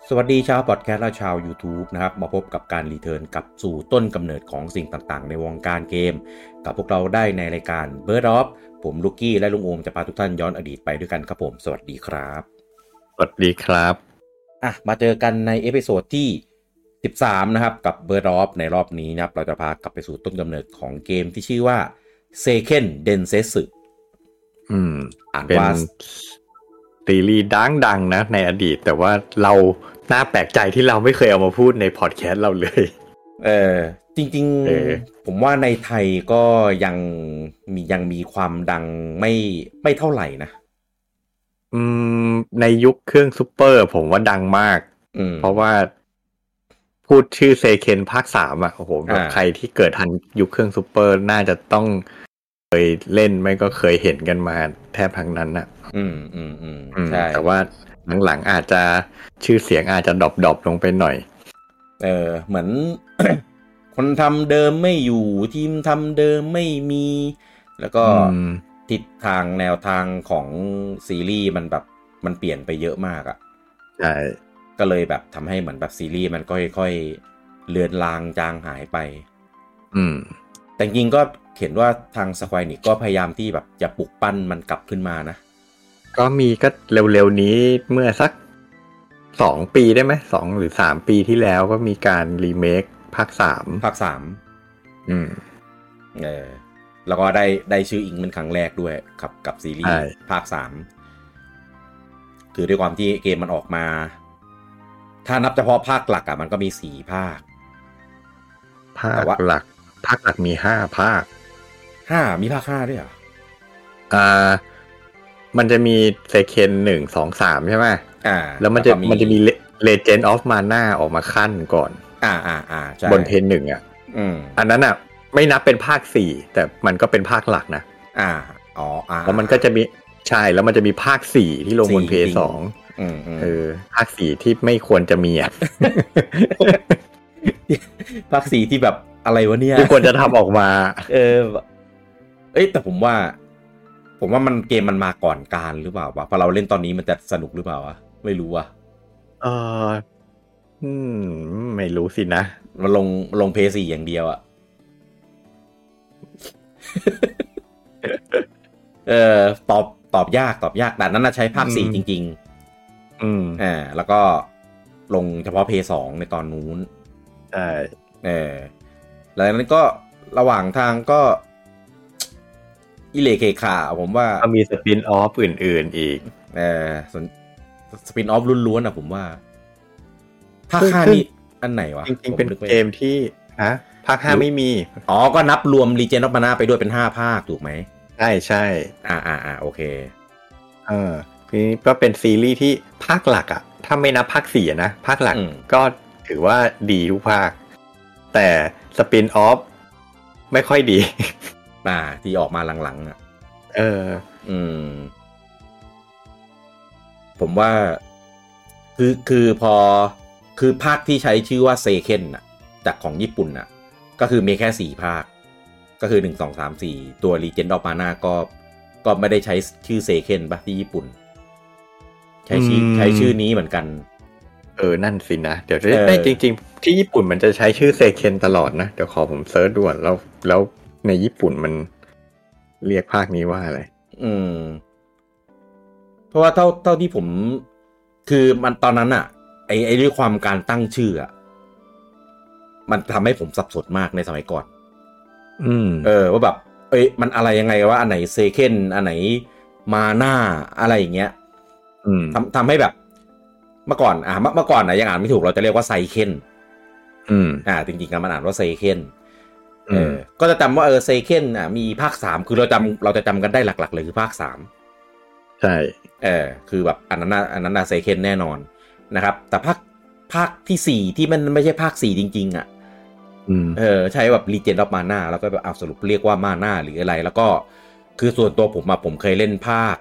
สวัสดีชาวพอดแคสต์และชาว YouTube นะครับมาพบกับการรีเทิร์นกลับสู่ต้นกำเนิดของสิ่งต่างๆในวงการเกมกับพวกเราได้ในรายการ Bird Off ผมลูกกี้และลุงโอมจะพาทุกท่านย้อนอดีตไปด้วยกันครับผมสวัสดีครับสวัสดีครับมาเจอกันในเอพิโซดที่13นะครับกับ Bird Off ในรอบนี้นะครับเราจะพากลับไปสู่ต้นกำเนิดของเกมที่ชื่อว่า Seiken Densetsu อ่านว่าซีรีส์ดังๆนะในอดีตแต่ว่าเราน่าแปลกใจที่เราไม่เคยเอามาพูดในพอดแคสต์เราเลยจริงๆผมว่าในไทยก็ยังมีความดังไม่เท่าไหร่นะในยุคเครื่องซุปเปอร์ผมว่าดังมากเพราะว่าพูดชื่อเซเคนภาค3โอ้โหแบบใครที่เกิดทันยุคเครื่องซุปเปอร์น่าจะต้องเคยเล่นไม่ก็เคยเห็นกันมาแทบทั้งนั้นนะใช่แต่ว่าหลังๆอาจจะชื่อเสียงอาจจะดรอปลงไปหน่อยเหมือน คนทำเดิมไม่อยู่ทีมทำเดิมไม่มีแล้วก็ทิศทางแนวทางของซีรีส์มันเปลี่ยนไปเยอะมากใช่ก็เลยแบบทำให้เหมือนแบบซีรีส์มันค่อยๆเลือนลางจางหายไปแต่จริงก็เห็นว่าทาง Square Enix ก็พยายามที่แบบจะปลุกปั้นมันกลับขึ้นมานะก็มีก็เร็วๆนี้เมื่อสัก2 ปีได้ไหม2 หรือ 3 ปีที่แล้วก็มีการรีเมคภาค3 แล้วก็ได้ชื่ออิงเป็นครั้งแรกด้วยกับซีรีส์ภาค3คือด้วยความที่เกมมันออกมาถ้านับเฉพาะภาคหลักมันก็มี4ภาคหลักมี5ภาคมีภาค5ด้วยเหรอมันจะมีเซเคน1 2 3ใช่ไหมแล้วมันจะมี Legend of Mana ออกมาขั้นก่อนใช่บนเพน1อันนั้นไม่นับเป็นภาค4แต่มันก็เป็นภาคหลักนะแล้วมันก็จะมีใช่แล้วมันจะมีภาค4ที่ลงบนเพย์2ภาค4ที่ไม่ควรจะมีภาค4ที่แบบอะไรวะเนี่ยที่ควรจะทำออกมาแต่ผมว่ามันเกมมันมาก่อนการหรือเปล่าวะพอเราเล่นตอนนี้มันจะสนุกหรือเปล่าวะไม่รู้ว่ะไม่รู้สินะมันลงเพย์4อย่างเดียวตอบยากแต่นั้นใช้ภาค4จริงๆแล้วก็ลงเฉพาะเพย์2ในตอนนู้นใช่แล้วนั้นก็ระหว่างทางก็อิเลเคขาผมว่ามีสปินออฟอื่นๆอีกสปินออฟล้วนๆผมว่าภาค5นี่อันไหนวะจริงๆเป็นเกมที่ภาค5ไม่มีก็นับรวม Legend of Mana ไปด้วยเป็น5ภาคถูกไหมใช่โอเคนี่ก็เป็นซีรีส์ที่ภาคหลักถ้าไม่นับภาค4นะภาคหลักก็ถือว่าดีทุกภาคแต่สปินออฟไม่ค่อยดีที่ออกมาหลังๆผมว่าคือพอคือภาคที่ใช้ชื่อว่าเซเคนจากของญี่ปุ่นก็คือมีแค่4ภาคก็คือ1 2 3 4ตัว Legend of Mana ก็ไม่ได้ใช้ชื่อเซเคนป่ะที่ญี่ปุ่นใช้ชื่อนี้เหมือนกันนั่นสินะเดี๋ยวได้จริงๆที่ญี่ปุ่นมันจะใช้ชื่อเซเคนตลอดนะเดี๋ยวขอผมเซิร์ชดูแล้วในญี่ปุ่นมันเรียกภาคนี้ว่าอะไรเพราะว่าเท่าที่ผมคือมันตอนนั้นไอ้ด้วยความการตั้งชื่อมันทำให้ผมสับสนมากในสมัยก่อนว่าแบบมันอะไรยังไงว่าอันไหนเซเคนอันไหนมาน่าอะไรอย่างเงี้ยทำให้แบบเมื่อก่อนยังอ่านไม่ถูกเราจะเรียกว่าไซเคนจริงๆมันอ่านว่าเซเคนก็จะจำว่าเซเคนมีภาค3คือเราจะจำกันได้หลักๆเลยคือภาค3 ใช่คือแบบอันนั้นเซเคนแน่นอนนะครับแต่ภาคที่4ที่มันไม่ใช่ภาค4จริงๆใช้แบบ Legend of Mana แล้วก็แบบสรุปเรียกว่า Mana หรืออะไรแล้วก็คือส่วนตัวผมเคยเล่นภาค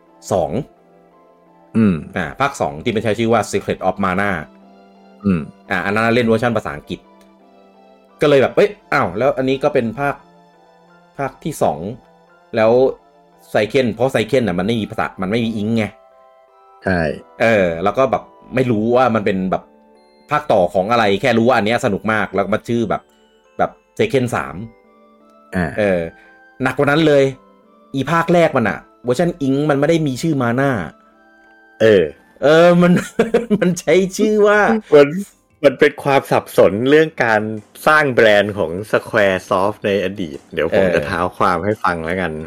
2ภาค2ที่มันใช้ชื่อว่า Secret of Mana อันนั้นเล่นเวอร์ชันภาษาอังกฤษก็เลยแบบแล้วอันนี้ก็เป็นภาคที่2แล้วไซเคนเพราะไซเคนมันไม่มีภาษามันไม่มีอิงไงใช่แล้วก็แบบไม่รู้ว่ามันเป็นแบบภาคต่อของอะไรแค่รู้ว่าอันเนี้ยสนุกมากแล้วมันชื่อแบบเซเคน3หนักกว่านั้นเลยอีภาคแรกมันอะเวอร์ชันอิงมันไม่ได้มีชื่อมาน่ามันใช้ชื่อว่ามันเป็นความสับสนเรื่องการสร้างแบรนด์ของ Squaresoft ในอดีตเดี๋ยวผมจะเท้าความให้ฟังแล้วกัน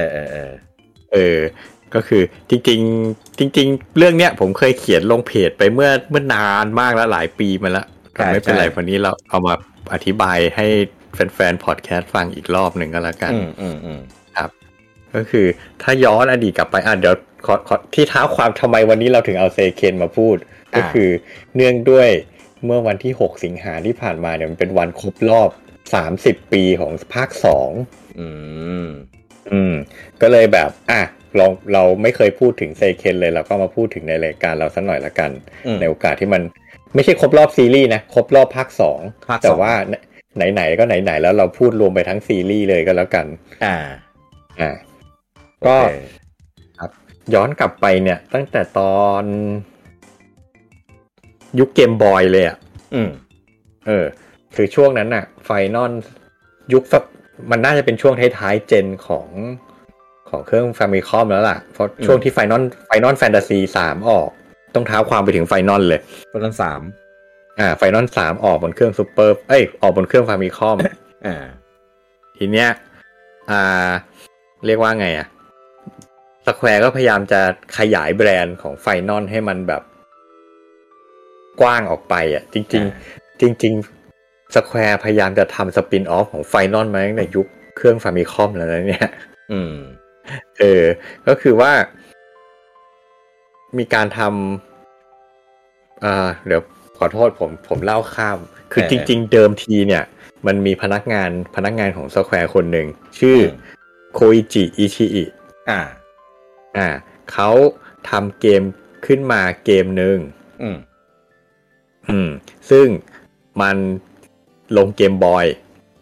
ก็คือจริงเรื่องเนี้ยผมเคยเขียนลงเพจไปเมื่อนานมากแล้วหลายปีมาแล้วไม่เป็นไรวันนี้เราเอามาอธิบายให้แฟนๆพอดแคสต์ฟังอีกรอบหนึ่งก็แล้วกันครับก็คือถ้าย้อนอดีตกลับไปเดี๋ยวขอที่เท้าความทำไมวันนี้เราถึงเอาเซเคนมาพูดก็คือเนื่องด้วยเมื่อวันที่6สิงหาที่ผ่านมาเนี่ยมันเป็นวันครบรอบ30ปีของภาค2ก็เลยแบบเราไม่เคยพูดถึงเซเคนเลยเราก็มาพูดถึงในรายการเราสักหน่อยละกันในโอกาสที่มันไม่ใช่ครบรอบซีรีส์นะครบรอบภาค2แต่ว่าไหนๆก็ไหนๆแล้วเราพูดรวมไปทั้งซีรีส์เลยก็แล้วกันก็ครับย้อนกลับไปเนี่ยตั้งแต่ตอนยุคเกมบอยเลยคือช่วงนั้นน่ะไฟนอลยุคมันน่าจะเป็นช่วงท้ายๆเจนของเครื่อง Famicom แล้วล่ะเพราะช่วงที่ไฟนอลแฟนตาซี3ออกต้องเท้าความไปถึงไฟนอลเลยไฟนอล3 ไฟนอล3ออกบนเครื่องซุปเปอร์ออกบนเครื่อง Famicom ทีเนี้ยเรียกว่าไงSquare ก็พยายามจะขยายแบรนด์ของไฟนอลให้มันแบบกว้างออกไปจริงSquare พยายามจะทำสปินออฟของไฟนอลมาตั้งแต่ยุคเครื่อง Famicom แล้วนะเนี่ยก็คือว่ามีการทำเดี๋ยวขอโทษผมเล่าข้ามคือจริงๆเดิมทีเนี่ยมันมีพนักงานของ Square คนหนึ่งชื่อโคอิจิอิชิอิเขาทำเกมขึ้นมาเกมนึงซึ่งมันลงเกมบอย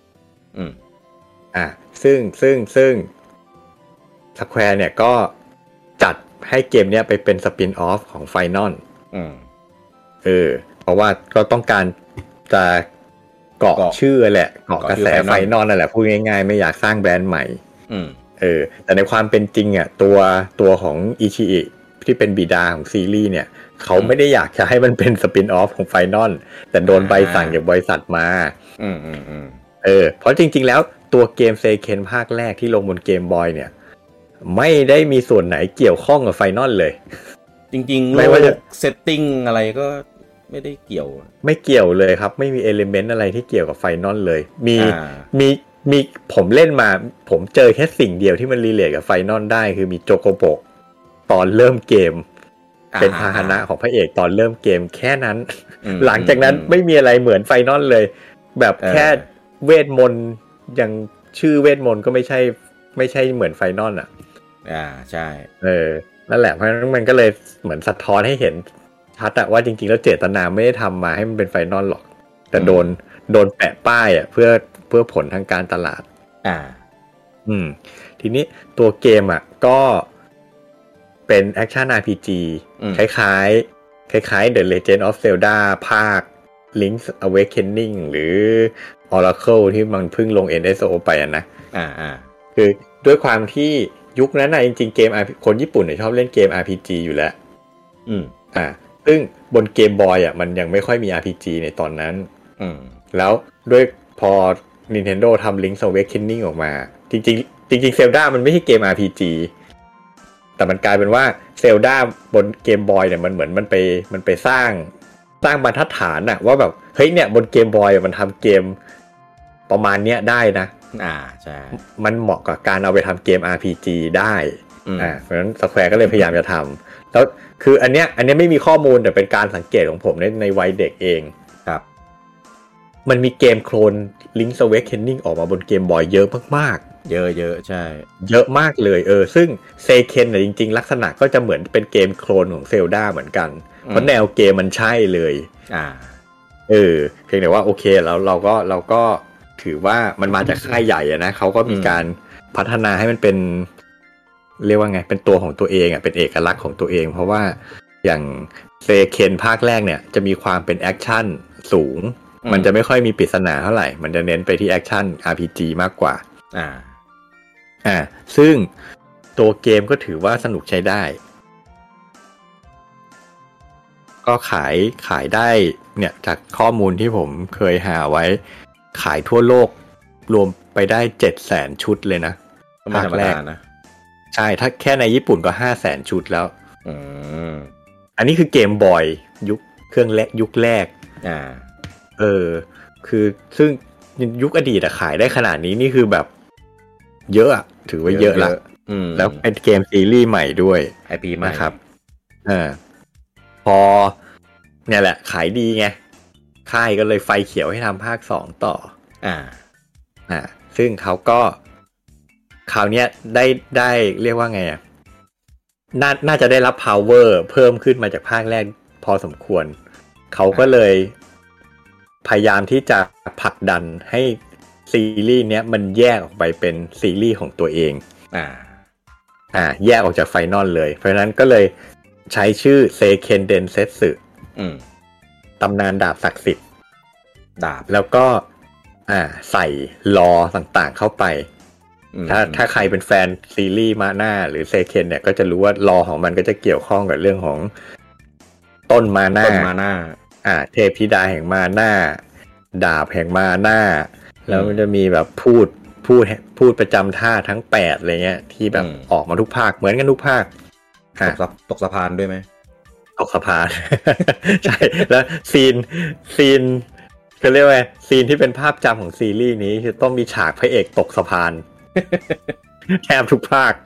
ซึ่งSquare เนี่ยก็จัดให้เกมเนี้ยไปเป็นสปินออฟของไฟนอลเพราะว่าก็ต้องการจะเกาะชื่อแหละเกาะกระแสไฟนอลนั่นแหละพูดง่ายๆไม่อยากสร้างแบรนด์ใหม่แต่ในความเป็นจริงตัวของอิชิอิที่เป็นบิดาของซีรีส์เนี่ยเขาไม่ได้อยากจะให้มันเป็นสปินออฟของไฟนอลแต่โดนใบสั่งจากบริษัทมาเพราะจริงๆแล้วตัวเกมเซเคนภาคแรกที่ลงบนเกมบอยเนี่ยไม่ได้มีส่วนไหนเกี่ยวข้องกับไฟนอลเลยจริงๆไม่ว่าจะเซตติ้งอะไรก็ไม่ได้เกี่ยวไม่เกี่ยวเลยครับไม่มีเอลิเมนต์อะไรที่เกี่ยวกับไฟนอลเลยมีผมเล่นมาผมเจอแค่สิ่งเดียวที่มันรีเลทกับไฟนอลได้คือมีโจโกโบะตอนเริ่มเกมเป็นพาหนะของพระเอกตอนเริ่มเกมแค่นั้นหลังจากนั้นไม่มีอะไรเหมือนไฟนอลเลยแบบแค่เวทมนต์ยังชื่อเวทมนต์ก็ไม่ใช่เหมือนไฟนอลใช่นั่นแหละเพราะฉะนั้นมันก็เลยเหมือนสะท้อนให้เห็นชัดว่าจริงๆแล้วเจตนาไม่ได้ทำมาให้มันเป็นไฟนอลหรอกแต่โดนแปะป้ายเพื่อผลทางการตลาดทีนี้ตัวเกมก็เป็นแอคชั่น RPG คล้ายๆ The Legend of Zelda ภาค Link's Awakening หรือ Oracle ที่มันเพิ่งลง NSO ไปนะคือด้วยความที่ยุคนั้นจริงๆเกมคนญี่ปุ่นชอบเล่นเกม RPG อยู่แล้วซึ่งบนเกมบอยมันยังไม่ค่อยมี RPG ในตอนนั้นแล้วด้วยพอ Nintendo ทำ Link's Awakening ออกมาจริงZelda มันไม่ใช่เกม RPG แต่มันกลายเป็นว่า Zelda บนเกมบอยเนี่ยมันเหมือนมันไปสร้างบรรทัดฐานว่าแบบเฮ้ยเนี่ยบนเกมบอยมันทำเกมประมาณเนี้ยได้นะใช่มันเหมาะกับการเอาไปทำเกม RPG ได้เพราะฉะนั้น Square ก็เลยพยายามจะทำแล้วคืออันเนี้ยไม่มีข้อมูลแต่เป็นการสังเกตของผมในวัยเด็กเองครับมันมีเกมโคลน Link's Awakening ออกมาบนเกมบอยเยอะมากๆเยอะใช่เยอะมากเลยซึ่งเซเคนจริงๆลักษณะก็จะเหมือนเป็นเกมโคลนของ Zelda เหมือนกันเพราะแนวเกมมันใช่เลยเพียงแต่ว่าโอเคแล้วเราก็ถือว่ามันมาจากค่ายใหญ่นะเขาก็มีการพัฒนาให้มันเป็นเรียกว่าไงเป็นตัวของตัวเองเป็นเอกลักษณ์ของตัวเองเพราะว่าอย่างเซเคนภาคแรกเนี่ยจะมีความเป็นแอคชั่นสูงมันจะไม่ค่อยมีปริศนาเท่าไหร่มันจะเน้นไปที่แอคชั่น RPG มากกว่าซึ่งตัวเกมก็ถือว่าสนุกใช้ได้ก็ขายได้เนี่ยจากข้อมูลที่ผมเคยหาไว้ขายทั่วโลกรวมไปได้ 700,000 ชุดเลยนะภาคแรกนะใช่ถ้าแค่ในญี่ปุ่นก็ 500,000 ชุดแล้วอันนี้คือเกมบอยยุคเครื่องยุคแรกคือซึ่งยุคอดีตขายได้ขนาดนี้นี่คือแบบเยอะถือว่าเยอะละแล้วเป็นเกมซีรีส์ใหม่ด้วย IP ใหม่นะครับพอเนี่ยแหละขายดีไงค่ายก็เลยไฟเขียวให้ทำภาค2ต่อซึ่งเขาก็คราวนี้ได้เรียกว่าไงน่าจะได้รับ power เพิ่มขึ้นมาจากภาคแรกพอสมควรเขาก็เลยพยายามที่จะผลักดันให้ซีรีส์เนี้ยมันแยกออกไปเป็นซีรีส์ของตัวเองแยกออกจากไฟนอลเลยเพราะฉะนั้นก็เลยใช้ชื่อเซเคนเดนเซสึตำนานดาบศักดิ์สิทธิ์ดาบแล้วก็ใส่ลอต่างๆเข้าไปถ้าใครเป็นแฟนซีรีส์มาน่าหรือเซเคนเนี่ยก็จะรู้ว่าลอของมันก็จะเกี่ยวข้องกับเรื่องของต้นมาน่าเทพธิดาแห่งมาน่าดาบแห่งมาน่าแล้วมันจะมีแบบพูดประจำท่าทั้ง8อะไรเงี้ยที่แบบออกมาทุกภาคเหมือนกันทุกภาคตกสะพานด้วยไหมตกสะพาน ใช่แล้วซีนเขาเรียกว่าซีนที่เป็นภาพจำของซีรีส์นี้คือต้องมีฉากพระเอกตกสะพาน แทบทุกภาค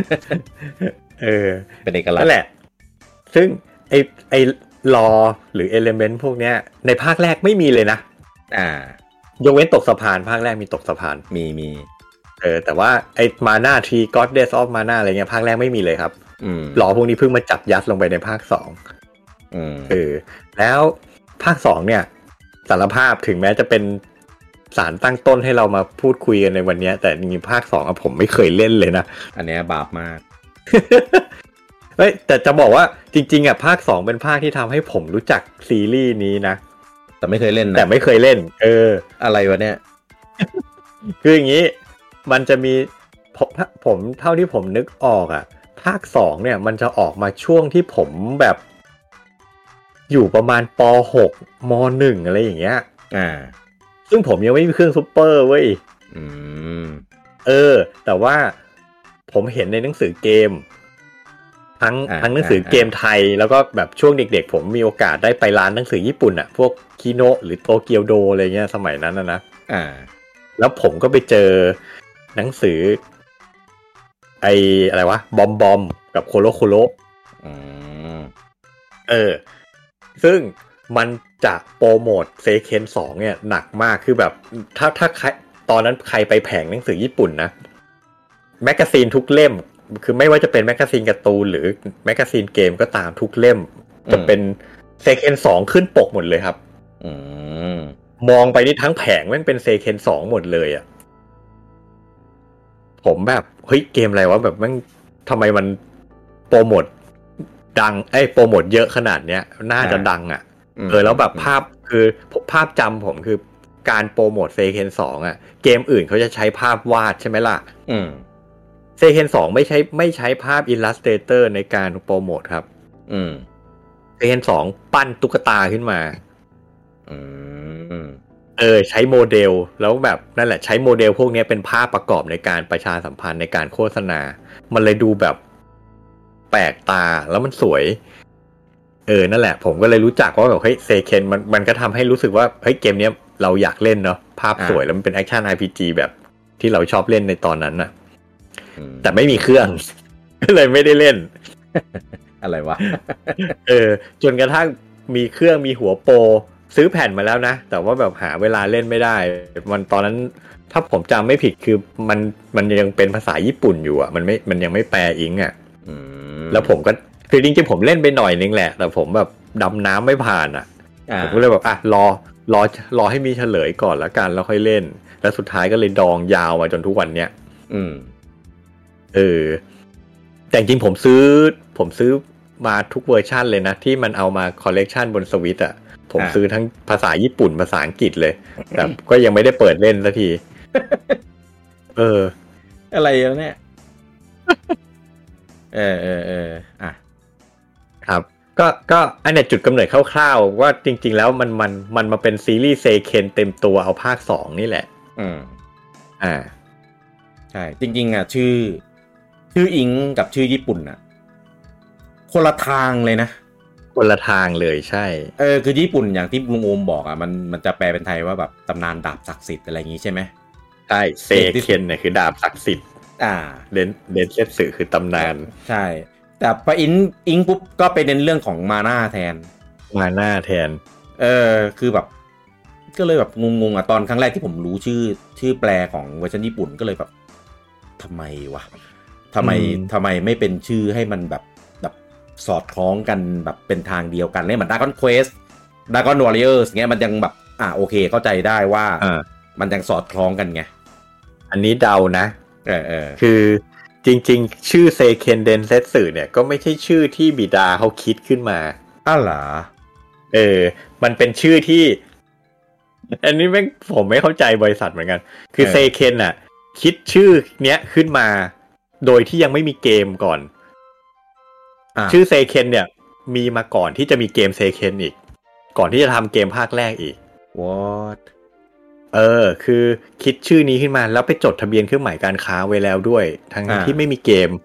เป็นเอกลักษณ์นั่นแหละซึ่งไอ้ลอหรือเอลิเมนต์พวกเนี้ยในภาคแรกไม่มีเลยนะยกเว้นตกสะพานภาคแรกมีตกสะพานมีแต่ว่าไอ้มาน่าที Goddess of Mana อะไรเงี้ยภาคแรกไม่มีเลยครับหลอพวกนี้เพิ่งมาจับยัดลงไปในภาค2แล้วภาค2เนี่ยสารภาพถึงแม้จะเป็นสารตั้งต้นให้เรามาพูดคุยกันในวันนี้แต่จริงๆภาค2ผมไม่เคยเล่นเลยนะอันนี้บาปมากแต่จะบอกว่าจริงๆภาค2เป็นภาคที่ทำให้ผมรู้จักซีรีส์นี้นะแต่ไม่เคยเล่นนะแต่ไม่เคยเล่นอะไรวะเนี่ยคืออย่างนี้มันจะมีผมเท่าที่ผมนึกออกภาค2เนี่ยมันจะออกมาช่วงที่ผมแบบอยู่ประมาณป.6 ม.1 อะไรอย่างเงี้ยซึ่งผมยังไม่มีเครื่องซุปเปอร์เว้ยแต่ว่าผมเห็นในหนังสือเกมทั้งหนังสือเกมไทยแล้วก็แบบช่วงเด็กๆผมมีโอกาสได้ไปร้านหนังสือญี่ปุ่นพวกคิโนะหรือโตเกียวโดอะไรเงี้ยสมัยนั้นนะแล้วผมก็ไปเจอหนังสืออะไรวะบอมกับโคโรซึ่งมันจะโปรโมทเซเคน2เนี่ยหนักมากคือแบบถ้าใครตอนนั้นใครไปแผงหนังสือญี่ปุ่นนะแมกกาซีนทุกเล่มคือไม่ว่าจะเป็นแมกกาซีนการ์ตูนหรือแมกกาซีนเกมก็ตามทุกเล่มจะเป็นเซเคน2ขึ้นปกหมดเลยครับมองไปนี่ทั้งแผงมันเป็นเซเคน2หมดเลยผมแบบเฮ้ยเกมอะไรวะแบบมันทำไมมันโปรโมทดังโปรโมทเยอะขนาดเนี้ยน่าจะดังแล้วแบบภาพคือภาพจำผมคือการโปรโมทเซเคน2เกมอื่นเขาจะใช้ภาพวาดใช่ไหมล่ะเซเคน2ไม่ใช้ภาพ Illustrator ในการโปรโมทครับเซเคน2ปั้นตุ๊กตาขึ้นมาใช้โมเดลแล้วแบบนั่นแหละใช้โมเดลพวกนี้เป็นภาพประกอบในการประชาสัมพันธ์ในการโฆษณามันเลยดูแบบแปลกตาแล้วมันสวยนั่นแหละผมก็เลยรู้จักว่าแบบเฮ้ยเซเคนมันก็ทำให้รู้สึกว่าเฮ้ยเกมนี้เราอยากเล่นเนาะภาพสวยแล้วมันเป็นแอคชั่น RPG แบบที่เราชอบเล่นในตอนนั้นน่ะแต่ไม่มีเครื่องก็เลยไม่ได้เล่นอะไรวะจนกระทั่งมีเครื่องมีหัวโปรซื้อแผ่นมาแล้วนะแต่ว่าแบบหาเวลาเล่นไม่ได้มันตอนนั้นถ้าผมจำไม่ผิดคือมันยังเป็นภาษาญี่ปุ่นอยู่มันยังไม่แปลอิงแล้วผมก็คือจริงๆผมเล่นไปหน่อยนึงแหละแต่ผมแบบดำน้ำไม่ผ่านผมก็เลยแบบรอให้มีเฉลยก่อนแล้วกันแล้วค่อยเล่นแล้วสุดท้ายก็เลยดองยาวมาจนทุกวันเนี้ยแต่จริงๆผมซื้อมาทุกเวอร์ชันเลยนะที่มันเอามาคอลเลกชันบนสวิตอ่ะผมซื้อทั้งภาษาญี่ปุ่นภาษาอังกฤษเลยแต่ก็ยังไม่ได้เปิดเล่นสักทีอะไรแล้วเนี่ยอ่ะครับก็อันนี้จุดกำเนิดคร่าวๆว่าจริงๆแล้วมันมาเป็นซีรีส์เซเคนเต็มตัวเอาภาค2นี่แหละใช่จริงๆอ่ะชื่ออิงกับชื่อญี่ปุ่นอ่ะคนละทางเลยนะคนละทางเลยใช่คือญี่ปุ่นอย่างที่ลุงโอมบอกอ่ะมันจะแปลเป็นไทยว่าแบบตำนานดาบศักดิ์สิทธิ์อะไรอย่างงี้ใช่ไหมใช่เซเคนเนี่ยคือดาบศักดิ์สิทธิ์เดนเซตสึคือตำนานใช่แต่พออิงปุ๊บก็ไปเน้นเรื่องของมาน่าแทนคือแบบก็เลยแบบงงๆอ่ะตอนครั้งแรกที่ผมรู้ชื่อแปลของเวอร์ชันญี่ปุ่นก็เลยแบบทำไมวะทำไมไม่เป็นชื่อให้มันแบบสอดคล้องกันแบบเป็นทางเดียวกันเนี่ยเหมือน Dragon Quest Dragon Warriors เงี้ยมันยังแบบโอเคเข้าใจได้ว่ามันยังสอดคล้องกันไงอันนี้เดานะคือจริงๆชื่อเซเคนเดนเซตสึเนี่ยก็ไม่ใช่ชื่อที่บิดาเขาคิดขึ้นมาเหรอมันเป็นชื่อที่อันนี้ผมไม่เข้าใจบริษัทเหมือนกันคือเซเคนน่ะคิดชื่อเนี้ยขึ้นมาโดยที่ยังไม่มีเกมก่อนชื่อเซเคนเนี่ยมีมาก่อนที่จะมีเกมเซเคนอีกก่อนที่จะทำเกมภาคแรกอีก What คือคิดชื่อนี้ขึ้นมาแล้วไปจดทะเบียนเครื่องหมายการค้าไว้แล้วด้วยทั้งที่ไม่มีเกม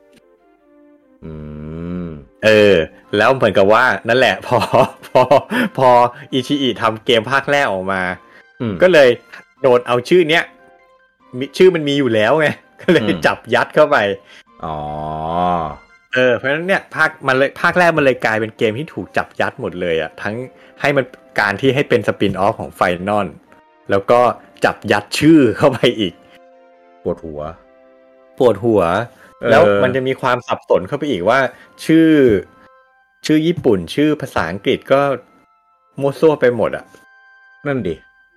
แล้วเหมือนกับว่านั่นแหละพออิชิอิทำเกมภาคแรกออกมาก็เลยโดนเอาชื่อเนี้ยชื่อมันมีอยู่แล้วไงก็เลยจับยัดเข้าไปเพราะฉะนั้นเนี่ยภาคแรกมันเลยกลายเป็นเกมที่ถูกจับยัดหมดเลยอ่ะทั้งให้มันการที่ให้เป็นสปินออฟของไฟนอลแล้วก็จับยัดชื่อเข้าไปอีกปวดหัวแล้วมันจะมีความสับสนเข้าไปอีกว่าชื่อญี่ปุ่นชื่อภาษาอังกฤษก็มั่วซั่วไปหมดอ่ะนั่นดิ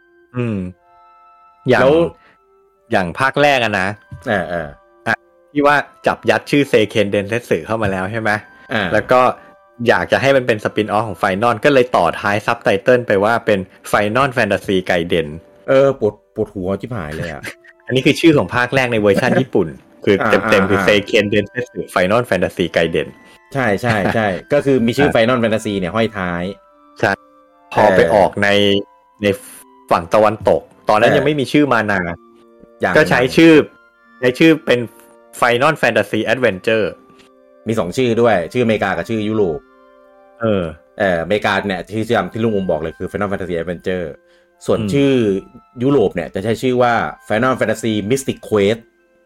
อย่างภาคแรกอะนะที่ว่าจับยัดชื่อเซเคนเดนเซตสึเข้ามาแล้วใช่ไหมแล้วก็อยากจะให้มันเป็นสปินออฟของไฟนอลก็เลยต่อท้ายซับไตเติลไปว่าเป็นไฟนอลแฟนตาซีไกเดนปวดหัวชิบหายเลยอ่ะอันนี้คือชื่อของภาคแรกในเวอร์ชันญี่ปุ่นคือเต็มๆคือเซเคนเดนเซตสึไฟนอลแฟนตาซีไกเดนใช่ก็คือมีชื่อไฟนอลแฟนตาซีเนี่ยห้อยท้ายใช่พอไปออกในฝั่งตะวันตกตอนนั้นยังไม่มีชื่อมานาก็ใช้ชื่อเป็น Final Fantasy Adventure มี2ชื่อด้วยชื่ออเมริกากับชื่อยุโรปอเมริกาเนี่ยที่ลุงอมบอกเลยคือ Final Fantasy Adventure ส่วนชื่อยุโรปเนี่ยจะใช้ชื่อว่า Final Fantasy Mystic Quest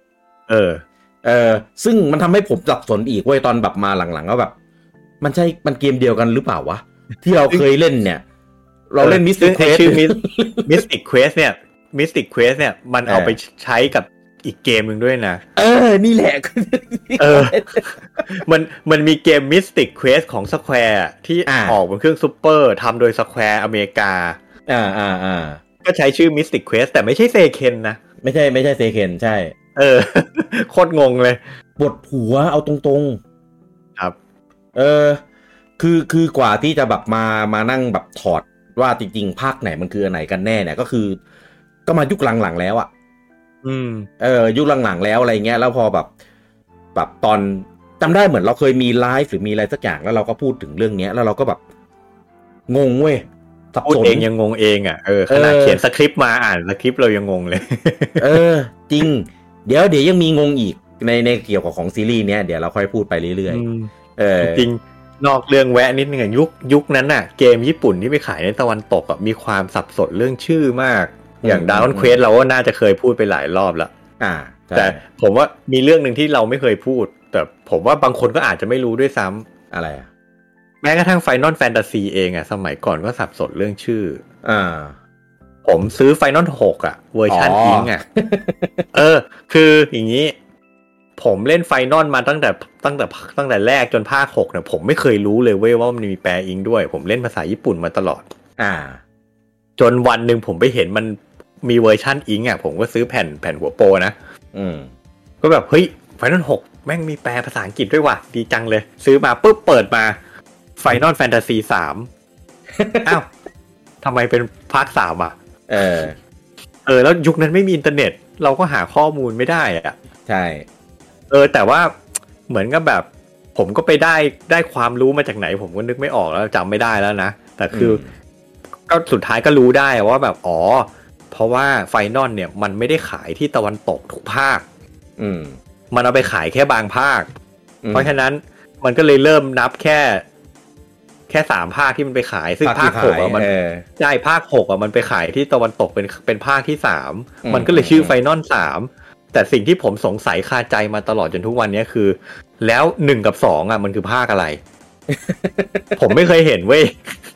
ซึ่งมันทำให้ผมสับสนอีกเว้ยตอนแบบมาหลังๆก็แบบมันเกมเดียวกันหรือเปล่าวะที่เราเคยเล่นเนี่ยเราเล่น Mystic Quest ชื่อ Mystic Quest เนี่ย Mystic Quest เนี่ยมันเอาไปใช้กับอีกเกมนึงด้วยนะนี่แหละมันมีเกม Mystic Quest ของ Square ที่ออกบนเครื่องซุปเปอร์ทำโดย Square อเมริกาก็ใช้ชื่อ Mystic Quest แต่ไม่ใช่เซเคนนะไม่ใช่เซเคนใช่โคตรงงเลยปวดหัวเอาตรงๆครับคือกว่าที่จะแบบมานั่งแบบถอดว่าจริงๆภาคไหนมันคืออันไหนกันแน่เนี่ยก็มายุคหลังๆแล้วอ่ะยุคหลังๆแล้วอะไรเงี้ยแล้วพอแบบตอนจำได้เหมือนเราเคยมีไลฟ์หรือมีอะไรสักอย่างแล้วเราก็พูดถึงเรื่องนี้แล้วเราก็แบบงงเว้ยสับสนเองยังงงเองอ่ะขนาดเขียนสคริปต์มาอ่านสคริปต์เรายังงงเลยจริงเดี๋ยวยังมีงงอีกในเกี่ยวกับของซีรีส์เนี้ยเดี๋ยวเราค่อยพูดไปเรื่อยๆจริงนอกเรื่องแวะนิดนึงยุคนั้นน่ะเกมญี่ปุ่นที่ไปขายในตะวันตกมีความสับสนเรื่องชื่อมากอย่าง Dragon Quest เราก็น่าจะเคยพูดไปหลายรอบแล้วแต่ผมว่ามีเรื่องนึงที่เราไม่เคยพูดแต่ผมว่าบางคนก็อาจจะไม่รู้ด้วยซ้ำอะไรแม้กระทั่ง Final Fantasy เองสมัยก่อนก็สับสนเรื่องชื่อผมซื้อ Final 6เวอร์ชันอิงคืออย่างนี้ผมเล่น Final มาตั้งแต่แรกจนภาค6เนี่ยผมไม่เคยรู้เลยเว้ยว่ามันมีแปลอิงด้วยผมเล่นภาษาญี่ปุ่นมาตลอดจนวันนึงผมไปเห็นมันมีเวอร์ชันอิงผมก็ซื้อแผ่นหัวโปรนะก็แบบเฮ้ย Final แม่งมีแปลภาษาอังกฤษด้วยว่ะดีจังเลยซื้อมาปุ๊บเปิดมา Final Fantasy 3 อ้าวทำไมเป็นภาค3อ่ะแล้วยุคนั้นไม่มีอินเทอร์เน็ตเราก็หาข้อมูลไม่ได้อ่ะใช่แต่ว่าเหมือนกับแบบผมก็ไปได้ความรู้มาจากไหนผมก็นึกไม่ออกแล้วจำไม่ได้แล้วนะแต่คือก็สุดท้ายก็รู้ได้ว่าแบบเพราะว่าไฟนอลเนี่ยมันไม่ได้ขายที่ตะวันตกทุกภาคมันเอาไปขายแค่บางภาคเพราะฉะนั้นมันก็เลยเริ่มนับแค่3ภาคที่มันไปขายซึ่งภาค6อ่ะมันใช่ภาค6อ่ะมันไปขายที่ตะวันตกเป็นภาคที่3มันก็เลยชื่อไฟนอล3แต่สิ่งที่ผมสงสัยคาใจมาตลอดจนทุกวันนี้คือแล้ว1กับ2อ่ะมันคือภาคอะไร ผมไม่เคยเห็นเว้ย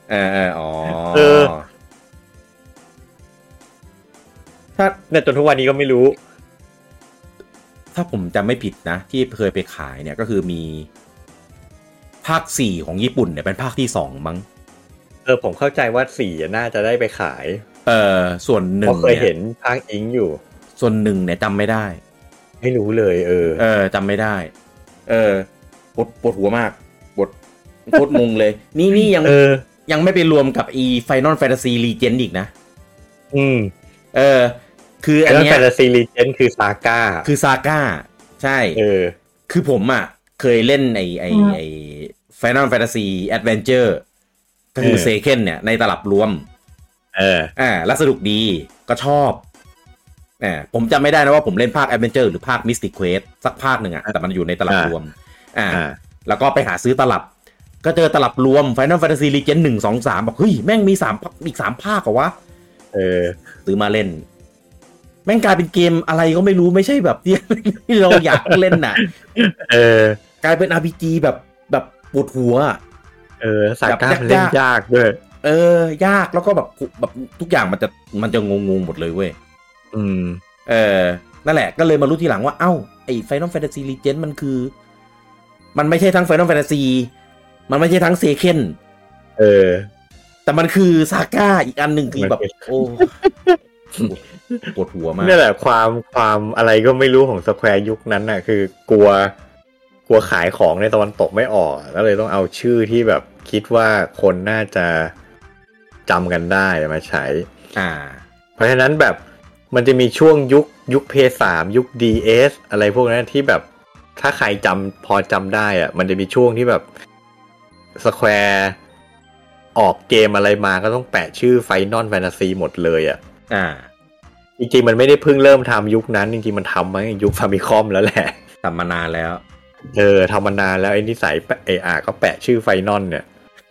ถ้าเนี่ยจนทุกวันนี้ก็ไม่รู้ถ้าผมจำไม่ผิดนะที่เคยไปขายเนี่ยก็คือมีภาค4ของญี่ปุ่นเนี่ยเป็นภาคที่2มั้งผมเข้าใจว่า4น่าจะได้ไปขายส่วน1 เคยเห็นภาคอิงอยู่ส่วน1เนี่ยจำไม่ได้ไม่รู้เลยจำไม่ได้ปวดหัวมากโคตรงงเลยนี่ยังไม่ไปรวมกับFinal Fantasy Legend อีกนะคืออันเนี้ย Final Fantasy Legend คือซาก้าใช่คือผมอ่ะเคยเล่นไอ้ Final Fantasy Adventure ก็คือเซเคนเนี่ยในตลับรวมแล้วสนุกดีก็ชอบผมจำไม่ได้นะว่าผมเล่นภาค Adventure หรือภาค Mystic Quest สักภาคหนึ่งอ่ะแต่มันอยู่ในตลับรวมแล้วก็ไปหาซื้อตลับก็เจอตลับรวม Final Fantasy Legend 1 2 3บอกเฮ้ยแม่งมีอีก3ภาคเหรอวะซื้อมาเล่นแม่งกลายเป็นเกมอะไรก็ไม่รู้ไม่ใช่แบบที่เราอยากเล่นน่ะกลายเป็น RPG แบบปวดหัวสายการเล่นยากด้วยยากแล้วก็แบบทุกอย่างมันจะงงๆหมดเลยเว้ยนั่นแหละก็เลยมารู้ทีหลังว่าเอ้าไอ้ Final Fantasy Legend มันไม่ใช่ทั้ง Final Fantasy มันไม่ใช่ทั้ง Seiken แต่มันคือซาก้าอีกอันหนึ่งคือแบบโอ้ปวดหัวมากนี่แหละความอะไรก็ไม่รู้ของ Square ยุคนั้นน่ะคือกลัวขายของในตะวันตกไม่ออกแล้วเลยต้องเอาชื่อที่แบบคิดว่าคนน่าจะจำกันได้มาใช้เพราะฉะนั้นแบบมันจะมีช่วงยุค PS3 ยุค DS อะไรพวกนั้นที่แบบถ้าใครพอจำได้อะมันจะมีช่วงที่แบบ Square ออกเกมอะไรมาก็ต้องแปะชื่อ Final Fantasy หมดเลยอ่ะจริงๆมันไม่ได้เพิ่งเริ่มทำยุคนั้นจริงๆมันทำมาในยุค Famicom แล้วแหละทำมานานแล้วทำมานานแล้วไอ้นิสัยก็แปะชื่อ Final เนี่ย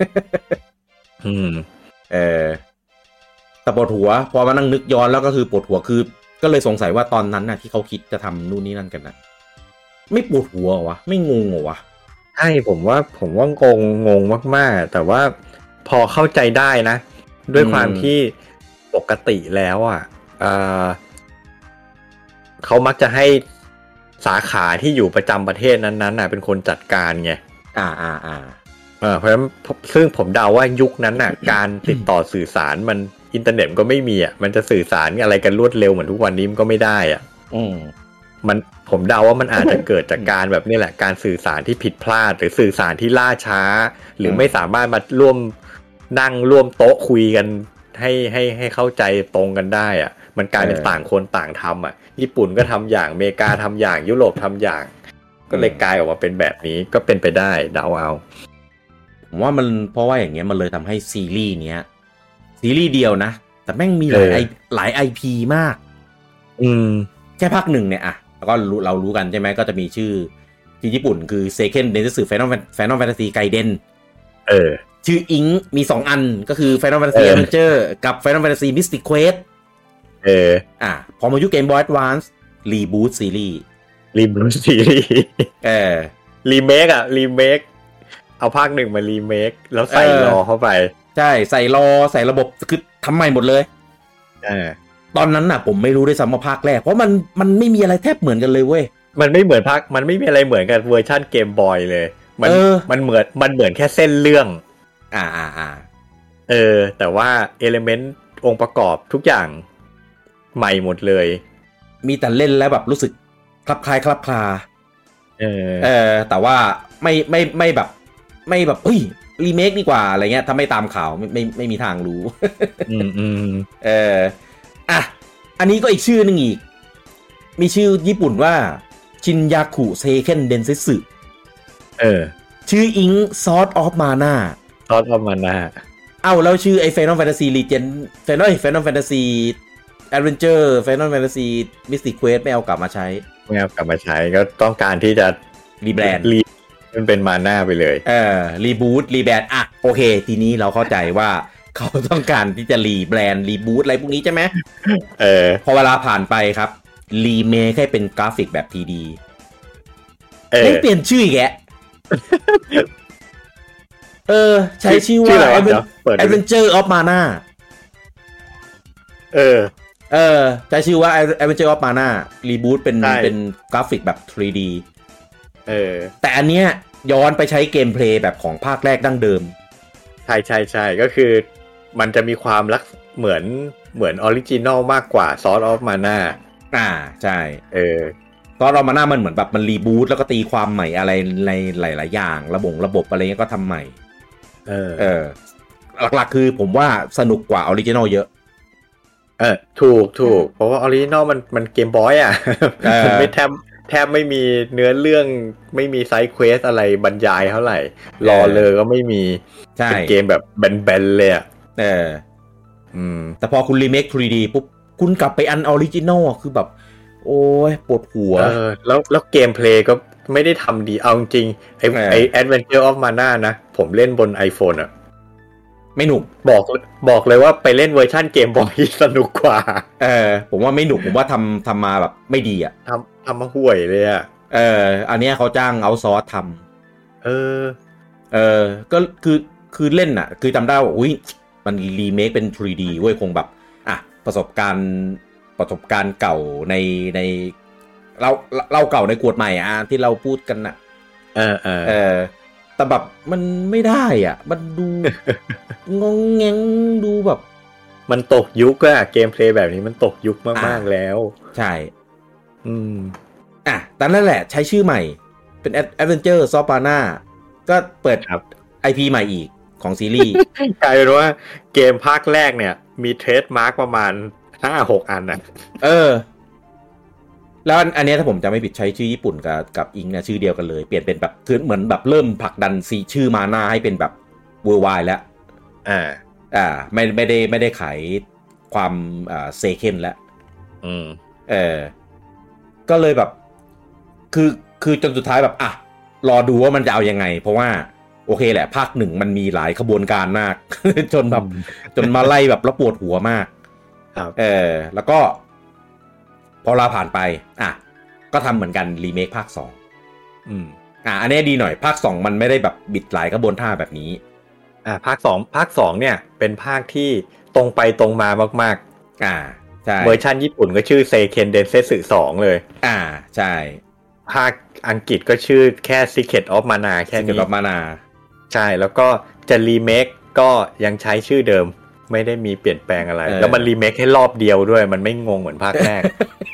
แต่ปวดหัวพอมานั่งนึกย้อนแล้วก็คือปวดหัวคือก็เลยสงสัยว่าตอนนั้นน่ะที่เขาคิดจะทำนู่นนี่นั่นกันนะไม่ปวดหัววะไม่งงเหรอวะใช่ผมว่างงมากๆแต่ว่าพอเข้าใจได้นะด้วยความที่ปกติแล้วอ่ะเขามักจะให้สาขาที่อยู่ประจำประเทศนั้นๆน่ะเป็นคนจัดการไงเพราะฉะนั้นซึ่งผมเดาว่ายุคนั้นน่ะ การติดต่อสื่อสารมันอินเทอร์เน็ตก็ไม่มีอ่ะมันจะสื่อสารอะไรกันรวดเร็วเหมือนทุกวันนี้มันก็ไม่ได้อ่ะผมเดาว่ามันอาจจะเกิดจากการแบบนี้แหละการสื่อสารที่ผิดพลาดหรือสื่อสารที่ล่าช้าหรือไม่สามารถมานั่งร่วมโต๊ะคุยกันให้เข้าใจตรงกันได้อ่ะมันกลายเป็นต่างคนต่างทำอ่ะญี่ปุ่นก็ทำอย่างอเมริกาทำอย่างยุโรปทำอย่างก็เลยกลายออกมาเป็นแบบนี้ก็เป็นไปได้เดาเอาผมว่ามันเพราะว่าอย่างเงี้ยมันเลยทำให้ซีรีส์เนี้ยซีรีส์เดียวนะแต่แม่งมีหลาย IP มากแค่ภาคหนึ่งเนี่ยอะแล้วก็เรารู้กันใช่ไหมก็จะมีชื่อที่ญี่ปุ่นคือ Seiken Densetsu Final Fantasy Gaiden ชื่ออิงมี2อันก็คือ Final Fantasy Adventure กับ Final Fantasy Mystic Quest พอมายุค Game Boy Advance Reboot Series รีเมคเอาภาค1มารีเมคแล้วใส่รอเข้าไปใช่ใส่รอใส่ระบบคือทำใหม่หมดเลยตอนนั้นน่ะผมไม่รู้ด้วยซ้ำว่าภาคแรกเพราะมันไม่มีอะไรแทบเหมือนกันเลยเว้ยมันไม่เหมือนมันไม่มีอะไรเหมือนกันเวอร์ชั่นเกมบอยเลยมันเหมือนแค่เส้นเรื่องแต่ว่าเอลิเมนต์องค์ประกอบทุกอย่างใหม่หมดเลยมีแต่เล่นแล้วแบบรู้สึกคลับคลาแต่ว่าไม่แบบเฮ้ยรีเมคดีกว่าอะไรเงี้ยถ้าไม่ตามข่าวไม่มีทางรู้อ่ะอันนี้ก็อีกชื่อนึงอีกมีชื่อญี่ปุ่นว่าชินยากุเซเคนเดนเซสึชื่ออิงซอสออฟมาน่าแล้วชื่อไอ้ Final Fantasy Legend Final Fantasy Adventure Final Fantasy Mystic Quest ไม่เอากลับมาใช้ก็ต้องการที่จะรีแบรนด์มันเป็นมาน่าไปเลยรีบูทรีแบรนด์อ่ะโอเคทีนี้เราเข้าใจว่าเขาต้องการที่จะรีแบรนด์รีบูทอะไรพวกนี้ใช่ไหมพอเวลาผ่านไปครับรีเมคให้เป็นกราฟิกแบบ 2D ไม่เปลี่ยนชื่ออีกแกใช้ชื่อว่า Adventure of Mana ใช้ชื่อว่า Adventure of Mana รีบูทเป็นกราฟิกแบบ 3D แต่อันเนี้ยย้อนไปใช้เกมเพลย์แบบของภาคแรกดั้งเดิมใช่ก็คือมันจะมีความลักเหมือนออริจินอลมากกว่า Sword of Mana ใช่Sword of Mana มันเหมือนแบบมันรีบูทแล้วก็ตีความใหม่อะไรในหลายๆอย่างระบบอะไรเงี้ยก็ทำใหม่หลักๆคือผมว่าสนุกกว่าออริจินอลเยอะถูกเพราะว่าออริจินอลมันเกมบอยมันไม่แทบไม่มีเนื้อเรื่องไม่มีไซด์เควสอะไรบรรยายเท่าไหร่รอเลยก็ไม่มีเป็นเกมแบบแบนๆเลยแต่พอคุณรีเมค 3D ปุ๊บคุณกลับไปอันออริจินอลคือแบบโอ้ยปวดหัวแล้วเกมเพลย์ก็ไม่ได้ทำดีเอาจริงไอ้ Adventure of Mana นะผมเล่นบน iPhone ไม่หนุกบอกเลยว่าไปเล่นเวอร์ชั่นเกมบอยสนุกกว่าผมว่าไม่หนุกผมว่าทำมาแบบไม่ดีทำมาห่วยเลยอันเนี้ยเขาจ้างเอาซอร์สทำก็คือเล่นคือจำได้ว่าอุ้ยมันรีเมคเป็น 3D เว้ยคงแบบประสบการณ์เก่าในเราเก่าในกวดใหม่ที่เราพูดกันแต่แบบมันไม่ได้มันดูงงแงงดูแบบมันตกยุคเกมเพลย์แบบนี้มันตกยุคมากๆแล้วใช่แต่นั่นแหละใช้ชื่อใหม่เป็น Adventure of Mana ก็เปิด IP ใหม่อีกของซีรีส์กลายเป็นว่าเกมภาคแรกเนี่ยมีเทรดมาร์กประมาณ 5-6 อันแล้วอันนี้ถ้าผมจะไม่ผิดใช้ชื่อญี่ปุ่นกับอิงเนี่ยชื่อเดียวกันเลยเปลี่ยนเป็นแบบคือเหมือนแบบเริ่มผลักดันชื่อมาน่าให้เป็นแบบ worldwide แล้วไม่ได้ขายความเซเคนแล้วก็เลยแบบคือจนสุดท้ายแบบรอดูว่ามันจะเอายังไงเพราะว่าโอเคแหละภาคหนึ่งมันมีหลายขบวนการมาก จนมาไล่แบบแล้วปวดหัวมากแล้วก็พอเราผ่านไปก็ทำเหมือนกันรีเมคภาค2อันนี้ดีหน่อยภาค2มันไม่ได้แบบบิดหลายกระบวนท่าแบบนี้ภาค2เนี่ยเป็นภาคที่ตรงไปตรงมามากใช่เวอร์ชันญี่ปุ่นก็ชื่อเซเคนเดนเซสึ2เลยใช่ภาคอังกฤษก็ชื่อแค่ Secret of Mana แค่นี้ Secret of Mana ใช่แล้วก็จะรีเมคก็ยังใช้ชื่อเดิมไม่ได้มีเปลี่ยนแปลงอะไรแล้วมันรีเมคให้รอบเดียวด้วยมันไม่งงเหมือนภาคแรก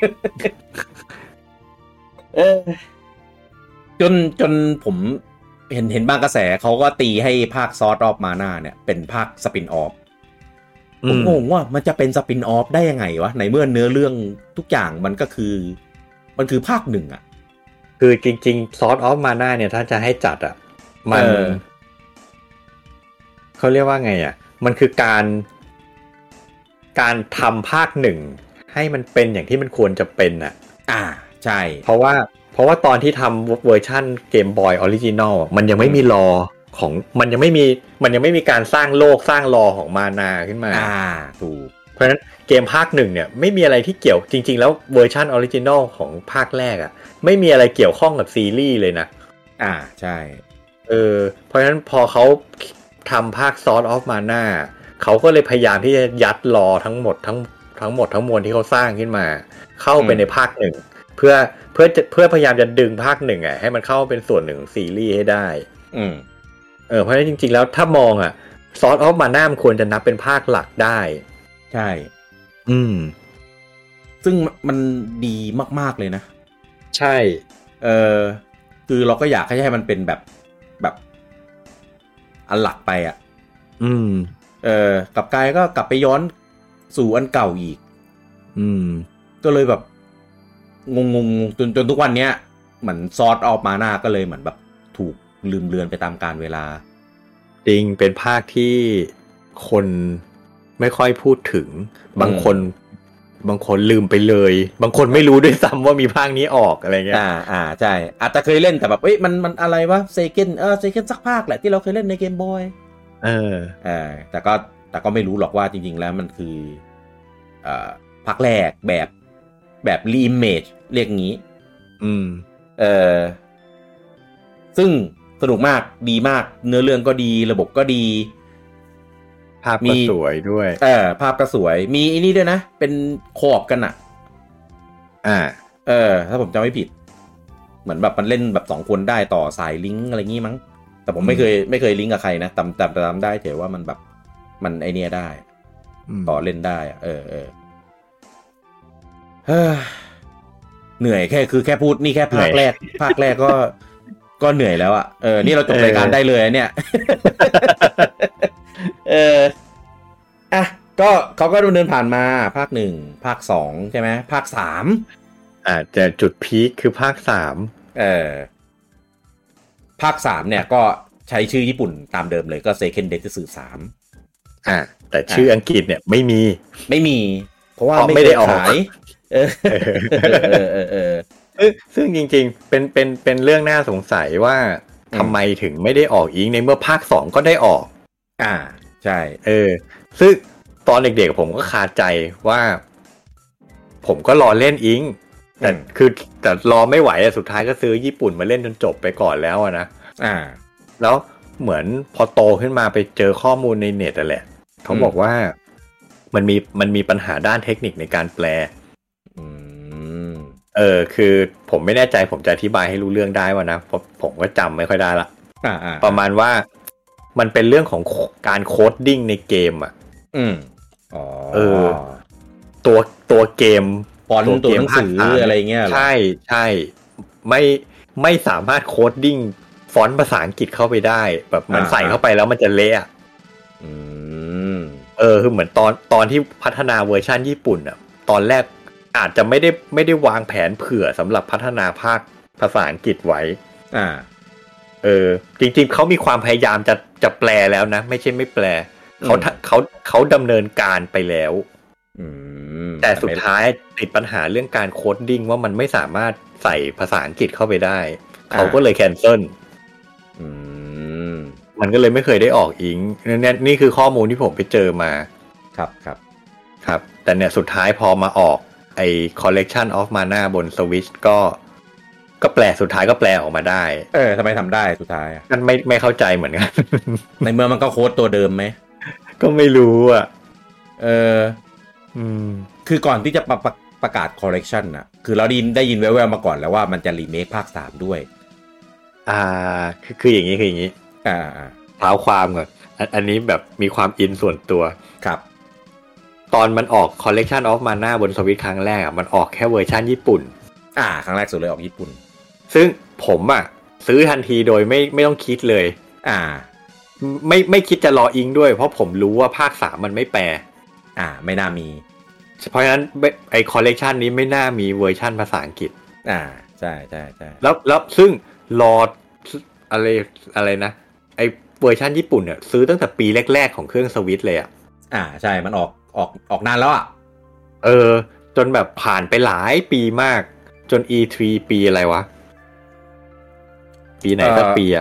จนผมเห็นบางกระแสเขาก็ตีให้ภาค Sword of Mana เนี่ยเป็นภาคสปินออฟผมงงว่ามันจะเป็นสปินออฟได้ยังไงวะในเมื่อเนื้อเรื่องทุกอย่างมันคือภาคหนึ่งคือจริงๆ Sword of Mana เนี่ยถ้าจะให้จัดมันเขาเรียกว่าไงมันคือการทำภาคหนึ่งให้มันเป็นอย่างที่มันควรจะเป็นใช่เพราะว่าตอนที่ทำเวอร์ชั่นเกมบอยออริจินอลมันยังไม่มีรอของมันยังไม่มีการสร้างโลกสร้างรอของมานาขึ้นมาถูกเพราะฉะนั้นเกมภาคหนึ่งเนี่ยไม่มีอะไรที่เกี่ยวจริงๆแล้วเวอร์ชันออริจินอลของภาคแรกไม่มีอะไรเกี่ยวข้องกับซีรีส์เลยนะใช่เพราะฉะนั้นพอเขาทำภาค Sword of Mana เขาก็เลยพยายามที่จะยัดรอทั้งหมดทั้งมวลที่เขาสร้างขึ้นมาเข้าไปในภาคหนึ่งเพื่อพยายามจะดึงภาคหนึ่งให้มันเข้าเป็นส่วนหนึ่งซีรีส์ให้ได้เพราะฉะนั้นจริงๆแล้วถ้ามองSword of Mana มันควรจะนับเป็นภาคหลักได้ใช่ซึ่งมันดีมากๆเลยนะใช่คือเราก็อยากให้มันเป็นแบบอันหลักไปอ่ะกับกายก็กลับไปย้อนสู่อันเก่าอีกก็เลยแบบงงจนทุกวันเนี้ยเหมือนซอสออกมาหน้าก็เลยเหมือนแบบถูกลืมเลือนไปตามกาลเวลาจริงเป็นภาคที่คนไม่ค่อยพูดถึงบางคนลืมไปเลยบางคนไม่รู้ด้วยซ้ำว่ามีภาคนี้ออกอะไรเงี้ยใช่อาจจะเคยเล่นแต่แบบมันอะไรวะเซเกนสักภาคแหละที่เราเคยเล่นในเกมบอยแต่ก็ไม่รู้หรอกว่าจริงๆแล้วมันคือภาคแรกแบบรีอิมเมจเรียกงี้ซึ่งสนุกมากดีมากเนื้อเรื่องก็ดีระบบก็ดีภาพก็สวยด้วยภาพก็สวยมีอันนี้ด้วยนะเป็นโคออปกันอ่ะถ้าผมจำไม่ผิดเหมือนแบบมันเล่นแบบ2คนได้ต่อสายลิงก์อะไรงี้มั้งแต่ผมไม่เคยลิงก์กับใครนะตามได้แต่ว่ามันแบบมันไอเนี้ยได้ต่อเล่นได้เหนื่อยแค่พูดนี่แค่ภาคแรกก็เหนื่อยแล้วอ่ะนี่เราจบรายการได้เลยเนี่ยก็เขาก็ดำเนินผ่านมาภาค1ภาค2ใช่ไหมภาค3 แต่จุดพีคคือภาค3 ภาค3เนี่ยก็ใช้ชื่อญี่ปุ่นตามเดิมเลยก็ Seiken Densetsu 3 แต่ชื่ออังกฤษเนี่ยไม่มีเพราะว่าไม่ได้ขายซึ่งจริงๆเป็นเรื่องน่าสงสัยว่าทำไมถึงไม่ได้ออกอิงในเมื่อภาค2ก็ได้ออกใช่ซึ่งตอนเด็กๆผมก็คาใจว่าผมก็รอเล่นอิงแต่รอไม่ไหวสุดท้ายก็ซื้อญี่ปุ่นมาเล่นจนจบไปก่อนแล้วนะแล้วเหมือนพอโตขึ้นมาไปเจอข้อมูลในเน็ตแหละเขาบอกว่ามันมีปัญหาด้านเทคนิคในการแปลคือผมไม่แน่ใจผมจะอธิบายให้รู้เรื่องได้ว่านะเพราะผมก็จำไม่ค่อยได้ละประมาณว่ามันเป็นเรื่องของการโคดดิ้งในเกมตัวเกมฟอนต์ตัวหนังสืออะไรเงี้ยใช่ไม่สามารถโคดดิ้งฟอนต์ภาษาอังกฤษเข้าไปได้แบบมันใส่เข้าไปแล้วมันจะเละคือเหมือนตอนที่พัฒนาเวอร์ชันญี่ปุ่นตอนแรกอาจจะไม่ได้วางแผนเผื่อสำหรับพัฒนาภาษาอังกฤษไว้จริงๆเขามีความพยายามจะแปลแล้วนะไม่ใช่ไม่แปลเขาดำเนินการไปแล้วแต่สุดท้ายติดปัญหาเรื่องการโคดดิ้งว่ามันไม่สามารถใส่ภาษาอังกฤษเข้าไปได้เขาก็เลยแคนเซิลมันก็เลยไม่เคยได้ออกอิงนี่คือข้อมูลที่ผมไปเจอมาครับแต่เนี่ยสุดท้ายพอมาออกไอ้ Collection of Mana บน Switch ก็แปลสุดท้ายก็แปลออกมาได้ทำไมทำได้สุดท้ายกันไม่เข้าใจเหมือนกันในเมื่อมันก็โค้ดตัวเดิมไหมก็ไม่รู้คือก่อนที่จะประกาศ Collection น่ะคือเราได้ยินแว่วๆมาก่อนแล้วว่ามันจะรีเมคภาค3ด้วยคืออย่างนี้เท้าความก่อนอันนี้แบบมีความอินส่วนตัวครับตอนมันออก Collection of Mana บน Switch ครั้งแรกมันออกแค่เวอร์ชันญี่ปุ่นครั้งแรกสุดเลยออกญี่ปุ่นซึ่งผมซื้อทันทีโดยไม่ต้องคิดเลยไม่คิดจะรออิงด้วยเพราะผมรู้ว่าภาค3มันไม่แปลไม่น่ามีเพราะฉะนั้นไอ้ Collection นี้ไม่น่ามีเวอร์ชันภาษาอังกฤษใช่แล้วซึ่งรออะไรนะไอ้เวอร์ชันญี่ปุ่นเนี่ยซื้อตั้งแต่ปีแรกๆของเครื่องสวิตช์เลยใช่มันออกนานแล้วจนแบบผ่านไปหลายปีมากจน E3 ปีอะไรวะปีไหนสักปี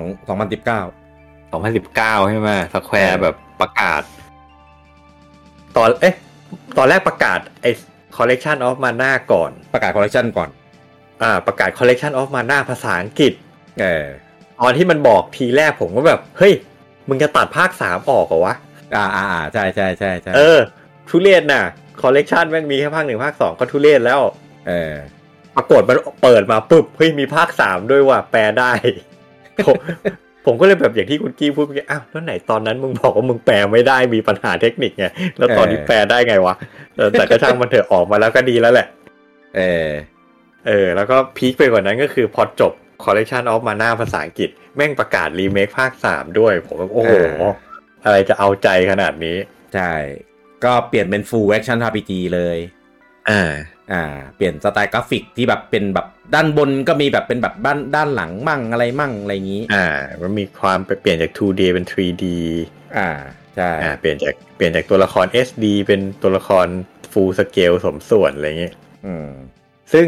2019ใช่ไหมสแควร์แบบประกาศตอนแรกประกาศไอ้ Collection of Mana ก่อนประกาศ Collection ก่อนประกาศ Collection of Mana ภาษาอังกฤษตอนที่มันบอกทีแรกผมก็แบบเฮ้ยมึงจะตัดภาค3ออกเหรอวะใช่ทุเรศน่ะ Collection แม่งมีแค่ภาค1ภาค2ก็ทุเรศแล้วปรากฏมันเปิดมาปุ๊บเฮ้ยมีภาค3ด้วยว่ะแปลได้ ผมก็เลยแบบอย่างที่คุณกี้พูดเมื่อกี้แล้วไหนตอนนั้นมึงบอกว่ามึงแปลไม่ได้มีปัญหาเทคนิคไงแล้วตอนนี้แปลได้ไงวะแต่ก็ช่างมันเถอะออกมาแล้วก็ดีแล้วแหละแล้วก็พีคไปกว่านั้นก็คือพอจบ Collection of Mana ภาษาอังกฤษแม่งประกาศรีเมคภาค3ด้วยผมแบบโอ้โหอะไรจะเอาใจขนาดนี้ใช่ก็เปลี่ยนเป็น Full Action RPG เลยเปลี่ยนสไตล์กราฟิกที่แบบเป็นแบบด้านบนก็มีแบบเป็นแบบด้านหลังมั่งอะไรมั่งอะไรอย่างนี้มันมีความไปเปลี่ยนจาก 2D เป็น 3D ใช่เปลี่ยนจากตัวละคร SD เป็นตัวละคร Full Scale สมส่วนอะไรอย่างนี้ซึ่ง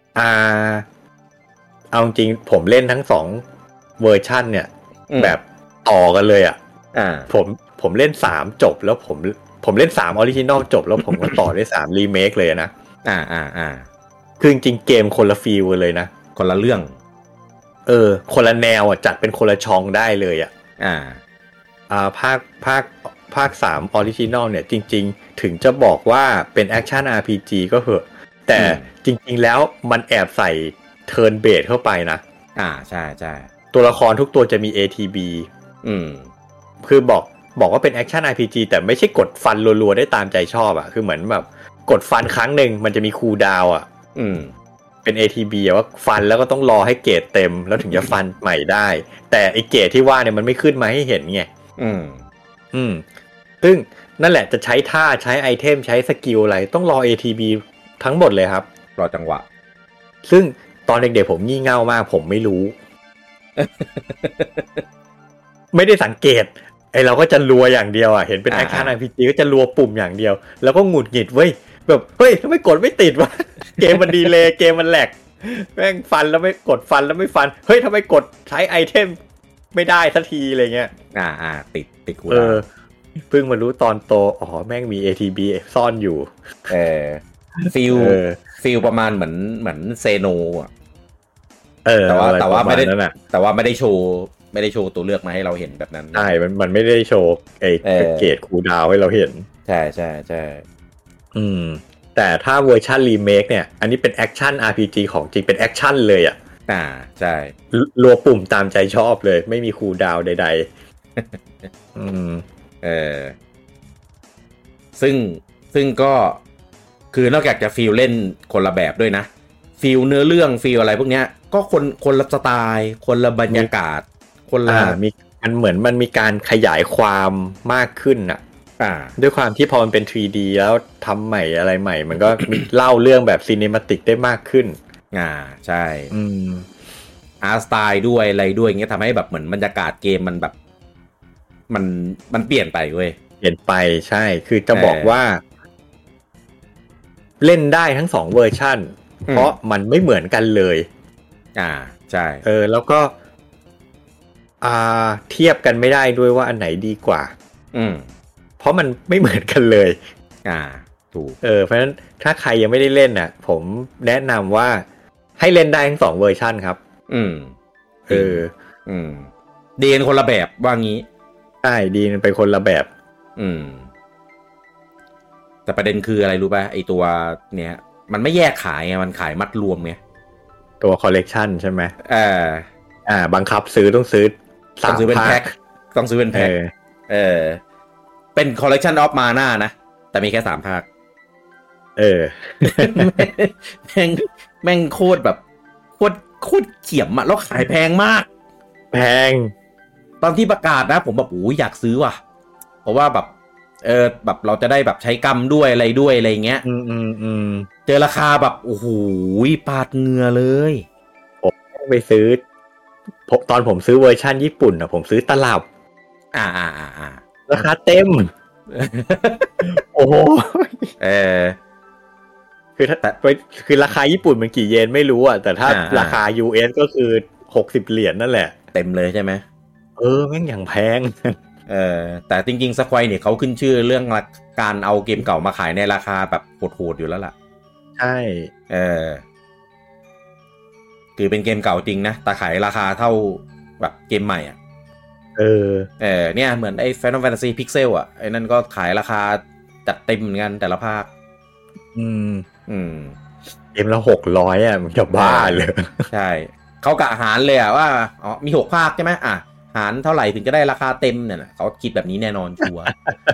เอาจริงผมเล่นทั้ง2เวอร์ชันเนี่ยแบบต่อกันเลยผมเล่น3จบแล้วผมเล่น3ออริจินอลจบแล้วผมก็ต่อได้3รีเมคเลยนะคือจริงๆเกมคนละฟีลเลยนะคนละเรื่องคนละแนวจัดเป็นคนละช่องได้เลยภาค3ออริจินอลเนี่ยจริงๆถึงจะบอกว่าเป็นแอคชั่น RPG ก็เหอะแต่จริงๆแล้วมันแอบใส่เทิร์นเบสเข้าไปนะใช่ๆตัวละครทุกตัวจะมี ATB คือบอกว่าเป็นแอคชั่น RPG แต่ไม่ใช่กดฟันรัวๆได้ตามใจชอบคือเหมือนแบบกดฟันครั้งหนึ่งมันจะมีคูลดาวน์เป็น ATB ว่าฟันแล้วก็ต้องรอให้เกรดเต็มแล้วถึงจะฟันใหม่ได้แต่ไอ้เกรดที่ว่าเนี่ยมันไม่ขึ้นมาให้เห็นไงซึ่งนั่นแหละจะใช้ท่าใช้ไอเทมใช้สกิลอะไรต้องรอ ATB ทั้งหมดเลยครับรอจังหวะซึ่งตอนเด็กๆผมงี่เง่ามากผมไม่รู้ ไม่ได้สังเกตเราก็จะรัวอย่างเดียวเห็นเป็นแอคชั่น RPG ก็จะรัวปุ่มอย่างเดียวแล้วก็หงุดหงิดเว้ยแบบเฮ้ยทำไมกดไม่ติดวะ เกมมันดีเลย์เกมมันแหลกแม่งฟันแล้วไม่กดฟันแล้วไม่ฟันเฮ้ยทำไมกดใช้ไอเทมไม่ได้สักทีอะไรเงี้ยติดกูเพิ่งมารู้ตอนโตแม่งมี ATB ซ่อนอยู่ฟิลประมาณเหมือนเซโนแต่ว่าไม่ได้โชว์ตัวเลือกมาให้เราเห็นแบบนั้นใช่มันไม่ได้โชว์ไอ้เกรดคูลดาวน์ให้เราเห็นใช่แต่ถ้าเวอร์ชันรีเมคเนี่ยอันนี้เป็นแอคชั่น RPG ของจริงเป็นแอคชั่นเลยใช่รัวปุ่มตามใจชอบเลยไม่มีคูลดาวน์ใดๆซึ่งก็คือนอกจากจะฟีลเล่นคนละแบบด้วยนะฟีลเนื้อเรื่องฟีลอะไรพวกเนี้ยก็คนละสไตล์คนละบรรยากาศคนละมันเหมือนมันมีการขยายความมากขึ้นด้วยความที่พอมันเป็น 3D แล้วทำใหม่อะไรใหม่มันก็มีเล่าเรื่องแบบซีเนมาติกได้มากขึ้นใช่อาร์ตสไตล์ด้วยอะไรด้วยเงี้ยทำให้แบบเหมือนบรรยากาศเกมมันแบบมันเปลี่ยนไปเว้ยเปลี่ยนไปใช่คือจะบอกว่าเล่นได้ทั้ง2เวอร์ชันเพราะมันไม่เหมือนกันเลยใช่แล้วก็เทียบกันไม่ได้ด้วยว่าอันไหนดีกว่าเพราะมันไม่เหมือนกันเลยถูกเพราะฉะนั้นถ้าใครยังไม่ได้เล่นผมแนะนำว่าให้เล่นได้ทั้ง2เวอร์ชันครับดีกันคนละแบบว่างี้ใช่ดีมันเป็นคนละแบบแต่ประเด็นคืออะไรรู้ป่ะไอตัวเนี้ยมันไม่แยกขายไงมันขายมัดรวมไงตัวคอลเลกชันใช่ไหมบังคับซื้อต้องซื้อเป็นแพ็คต้องซื้อเป็นแพ็คเป็นคอลเลกชันออฟมาน่านะแต่มีแค่3ภาคแม่งโคตรแบบโคตรเขียมแล้วขายแพงมากแพงตอนที่ประกาศนะผมแบบอยากซื้อว่ะเพราะว่าแบบแบบเราจะได้แบบใช้กรรมด้วยอะไรด้วยอะไรเงี้ยเจอราคาแบบโอ้โหปาดเหงื่อเลยผมไปซื้อตอนผมซื้อเวอร์ชันญี่ปุ่นผมซื้อตลับราคาเต็มโอ้โหคือราคาญี่ปุ่นมันกี่เยนไม่รู้แต่ถ้าราคา US ก็คือ60 เหรียญนั่นแหละเต็มเลยใช่ไหมแม่งอย่างแพงแต่จริงๆสควอเนี่ยเขาขึ้นชื่อเรื่องการเอาเกมเก่ามาขายในราคาแบบโหดๆอยู่แล้วล่ะใช่คือเป็นเกมเก่าจริงนะแต่ขายราคาเท่าแบบเกมใหม่เนี่ยเหมือนไอ้ Final Fantasy Pixel ไอ้นั่นก็ขายราคาจัดเต็มเหมือนกันแต่ละภาคเกมละ600มันจะบ้าเลยใช่เขากะหารเลยว่ามี6ภาคใช่ไหมหารเท่าไหร่ถึงจะได้ราคาเต็มเนี่ยเขาคิดแบบนี้แน่นอนชัวร์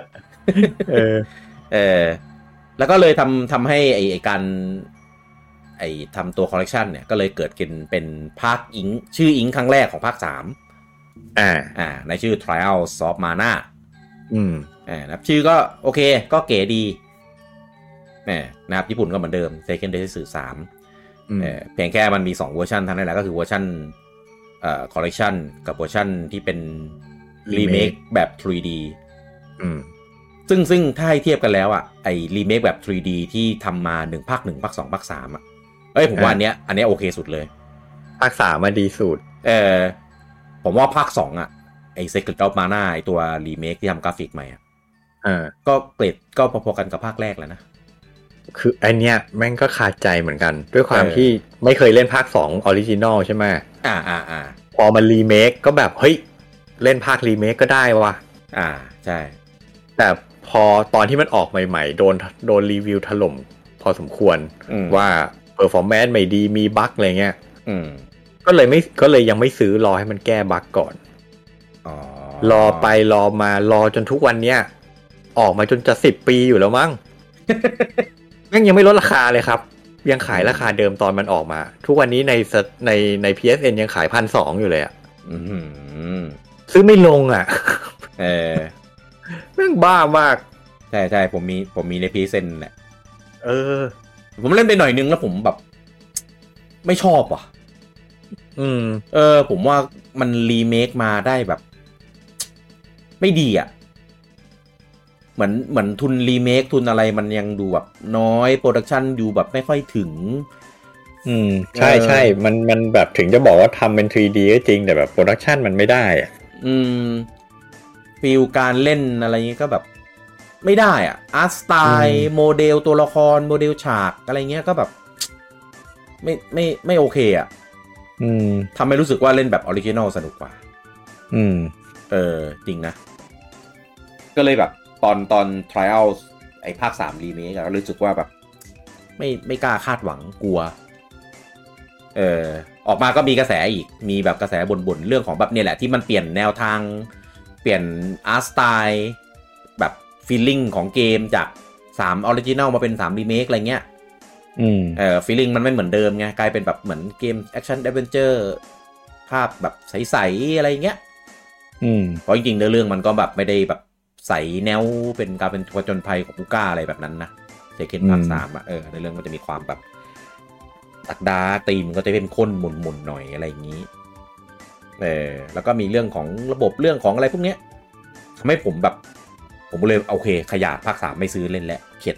แล้วก็เลยทำให้ไอ้ไอ้ทำตัวคอลเลกชันเนี่ยก็เลยเกิดเป็นภาคอิงชื่ออิงครั้งแรกของภาค3ในชื่อ Trials of Mana นะครับชื่อก็โอเคก็เก๋ดีนะครับญี่ปุ่นก็เหมือนเดิม Seiken Densetsu 3เพียงแค่มันมี2เวอร์ชันเท่านั้นแหละก็คือเวอร์ชันคอลเลกชันกับเวอร์ชันที่เป็นรีเมคแบบ 3D ซึ่งถ้าให้เทียบกันแล้วอ่ะไอ้รีเมคแบบ 3D ที่ทำมา1ภาค1ภาค2ภาค3อ่ะผมว่าอันเนี้ยโอเคสุดเลยภาค3มาดีสุดผมว่าภาค2อ่ะไอ้ Secret of Mana ไอ้ตัวรีเมคที่ทำกราฟิกใหม่อ่ะก็เกรดก็พอๆกันกับภาคแรกแล้วนะคือไอเนี้ยแม่งก็ขาดใจเหมือนกันด้วยความที่ไม่เคยเล่นภาค2ออริจินอลใช่ไหมพอมันรีเมคก็แบบเฮ้ยเล่นภาครีเมคก็ได้ว่ะใช่แต่พอตอนที่มันออกใหม่ๆโดนรีวิวถล่มพอสมควรว่าเพอร์ฟอร์แมนซ์ไม่ดีมีบั๊กอะไรเงี้ยก็เลยยังไม่ซื้อรอให้มันแก้บั๊กก่อนรอไปรอมารอจนทุกวันเนี้ยออกมาจนจะ10 ปีอยู่แล้วมั้ง ยังไม่ลดราคาเลยครับยังขายราคาเดิมตอนมันออกมาทุกวันนี้ใน PSN ยังขาย 1,200 อยู่เลยอ่ะซื้อไม่ลงอ่ะแม่งบ้ามากใช่ๆผมมีใน PSN แหละผมเล่นไปหน่อยนึงแล้วผมแบบไม่ชอบว่ะผมว่ามันรีเมคมาได้แบบไม่ดีอ่ะเหมือนทุนรีเมคทุนอะไรมันยังดูแบบน้อยโปรดักชันอยู่แบบไม่ค่อยถึงใช่มันแบบถึงจะบอกว่าทำเป็น 3D ก็จริงแต่แบบโปรดักชันมันไม่ได้อ่ะฟีลการเล่นอะไรเงี้ยก็แบบไม่ได้อ่ะอาร์ตสไตล์โมเดลตัวละครโมเดลฉากอะไรเงี้ยก็แบบไม่โอเคอ่ะทำให้รู้สึกว่าเล่นแบบออริจินอลสนุกกว่าจริงนะก็เลยแบบตอน Trials ไอ้ภาค3รีเมคก็รู้สึกว่าแบบไม่กล้าคาดหวังกลัวออกมาก็มีกระแสอีกมีแบบกระแสบ่นเรื่องของแบบเนี่ยแหละที่มันเปลี่ยนแนวทางเปลี่ยนอาร์ตสไตล์แบบฟีลลิ่งของเกมจาก3ออริจินัลมาเป็น3รีเมคอะไรเงี้ยฟีลลิ่งมันไม่เหมือนเดิมไงกลายเป็นแบบเหมือนเกมแอคชั่นแอดเวนเจอร์ภาพแบบใสๆอะไรเงี้ยเพราะจริงๆเรื่องมันก็แบบไม่ได้แบบใสแนวเป็นการเป็นผจญภัยของปูก้าอะไรแบบนั้นนะเซเคนภาค3ในเรื่องมันจะมีความแบบตักดาตีมก็จะเป็นข้นหมุนๆหน่อยอะไรอย่างนี้แล้วก็มีเรื่องของระบบเรื่องของอะไรพวกเนี้ยทำให้ผมเลยโอเคขยะภาค3ไม่ซื้อเล่นแล้วเข็ด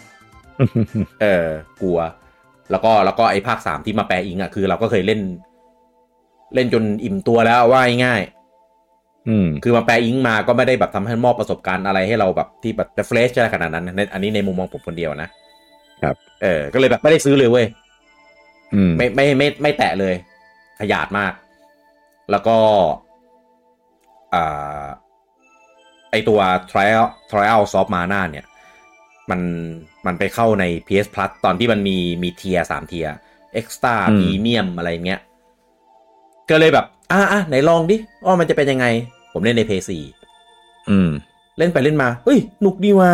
กลัวแล้วก็ไอ้ภาค3ที่มาแปลอิงอ่ะคือเราก็เคยเล่นจนอิ่มตัวแล้วว่าง่ายคือมาแปลอิงมาก็ไม่ได้แบบทำให้มอบประสบการณ์อะไรให้เราแบบที่แบบเฟรชอะไรขนาดนั้นอันนี้ในมุมมองผมคนเดียวนะครับก็เลยแบบไม่ได้ซื้อเลยเว้ยไม่แตะเลยขยาดมากแล้วก็ไอตัว Trials of Mana เนี่ยมันไปเข้าใน PS Plus ตอนที่มันมีเทียร์3เทียร์ Extra Premium อะไรเงี้ยก็เลยแบบไหนลองดิว่ามันจะเป็นยังไงผมเล่นใน PS4 เล่นไปเล่นมาเฮ้ยหนุกดีว่ะ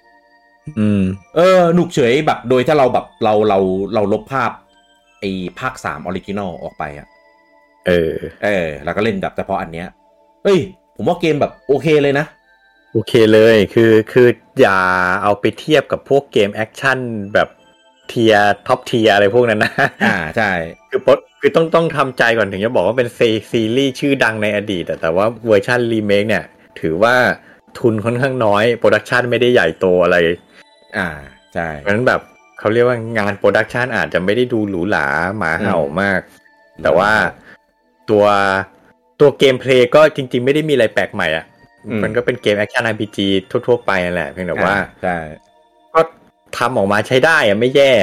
หนุกเฉยแบบโดยถ้าเราแบบเราลบภาพไอ้ภาค3ออริจินอลออกไปอ่ะแล้วก็เล่นแบบเฉพาะอันเนี้ยเฮ้ยผมว่าเกมแบบโอเคเลยนะโอเคเลยคืออย่าเอาไปเทียบกับพวกเกมแอคชั่นแบบเทียร์ท็อปเทียร์อะไรพวกนั้นนะใช่คือต้องทำใจก่อนถึงจะบอกว่าเป็นซีรีส์ชื่อดังในอดีตแต่ว่าเวอร์ชันรีเมคเนี่ยถือว่าทุนค่อนข้างน้อยโปรดักชันไม่ได้ใหญ่โตอะไรใช่เพราะฉะนั้นแบบเขาเรียกว่างานโปรดักชันอาจจะไม่ได้ดูหรูหราหมาเห่ามากแต่ว่าตัวเกมเพลย์ก็จริงๆไม่ได้มีอะไรแปลกใหม่อ่ะมันก็เป็นเกมแอคชั่น RPG ทั่วๆไปนั่นแหละเพียงแต่ว่าใช่ก็ทำออกมาใช้ได้อ่ะไม่แย่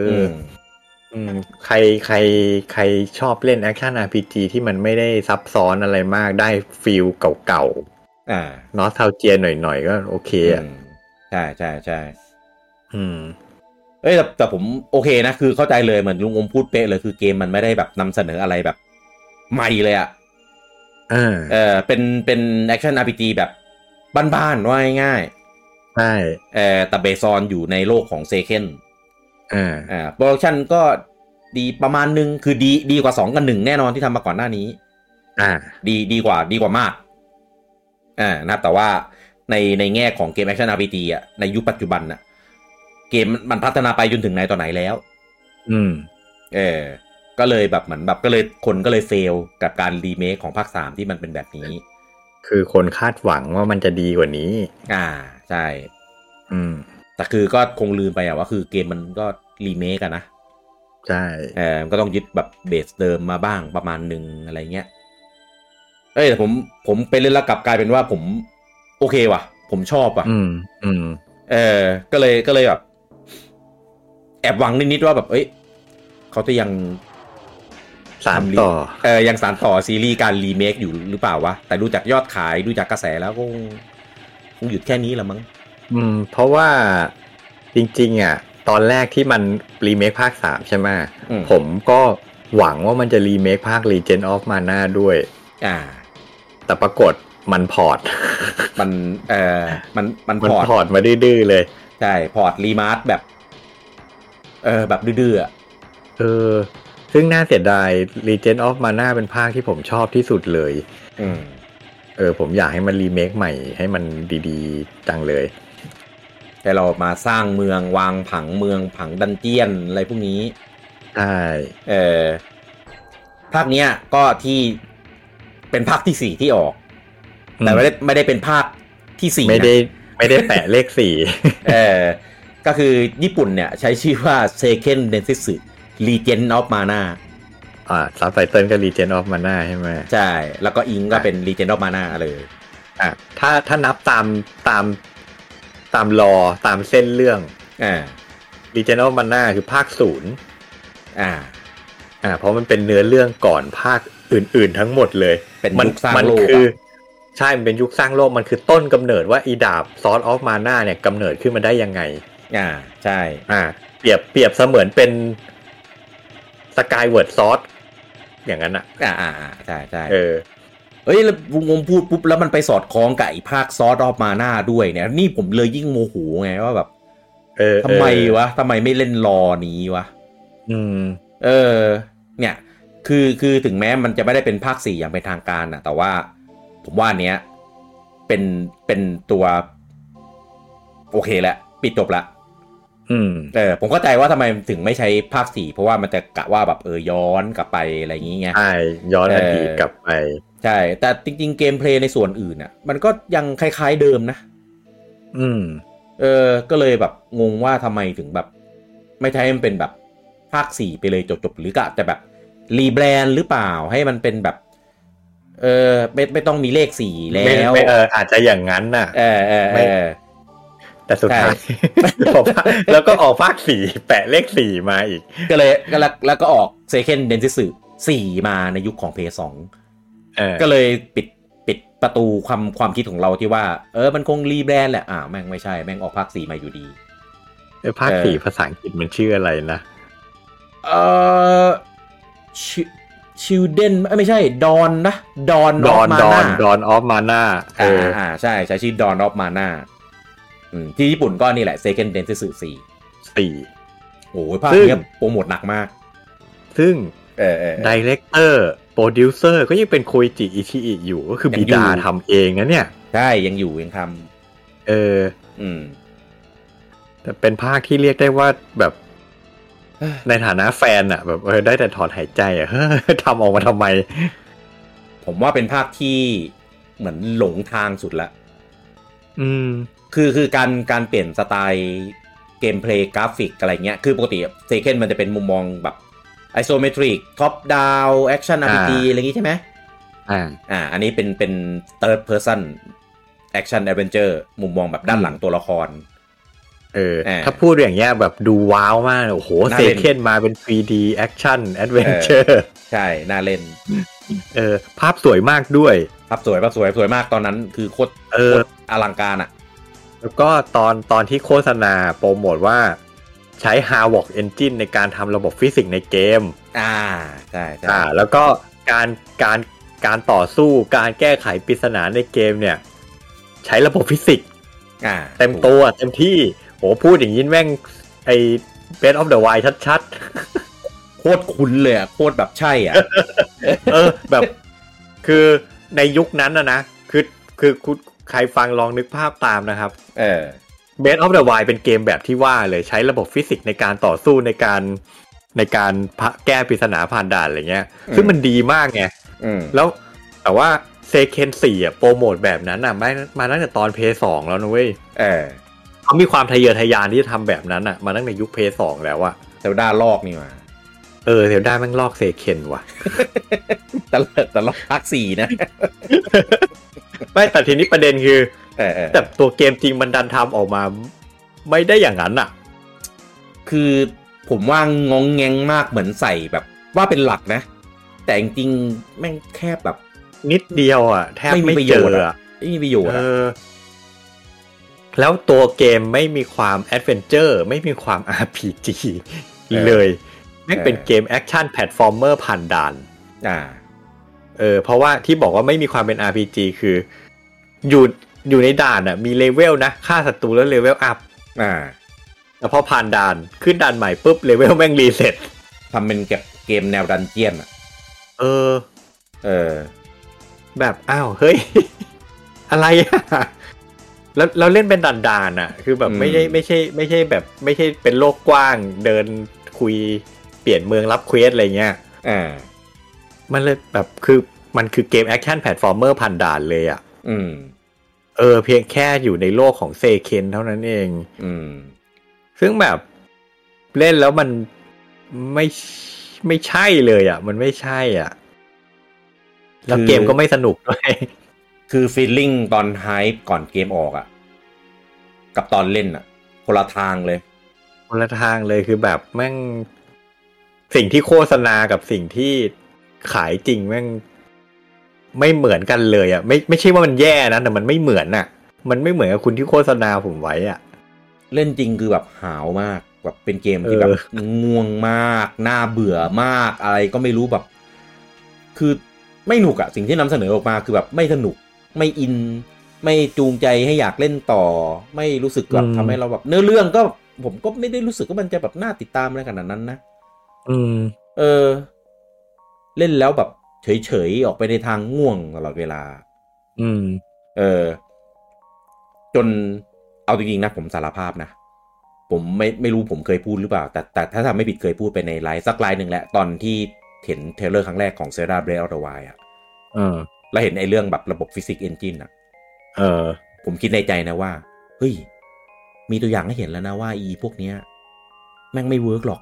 ใครชอบเล่นแอคชั่น RPG ที่มันไม่ได้ซับซ้อนอะไรมากได้ฟีลเก่าๆนอสทาเจียหน่อยๆก็โอเคอ่ะใช่แต่ผมโอเคนะคือเข้าใจเลยเหมือนลุงอมพูดเป๊ะเลยคือเกมมันไม่ได้แบบนำเสนออะไรแบบใหม่เลยอ่ะเป็นแอคชั่น RPG แบบบ้านๆว่าง่ายๆใช่แต่เบซอนอยู่ในโลกของเซเคนโปรดักชันก็ดีประมาณนึงคือดีกว่า2กับ1แน่นอนที่ทำมาก่อนหน้านี้ดีกว่ามากนะครับแต่ว่าในแง่ของเกมแอคชั่น RPG อ่ะในยุคปัจจุบันน่ะเกมมันพัฒนาไปจนถึงไหนต่อไหนแล้วก็เลยแบบเหมือนแบบก็เลยคนก็เลยเฟลกับการรีเมคของภาค3ที่มันเป็นแบบนี้คือคนคาดหวังว่ามันจะดีกว่านี้ใช่แต่คือก็คงลืมไปว่าคือเกมมันก็รีเมคกันนะใช่ก็ต้องยึดแบบเบสเดิมมาบ้างประมาณนึงอะไรเงี้ยแต่ผมไปเล่นแล้วกลับกลายเป็นว่าผมโอเคว่ะผมชอบว่ะก็เลยแบบแอบหวังนิดๆว่าแบบเขาจะยังสานต่อยังสานต่อซีรีส์การรีเมคอยู่หรือเปล่าวะแต่ดูจากยอดขายดูจากกระแสแล้วก็คงหยุดแค่นี้ละมั้งเพราะว่าจริงๆอ่ะตอนแรกที่มันรีเมคภาค3ใช่ไหมผมก็หวังว่ามันจะรีเมคภาค Legend of Mana ด้วยแต่ปรากฏมันพอร์ตมันพอร์ตมาดื้อๆเลยใช่พอร์ตรีมาสแบบแบบดื้อซึ่งน่าเสียดาย Legend of Mana เป็นภาคที่ผมชอบที่สุดเลยผมอยากให้มันรีเมคใหม่ให้มันดีๆจังเลยแต่เรามาสร้างเมืองวางผังเมืองผังดันเจียนอะไรพวกนี้ใช่ภาคเนี้ยก็ที่เป็นภาคที่4ที่ออกแต่ไม่ได้เป็นภาคที่4 ไม่ได้แปะเลข 4ก็คือญี่ปุ่นเนี่ยใช้ชื่อว่า Seiken Densetsu Legend of Mana ซับไตเติลก็ Legend of Mana ใช่ไหมใช่แล้วก็อิงก็เป็น Legend of Mana เลยถ้านับตามรอตามเส้นเรื่องLegend of Mana คือภาค0เพราะมันเป็นเนื้อเรื่องก่อนภาคอื่นๆทั้งหมดเลยเป็นยุคสร้างโลกใช่มันเป็นยุคสร้างโลกมันคือต้นกำเนิดว่าอีดาบ Sword of Mana เนี่ยกำเนิดขึ้นมาได้ยังไงใช่เปรียบเสมือนเป็น Skyward Sword อย่างนั้นใช่แล้ววงพูดปุ๊บแล้วมันไปสอดคล้องกับไอ้ภาค Sword of Mana ด้วยเนี่ยนี่ผมเลยยิ่งโมโหไงว่าแบบทำไมไม่เล่นรอนี้วะเนี่ยคือถึงแม้มันจะไม่ได้เป็นภาค4อย่างเป็นทางการนะแต่ว่าผมว่าเนี้ยเป็นตัวโอเคแล้วปิดจบละผมเข้าใจว่าทำไมถึงไม่ใช้ภาค4เพราะว่ามันจะกะว่าแบบย้อนกลับไปอะไรอย่างเงี้ยใช่ย้อนอดีตกลับไปใช่แต่จริงๆเกมเพลย์ในส่วนอื่นน่ะมันก็ยังคล้ายๆเดิมนะก็เลยแบบงงว่าทำไมถึงแบบไม่ใช้มันเป็นแบบภาค4ไปเลยจบหรือกะจะแบบรีแบรนด์หรือเปล่าให้มันเป็นแบบไม่ต้องมีเลข4แล้วอาจจะอย่างนั้นน่ะแต่สุดท้าย แล้วก็ออกภาค4แปะเลข4มาอีกก็เลยแล้วก็ออก Seiken Densetsu 4มาในยุคของ PS2 ก็เลยปิดประตูความคิดของเราที่ว่ามันคงรีแบรนด์แหละแม่งไม่ใช่แม่งออกภาค4มาอยู่ดีภาค4ภาษาอังกฤษมันชื่ออะไรนะ Children ไม่ใช่ Dawn นะ Dawn of Mana Dawn of Mana ใช่ชื่อ Dawn of Mana ที่ญี่ปุ่นก็นี่แหละ Seiken Densetsu 4โอ้ยภาคนี้โปรโมทหนักมากซึ่งDirector Producer ก็ยังเป็นโคอิจิอิชิอิอยู่ก็คือบิดาทำเองนะเนี่ยใช่ยังทำแต่เป็นภาคที่เรียกได้ว่าแบบในฐานะแฟนแบบได้แต่ถอนหายใจทำออกมาทำไมผมว่าเป็นภาคที่เหมือนหลงทางสุดละคือการเปลี่ยนสไตล์เกมเพลย์กราฟิกอะไรเงี้ยคือปกติเซเคนมันจะเป็นมุมมองแบบไอโซเมตริกท็อปดาวน์แอคชั่น RPG อะไรอย่างงี้ใช่ไหมอันนี้เป็น third person action adventure มุมมองแบบด้านหลังตัวละครถ้าพูดอย่างเงี้ยแบบดูว้าวมากโอ้โหเซเคนมาเป็น 3D action adventure ใช่น่าเล่นภาพสวยมากด้วยภาพสวยมากตอนนั้นคือโคตรอลังการอ่ะแล้วก็ตอนที่โฆษณาโปรโมทว่าใช้ Havok Engine ในการทำระบบฟิสิกส์ในเกมใช่แล้วก็การต่อสู้การแก้ไขปริศนาในเกมเนี่ยใช้ระบบฟิสิกส์เต็มตัวเต็มที่โหพูดอย่างนี้แม่งไอ Breath of the Wild ชัดๆโคตรคุ้นเลยอ่ะโคตรแบบใช่อ่ะแบบคือในยุคนั้นนะคือใครฟังลองนึกภาพตามนะครับBreath of the Wild เป็นเกมแบบที่ว่าเลยใช้ระบบฟิสิกส์ในการต่อสู้ในการแก้ปริศนาผ่านด่านอะไรเงี้ยซึ่งมันดีมากไงแล้วแต่ว่าเซเคน4อ่ะโปรโมทแบบนั้นอ่ะมาตั้งแต่ตอน PS2 แล้วนะเว้ยเขามีความทะเยอทะยานที่จะทำแบบนั้นอ่ะมาตั้งแต่ยุค PS2 แล้วอ่ะเซลดาลอกนี่มาเซลดาแม่งลอกเซเคนว่ะแต่ลอกภาค4นะไม่แต่ทีนี้ประเด็นคือแต่ตัวเกมจริงมันดันทำออกมาไม่ได้อย่างนั้นอ่ะคือผมว่างงแงงมากเหมือนใส่แบบว่าเป็นหลักนะแต่จริงๆแม่งแค่แบบนิดเดียวอ่ะแทบไม่เจออ่ะไม่มีประโยชน์แล้วตัวเกมไม่มีความแอดเวนเจอร์ไม่มีความ RPG เลยแม่งเป็นเกมแอคชั่นแพลตฟอร์มเมอร์ผ่านด่านเพราะว่าที่บอกว่าไม่มีความเป็น RPG คืออยู่ในด่านอ่ะมีเลเวลนะฆ่าศัตรูแล้วเลเวลอัพแต่พอผ่านด่านขึ้นด่านใหม่ปุ๊บเลเวลแม่งรีเซ็ตทำเป็นเกมแนวดันเจียนอ่ะแบบอ้าวเฮ้ย อะไรอ่ะแล้วเล่นเป็นด่านๆอ่ะคือแบบไม่ใช่แบบไม่ใช่เป็นโลกกว้างเดินคุยเปลี่ยนเมืองรับเควสอะไรเงี้ยมันเลยแบบคือมันคือเกมแอคชั่นแพลตฟอร์มเมอร์ผ่านด่านเลยอ่ะเพียงแค่อยู่ในโลกของเซเคนเท่านั้นเองซึ่งแบบเล่นแล้วมันไม่ใช่เลยอ่ะมันไม่ใช่อ่ะแล้วเกมก็ไม่สนุกด้วยคือฟีลลิ่งตอนไฮป์ก่อนเกมออกอ่ะกับตอนเล่นอ่ะคนละทางเลยคือแบบแม่งสิ่งที่โฆษณากับสิ่งที่ขายจริงแม่งไม่เหมือนกันเลยอ่ะไม่ใช่ว่ามันแย่นะแต่มันไม่เหมือนอ่ะมันไม่เหมือนกับคุณที่โฆษณาผมไว้อ่ะเล่นจริงคือแบบหาวมากแบบเป็นเกมที่แบบง่วงมากน่าเบื่อมากอะไรก็ไม่รู้แบบคือไม่หนุกอะสิ่งที่นำเสนอออกมาคือแบบไม่สนุกไม่อินไม่จูงใจให้อยากเล่นต่อไม่รู้สึกแบบทำให้เราแบบเนื้อเรื่องก็ผมก็ไม่ได้รู้สึกว่ามันจะแบบน่าติดตามอะไรขนาดนั้นนะเล่นแล้วแบบเฉยๆออกไปในทางง่วงตลอดเวลาจนเอาจริงๆนะผมสารภาพนะผมไม่รู้ผมเคยพูดหรือเปล่าแต่ถ้าทำไม่ผิดเคยพูดไปในไลฟ์สักไลฟ์นึงแหละตอนที่เห็นเทรลเลอร์ครั้งแรกของ Zelda Breath of the Wild อ่ะแล้วเห็นไอ้เรื่องแบบระบบฟิสิกส์เอนจินอ่ะผมคิดในใจนะว่าเฮ้ยมีตัวอย่างให้เห็นแล้วนะว่าพวกเนี้ยแม่งไม่เวิร์กหรอก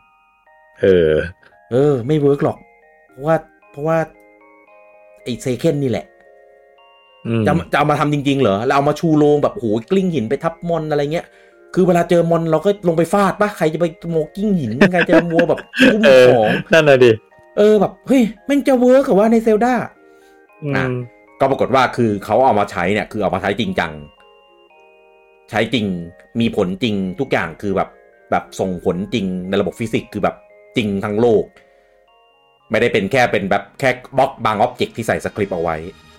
ไม่เวิร์กหรอกเพราะว่าไอ้เซเคนนี่แหละจะเอามาทำจริงๆเหรอแล้วเอามาชูโรงแบบโหกลิ้งหินไปทับมอนอะไรเงี้ยคือเวลาเจอมอนเราก็ลงไปฟาดปะใครจะไปโมกิ้งหินใครจะมัวแบบทุ่มของนั่นน่ะดิแบบเฮ้ยแม่งจะเวิร์กเหรอว่าในเซลดาก็ปรากฏว่าคือเขาเอามาใช้เนี่ยคือเอามาใช้จริงจังใช้จริงมีผลจริงทุกอย่างคือแบบส่งผลจริงในระบบฟิสิกส์คือแบบจริงทั้งโลกไม่ได้เป็นแค่เป็นแบบแค่บล็อกบางอ็อบเจกต์ที่ใส่สคริปต์เอาไว้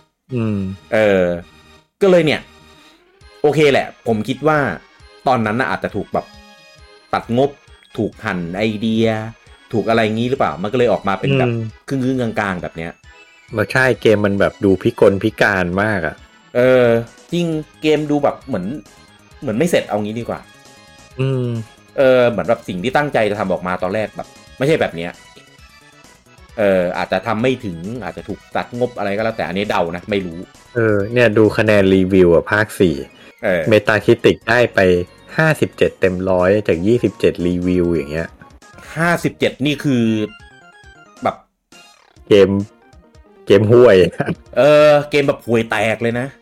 ก็เลยเนี่ยโอเคแหละผมคิดว่าตอนนั้นน่ะอาจจะถูกแบบตัดงบถูกหั่นไอเดียถูกอะไรงี้หรือเปล่ามันก็เลยออกมาเป็นแบบครึ่งๆกลางๆแบบเนี้ยมาใช่เกมมันแบบดูพิกลพิการมากอ่ะจริงเกมดูแบบเหมือนไม่เสร็จเอางี้ดีกว่าเหมือนแบบสิ่งที่ตั้งใจจะทำออกมาตอนแรกแบบไม่ใช่แบบเนี้ยอาจจะทำไม่ถึงอาจจะถูกตัดงบอะไรก็แล้วแต่อันนี้เดานะไม่รู้เนี่ยดูคะแนนรีวิวอ่ะภาค4เมตาคริติกได้ไป57เต็ม100จาก27รีวิวอย่างเงี้ย 57นี่คือแบบเกมห่วยเกมแบบห่วยแตกเลยนะ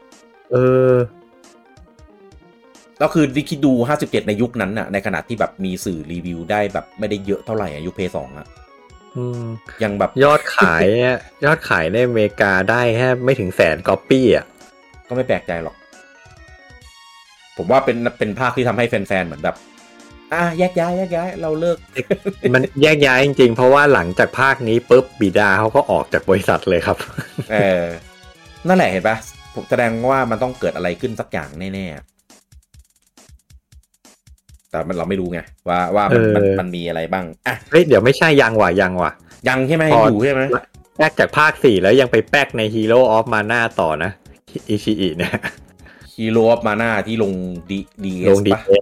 แล้วคือที่คิดดู57ในยุคนั้นน่ะในขณะที่แบบมีสื่อรีวิวได้แบบไม่ได้เยอะเท่าไหร่ยุค PS2 อ่ะยังแบบยอดขายในอเมริกาได้แค่ไม่ถึง100,000ก๊อปปี้อ่ะก็ไม่แปลกใจหรอกผมว่าเป็นภาคที่ทำให้แฟนๆเหมือนแบบแยกย้ายเราเลิกมันแยกย้ายจริงๆเพราะว่าหลังจากภาคนี้ปุ๊บบิดาเขาก็ออกจากบริษัทเลยครับนั่นแหละเห็นปะผมแสดงว่ามันต้องเกิดอะไรขึ้นสักอย่างแน่แต่เราไม่รู้ไงว่ามันมีอะไรบ้างอ่ะเฮ้ยเดี๋ยวไม่ใช่ยังว่ะยังใช่ไหมอยู่ใช่ไหมแป๊กจากภาค4แล้วยังไปแป๊กใน Hero of Mana ต่อนะอิชิอิเนี่ย Hero of Mana ที่ลง DS ป่ะ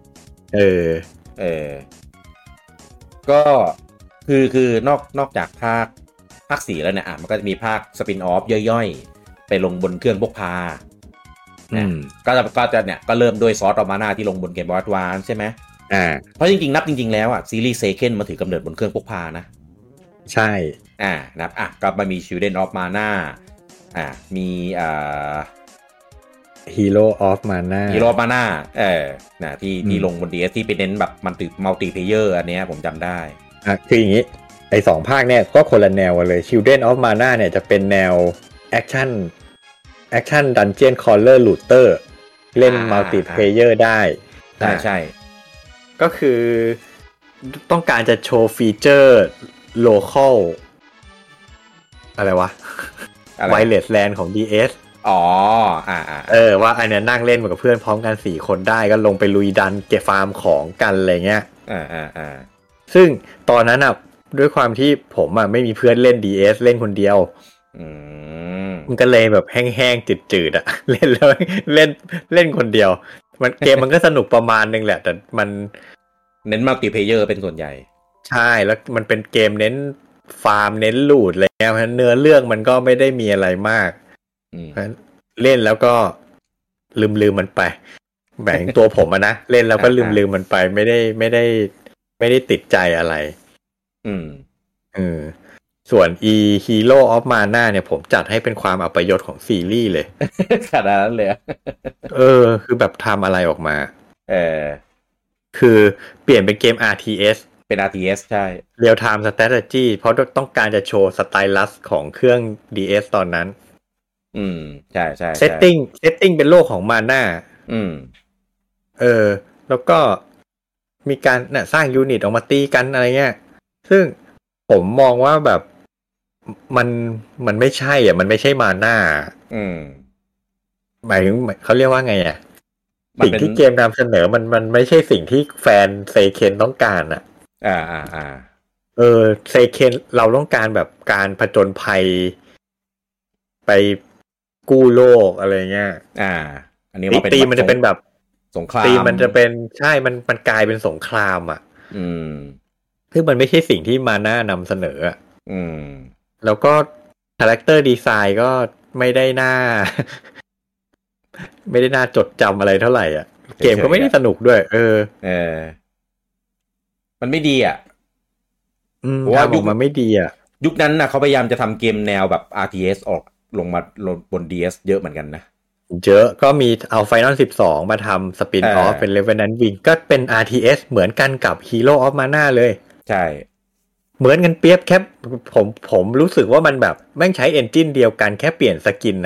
ก็คือนอกจากภาค4แล้วเนี่ยมันก็จะมีภาคสปินออฟย่อยๆไปลงบนเครื่องพกพาก็จะเนี่ยก็เริ่มด้วยซอสออฟมานาที่ลงบนเกมบอร์ดวานใช่ไหมเพราะจริงๆนับจริงๆแล้วซีรีส์เซเคนมาถือกำเนิดบนเครื่องพกพานะใช่นับก็มามี Children of Mana มี Hero of Mana นะที่ลงบน DS ที่ไปเน้นแบบมันมัลติเพลเยอร์อันเนี้ยผมจำได้คืออย่างนี้ไอ้2ภาคเนี่ยก็คนละแนวกันเลย Children of Mana เนี่ยจะเป็นแนวแอคชั่นดันเจียนคอลเลอร์ลูเตอร์เล่นมัลติเพลเยอร์ได้ใช่ก็คือต้องการจะโชว์ฟีเจอร์โลคอลอะไรวะไวเลสแลนของ DS ว่าอันเนี้ยนั่งเล่นกับเพื่อนพร้อมกัน4คนได้ก็ลงไปลุยดันเก็บฟาร์มของกันอะไรเงี้ยซึ่งตอนนั้นด้วยความที่ผมไม่มีเพื่อนเล่น DS เล่นคนเดียวมันก็เลยแบบแห้งๆจืดๆเล่นแล้วเล่นคนเดียวมันเกมมันก็สนุกประมาณนึงแหละแต่มันเน้นมัลติเพลเยอร์เป็นส่วนใหญ่ใช่แล้วมันเป็นเกมเน้นฟาร์มเน้นลูดอะไรเงี้ยเพราะเนื้อเรื่องมันก็ไม่ได้มีอะไรมากเล่นแล้วก็ลืมมันไปแบ่งตัวผมนะเล่นแล้วก็ลืมมันไปไม่ได้ติดใจอะไรส่วน Hero of Mana เนี่ยผมจัดให้เป็นความอัปยศของซีรีส์เลยขนาดนั้นเลยคือแบบทำอะไรออกมาคือเปลี่ยนเป็นเกม RTS เป็น RTS ใช่ Real Time Strategy เพราะต้องการจะโชว์สไตลัสของเครื่อง DS ตอนนั้นใช่เซตติ้งเป็นโลกของ Mana แล้วก็มีการสร้างยูนิตออกมาตีกันอะไรเงี้ยซึ่งผมมองว่าแบบมันไม่ใช่มันไม่ใช่มาน่าหมายถึงเขาเรียกว่าไงสิ่งที่เกมนำเสนอมันไม่ใช่สิ่งที่แฟนเซเคนต้องการเซเคนเราต้องการแบบการผจญภัยไปกู้โลกอะไรเงี้ยอันนี้ว่าเป็นตีมันจะเป็นแบบสงครามตีมันจะเป็นใช่มันกลายเป็นสงครามซึ่งมันไม่ใช่สิ่งที่มาน่านำเสนอแล้วก็คาแรคเตอร์ดีไซน์ก็ไม่ได้น่าจดจำอะไรเท่าไหร่เกมก็ไม่ได้สนุกด้วยมันไม่ดีเพราะว่ายุคมันไม่ดียุคนั้นเขาพยายามจะทำเกมแนวแบบ RTS ออกลงมาบน DS เยอะเหมือนกันนะเยอะก็มีเอา Final 12 มาทำสปินออฟเป็น Revenant Wing ก็เป็น RTS เหมือนกันกับ Hero of Mana เลยใช่เหมือนกันเปียบแค่ผมรู้สึกว่ามันแบบแม่งใช้เอนจินเดียวกันแค่เปลี่ยนสกิน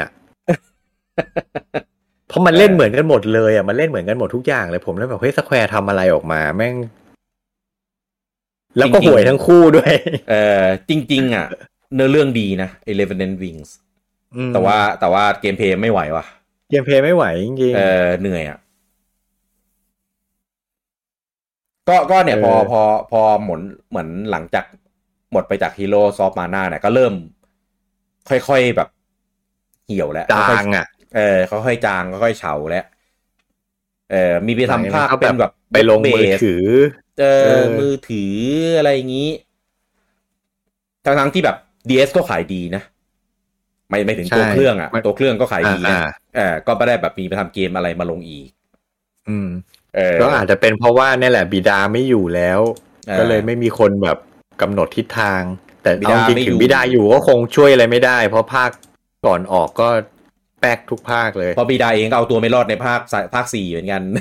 เพราะมันเล่นเหมือนกันหมดเลยมันเล่นเหมือนกันหมดทุกอย่างเลยผมเลยแบบเฮ้ย Square ทำอะไรออกมาแม่งแล้วก็ห่วยทั้งคู่ด้วยจริงๆเนื้อเรื่องดีนะ Revenant Wings แต่ว่าเกมเพลย์ไม่ไหวว่ะเกมเพลย์ไม่ไหวจริงๆเหนื่อยก็เนี่ยพอเหมือนหลังจากหมดไปจาก Hero of Mana เนี่ยก็เริ่มค่อยๆแบบเหี่ยวแล้วจางค่อยๆจางค่อยๆเฉาแล้วมีไปทำภาพเป็นแบบไปลงมือถือมือถืออะไรอย่างนี้ทั้งที่แบบ DS ก็ขายดีนะไม่ถึงตัวเครื่องตัวเครื่องก็ขายดีนะก็ไม่ได้แบบมีไปทำเกมอะไรมาลงอีกก็อาจจะเป็นเพราะว่านี่แหละบิดาไม่อยู่แล้วก็เลยไม่มีคนแบบกำหนดทิศทางแต่เอาจริงถึงบิดาอยู่ก็คงช่วยอะไรไม่ได้เพราะภาคก่อนออกก็แป๊กทุกภาคเลยเพราะบิดาเองก็เอาตัวไม่รอดในภาค4เหมือนกัน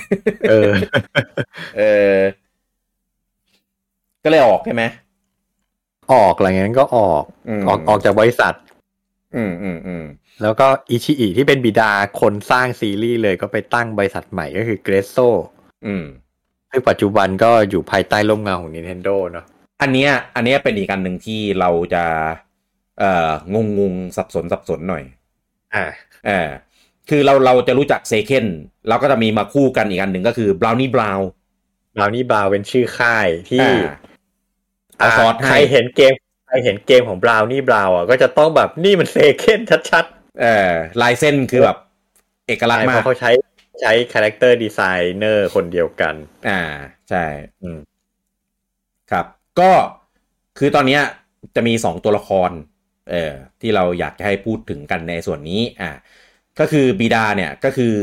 ก็เลยออกใช่ไหมออกอะไรเงี้ยก็ออกจากบริษัทแล้วก็อิชิอิที่เป็นบิดาคนสร้างซีรีส์เลยก็ไปตั้งบริษัทใหม่ก็คือเกรโซซึ่งปัจจุบันก็อยู่ภายใต้ร่มเงาของ Nintendo เนาะอันเนี้ยเป็นอีกอันหนึ่งที่เราจะงงสับสนหน่อยคือเราจะรู้จักเซเคนเราก็จะมีมาคู่กันอีกอันหนึ่งก็คือ Brownie Brown บราวนี่บราวเป็นชื่อค่ายที่ใครเห็นเกมของบราวนี่บราวอ่ะก็จะต้องแบบนี่มันเซเคนชัดๆลายเส้นคือแบบเอกลักษณ์มากเพราะเขาใช้คาแรคเตอร์ดีไซเนอร์คนเดียวกันใช่ครับก็คือตอนนี้จะมี2ตัวละครที่เราอยากจะให้พูดถึงกันในส่วนนี้ก็คือบิดาเนี่ยก็คือ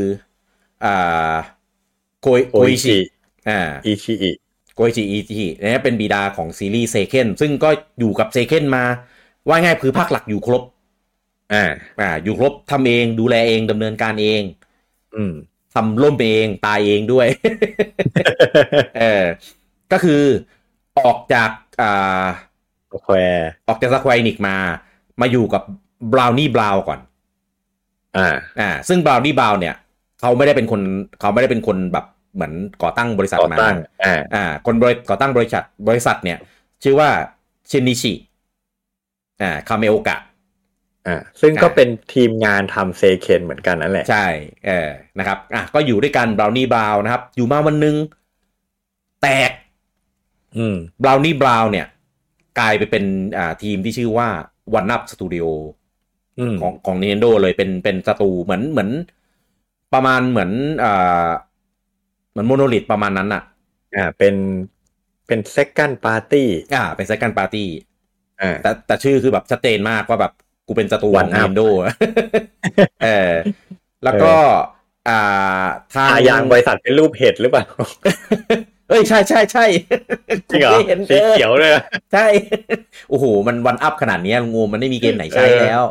โกอิชิอิชิอิโกอิชิเนี่ยเป็นบิดาของซีรีส์เซเคนซึ่งก็อยู่กับเซเคนมาว่าง่ายคือภาคหลักอยู่ครบอยู่ครบทำเองดูแลเองดำเนินการเองทำล่มเองตายเองด้วย ก็คือออกจากสแควร์นิกมาอยู่กับบราวนี่บราวก่อนซึ่งบราวนี่บราวเนี่ยเขาไม่ได้เป็นคนแบบเหมือนก่อตั้งบริษัทมาคนก่อตั้งบริษัทเนี่ยชื่อว่าชินิชิคาเมโอกะซึ่งก็เป็นทีมงานทำเซเคนเหมือนกันนั่นแหละใช่นะครับก็อยู่ด้วยกันบราวนี่บราวนะครับอยู่มาวันนึงแตกบราวนี่บราวเนี่ยกลายไปเป็นทีมที่ชื่อว่า One Up Studio ของ Nintendo เลยเป็นสตูเหมือนประมาณเหมือนโมโนลิทประมาณนั้นอ่ะเป็น Second Party เป็น Second Party แต่ชื่อคือแบบชัดเจนมากว่าแบบกูเป็นสตูของ Nintendo แล้วก็ทางบริษัทเป็นรูปเห็ดหรือเปล่าใช่จริงเหรอสีเขียวเลยใช่โอ้โหมันวันอัพขนาดนี้งูมันไม่มีเกมไหนใช่แล้ว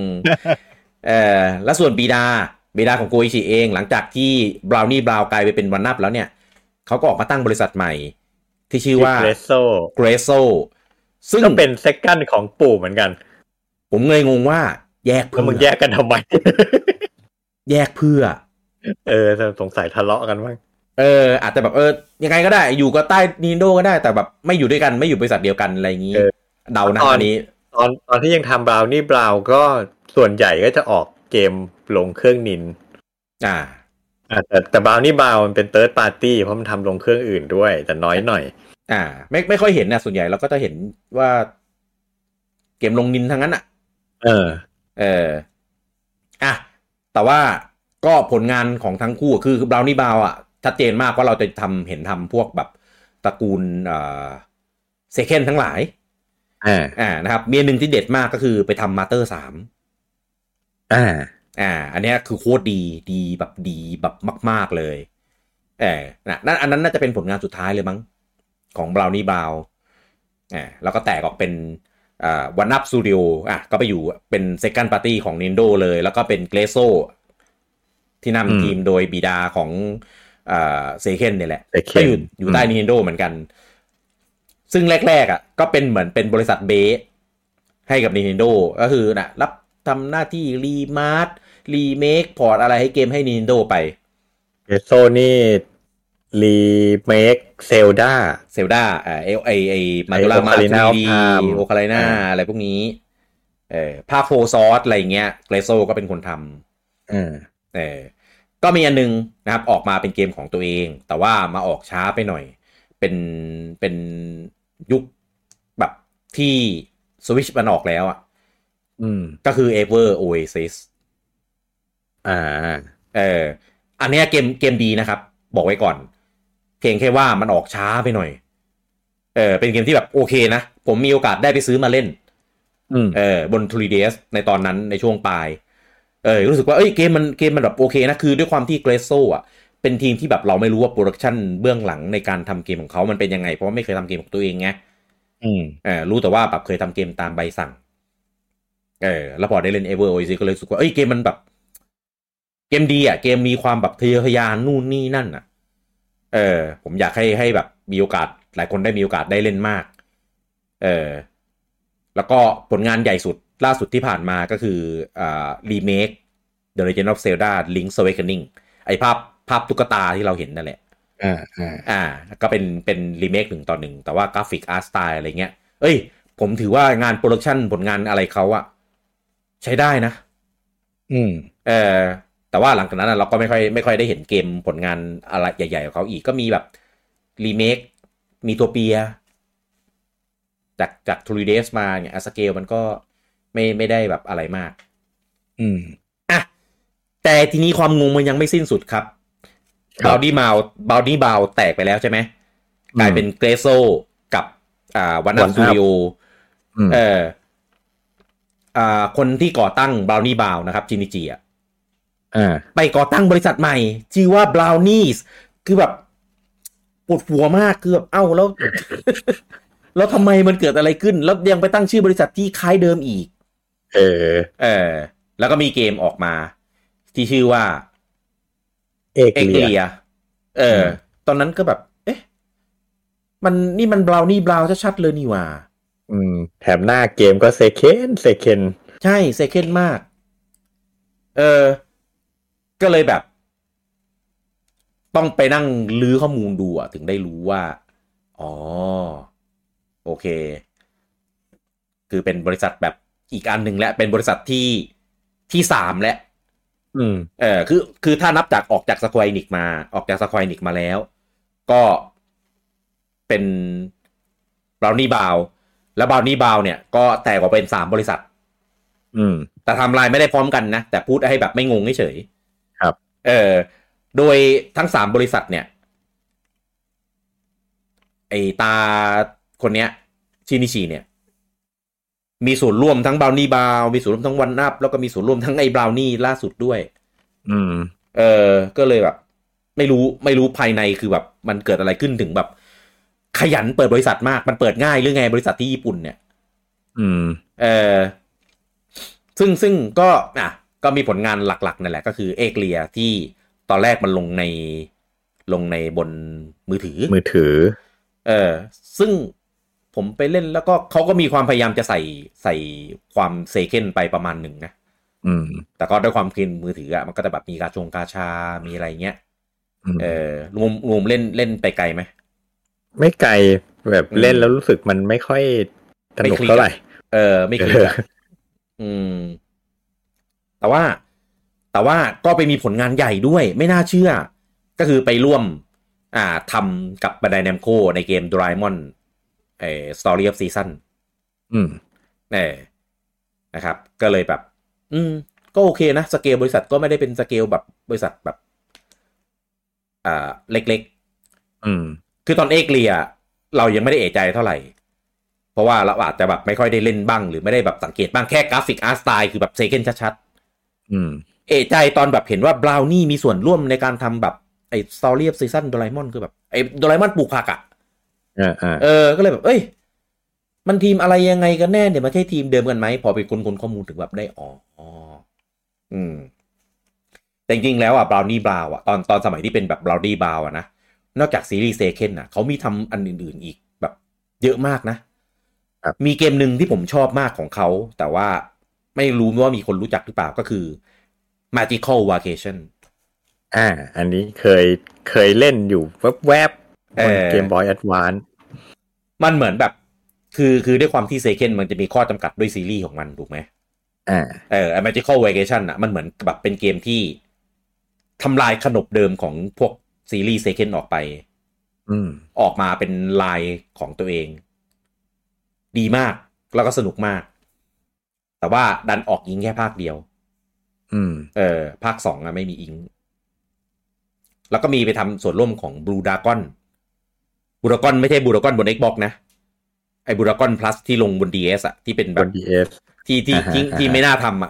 แล้วส่วนบิดาของโกอิชิเองหลังจากที่บราวนี่บราวกลายไปเป็นวันอัพแล้วเนี่ยเขาก็ออกมาตั้งบริษัทใหม่ที่ชื่อว่า Gresso ซึ่งก็เป็นเซคันด์ของปู่เหมือนกันผมเลยงงว่าแยกเพื่อมึงแยกกันทำไมแยกเพื่อสงสัยทะเลาะกันมั้งอาจจะแบบยังไงก็ได้อยู่ก็ใต้ Nintendo ก็ได้แต่แบบไม่อยู่ด้วยกันไม่อยู่บริษัทเดียวกันอะไรอย่างนี้เดานะอันนี้ตอนที่ยังทำบราวนี่บราวก็ส่วนใหญ่ก็จะออกเกมลงเครื่องนินแต่บราวนี่บราวมันเป็นเติร์ดปาร์ตี้เพราะมันทำลงเครื่องอื่นด้วยแต่น้อยหน่อยไม่ค่อยเห็นนะส่วนใหญ่เราก็จะเห็นว่าเกมลงนินทั้งนั้นแต่ว่าก็ผลงานของทั้งคู่คือบราวนี่บราวชัดเจนมากว่าเราจะเห็นทำพวกแบบตระกูลเซเคนทั้งหลายนะครับมีหนึ่งที่เด็ดมากก็คือไปทำมาเตอร์3อันนี้คือโคตรดีแบบมากๆเลยนั่นอันนั้นน่าจะเป็นผลงานสุดท้ายเลยมั้งของบราวนี่บราวแล้วก็แตกออกเป็นOne Up Studio ก็ไปอยู่เป็น Second Party ของ Nintendo เลยแล้วก็เป็น Gresso ที่นำทีมโดยบิดาของเซเคนเนี่ยแหละก็อยู่ใต้ Nintendo เหมือนกันซึ่งแรกก็เป็นเหมือนเป็นบริษัทเบสให้กับ Nintendo ก็คือรับทำหน้าที่รีเมคพอร์ตอะไรให้เกมให้ Nintendo ไปโซนี่รีเมคเซลดามาดูลามา3D โอคาไลนาอะไรพวกนี้ภาคโฟซอสอะไรเงี้ยเกรโซก็เป็นคนทำก็มีอันนึงนะครับออกมาเป็นเกมของตัวเองแต่ว่ามาออกช้าไปหน่อยเป็นยุคแบบที่ Switch มันออกแล้วก็คือ Ever Oasis อันนี้เกมดีนะครับบอกไว้ก่อนเพียงแค่ว่ามันออกช้าไปหน่อยเป็นเกมที่แบบโอเคนะผมมีโอกาสได้ไปซื้อมาเล่นบน 3DS ในตอนนั้นในช่วงปลายรู้สึกว่าเกมมันแบบโอเคนะคือด้วยความที่ Gresso เป็นทีมที่แบบเราไม่รู้ว่าโปรดักชันเบื้องหลังในการทำเกมของเขามันเป็นยังไงเพราะว่าไม่เคยทำเกมของตัวเองไงรู้แต่ว่าแบบเคยทำเกมตามใบสั่งแล้วพอได้เล่น Ever Oasis ก็เลยรู้สึกว่าเกมมันแบบเกมดีเกมมีความแบบทะเยอทะยานนู่นนี่นั่นผมอยากให้แบบมีโอกาสหลายคนได้มีโอกาสได้เล่นมากแล้วก็ผลงานใหญ่สุดล่าสุดที่ผ่านมาก็คือรีเมค The Legend of Zelda Link's Awakening ไอภาพตุ๊กตาที่เราเห็นนั่นแหละก็เป็นรีเมค1:1แต่ว่ากราฟิกอาร์ตสไตล์อะไรเงี้ยผมถือว่างานโปรดักชันผลงานอะไรเขาใช้ได้นะแต่ว่าหลังจากนั้นเราก็ไม่ค่อยได้เห็นเกมผลงานอะไรใหญ่ๆของเขาอีกก็มีแบบรีเมคมีโทเปียจากทูริเดสมาเนี่ยสเกลมันก็ไม่ได้แบบอะไรมากอ่ะแต่ทีนี้ความงงมันยังไม่สิ้นสุดครับบาวดี้บาวแตกไปแล้วใช่ไหมกลายเป็นเกรโซกับวันอัพสตูดิโอคนที่ก่อตั้งบราวนี่บาวนะครับจินิจิไปก่อตั้งบริษัทใหม่ชื่อว่า Brownies คือแบบปวดหัวมากคือแบบแล้วทำไมมันเกิดอะไรขึ้นแล้วยังไปตั้งชื่อบริษัทที่คล้ายเดิมอีกแล้วก็มีเกมออกมาที่ชื่อว่าเอกเลียตอนนั้นก็แบบเอ๊ะมันบราวนี่บราวชัดๆเลยนี่หว่าแถมหน้าเกมก็เซเคนใช่เซเคนมากก็เลยแบบต้องไปนั่งลื้อข้อมูลดูถึงได้รู้ว่าอ๋อโอเคคือเป็นบริษัทแบบอีกอันหนึ่งและเป็นบริษัทที่3และคือถ้านับจากออกจากสแควร์อินิกมาแล้วก็เป็นบราวนี่บาวแล้วบราวนี่บาวเนี่ยก็แตกออกเป็น3บริษัทแต่ทำลายไม่ได้พร้อมกันนะแต่พูดให้แบบไม่งงเฉยๆครับโดยทั้ง3บริษัทเนี่ยไอตาคนเนี้ยชินิชิเนี่ยมีส่วนร่วมทั้งบราวนี่บาวมีส่วนร่วมทั้งวันอัพแล้วก็มีส่วนร่วมทั้งไอ้บราวนี่ล่าสุดด้วยก็เลยแบบไม่รู้ภายในคือแบบมันเกิดอะไรขึ้นถึงแบบขยันเปิดบริษัทมากมันเปิดง่ายหรือไงบริษัทที่ญี่ปุ่นเนี่ยซึ่งก็มีผลงานหลักๆนั่นแหละก็คือเอกเลียที่ตอนแรกมันลงในบนมือถือซึ่งผมไปเล่นแล้วก็เขาก็มีความพยายามจะใส่ความเซเคนไปประมาณหนึ่งนะแต่ก็ด้วยความคิดมือถือมันก็จะแบบมีกาชามีอะไรเงี้ยรวมเล่นไปไกลไหมไม่ไกลแบบเล่นแล้วรู้สึกมันไม่ค่อยสนุกเท่าไหร่ไม่คลิกแต่ว่าก็ไปมีผลงานใหญ่ด้วยไม่น่าเชื่อก็คือไปร่วมทำกับBandai Namcoในเกม Doraemon Story of Season นะครับก็เลยแบบก็โอเคนะสเกลบริษัทก็ไม่ได้เป็นสเกลแบบบริษัทแบบเล็กๆคือตอนเอกเลียเรายังไม่ได้เอะใจเท่าไหร่เพราะว่าเราอาจจะแบบไม่ค่อยได้เล่นบ้างหรือไม่ได้แบบสังเกตบ้างแค่กราฟิกอาร์ตสไตล์คือแบบเซเคนชัดๆเอะใจตอนแบบเห็นว่าบราวนี่มีส่วนร่วมในการทำแบบไอ้ Story of Season โดราเอมอนคือแบบไอ้โดราเอมอนปลูกผักก็เลยแบบเอ้ยมันทีมอะไรยังไงกันแน่เนี่ยมันใช่ทีมเดิมกันไหมพอไปค้นข้อมูลถึงแบบได้แต่จริงๆแล้วบราวนี่บราวตอนสมัยที่เป็นแบบบราวนี่บราวนะนอกจากซีรีส์เซเคนเขามีทำอันอื่นๆอีกแบบเยอะมากนะมีเกมหนึ่งที่ผมชอบมากของเขาแต่ว่าไม่รู้ว่ามีคนรู้จักหรือเปล่าก็คือ Magical Vacation อันนี้เคยเล่นอยู่แวบๆบนเกมบอยแอดวานซ์มันเหมือนแบบคือด้วยความที่เซเคนมันจะมีข้อจำกัดด้วยซีรีส์ของมันถูกไหมMagical Vacation มันเหมือนแบบเป็นเกมที่ทำลายขนบเดิมของพวกซีรีส์เซเคนออกไปออกมาเป็นลายของตัวเองดีมากแล้วก็สนุกมากแต่ว่าดันออกอิงแค่ภาคเดียวภาค2ไม่มีอิงแล้วก็มีไปทำส่วนร่วมของ Blue Dragon ไม่ใช่ Blue Dragon บน Xbox นะไอ้ Blue Dragon Plus ที่ลงบน DS ที่เป็นแบบ DS ที่ไม่น่าทำ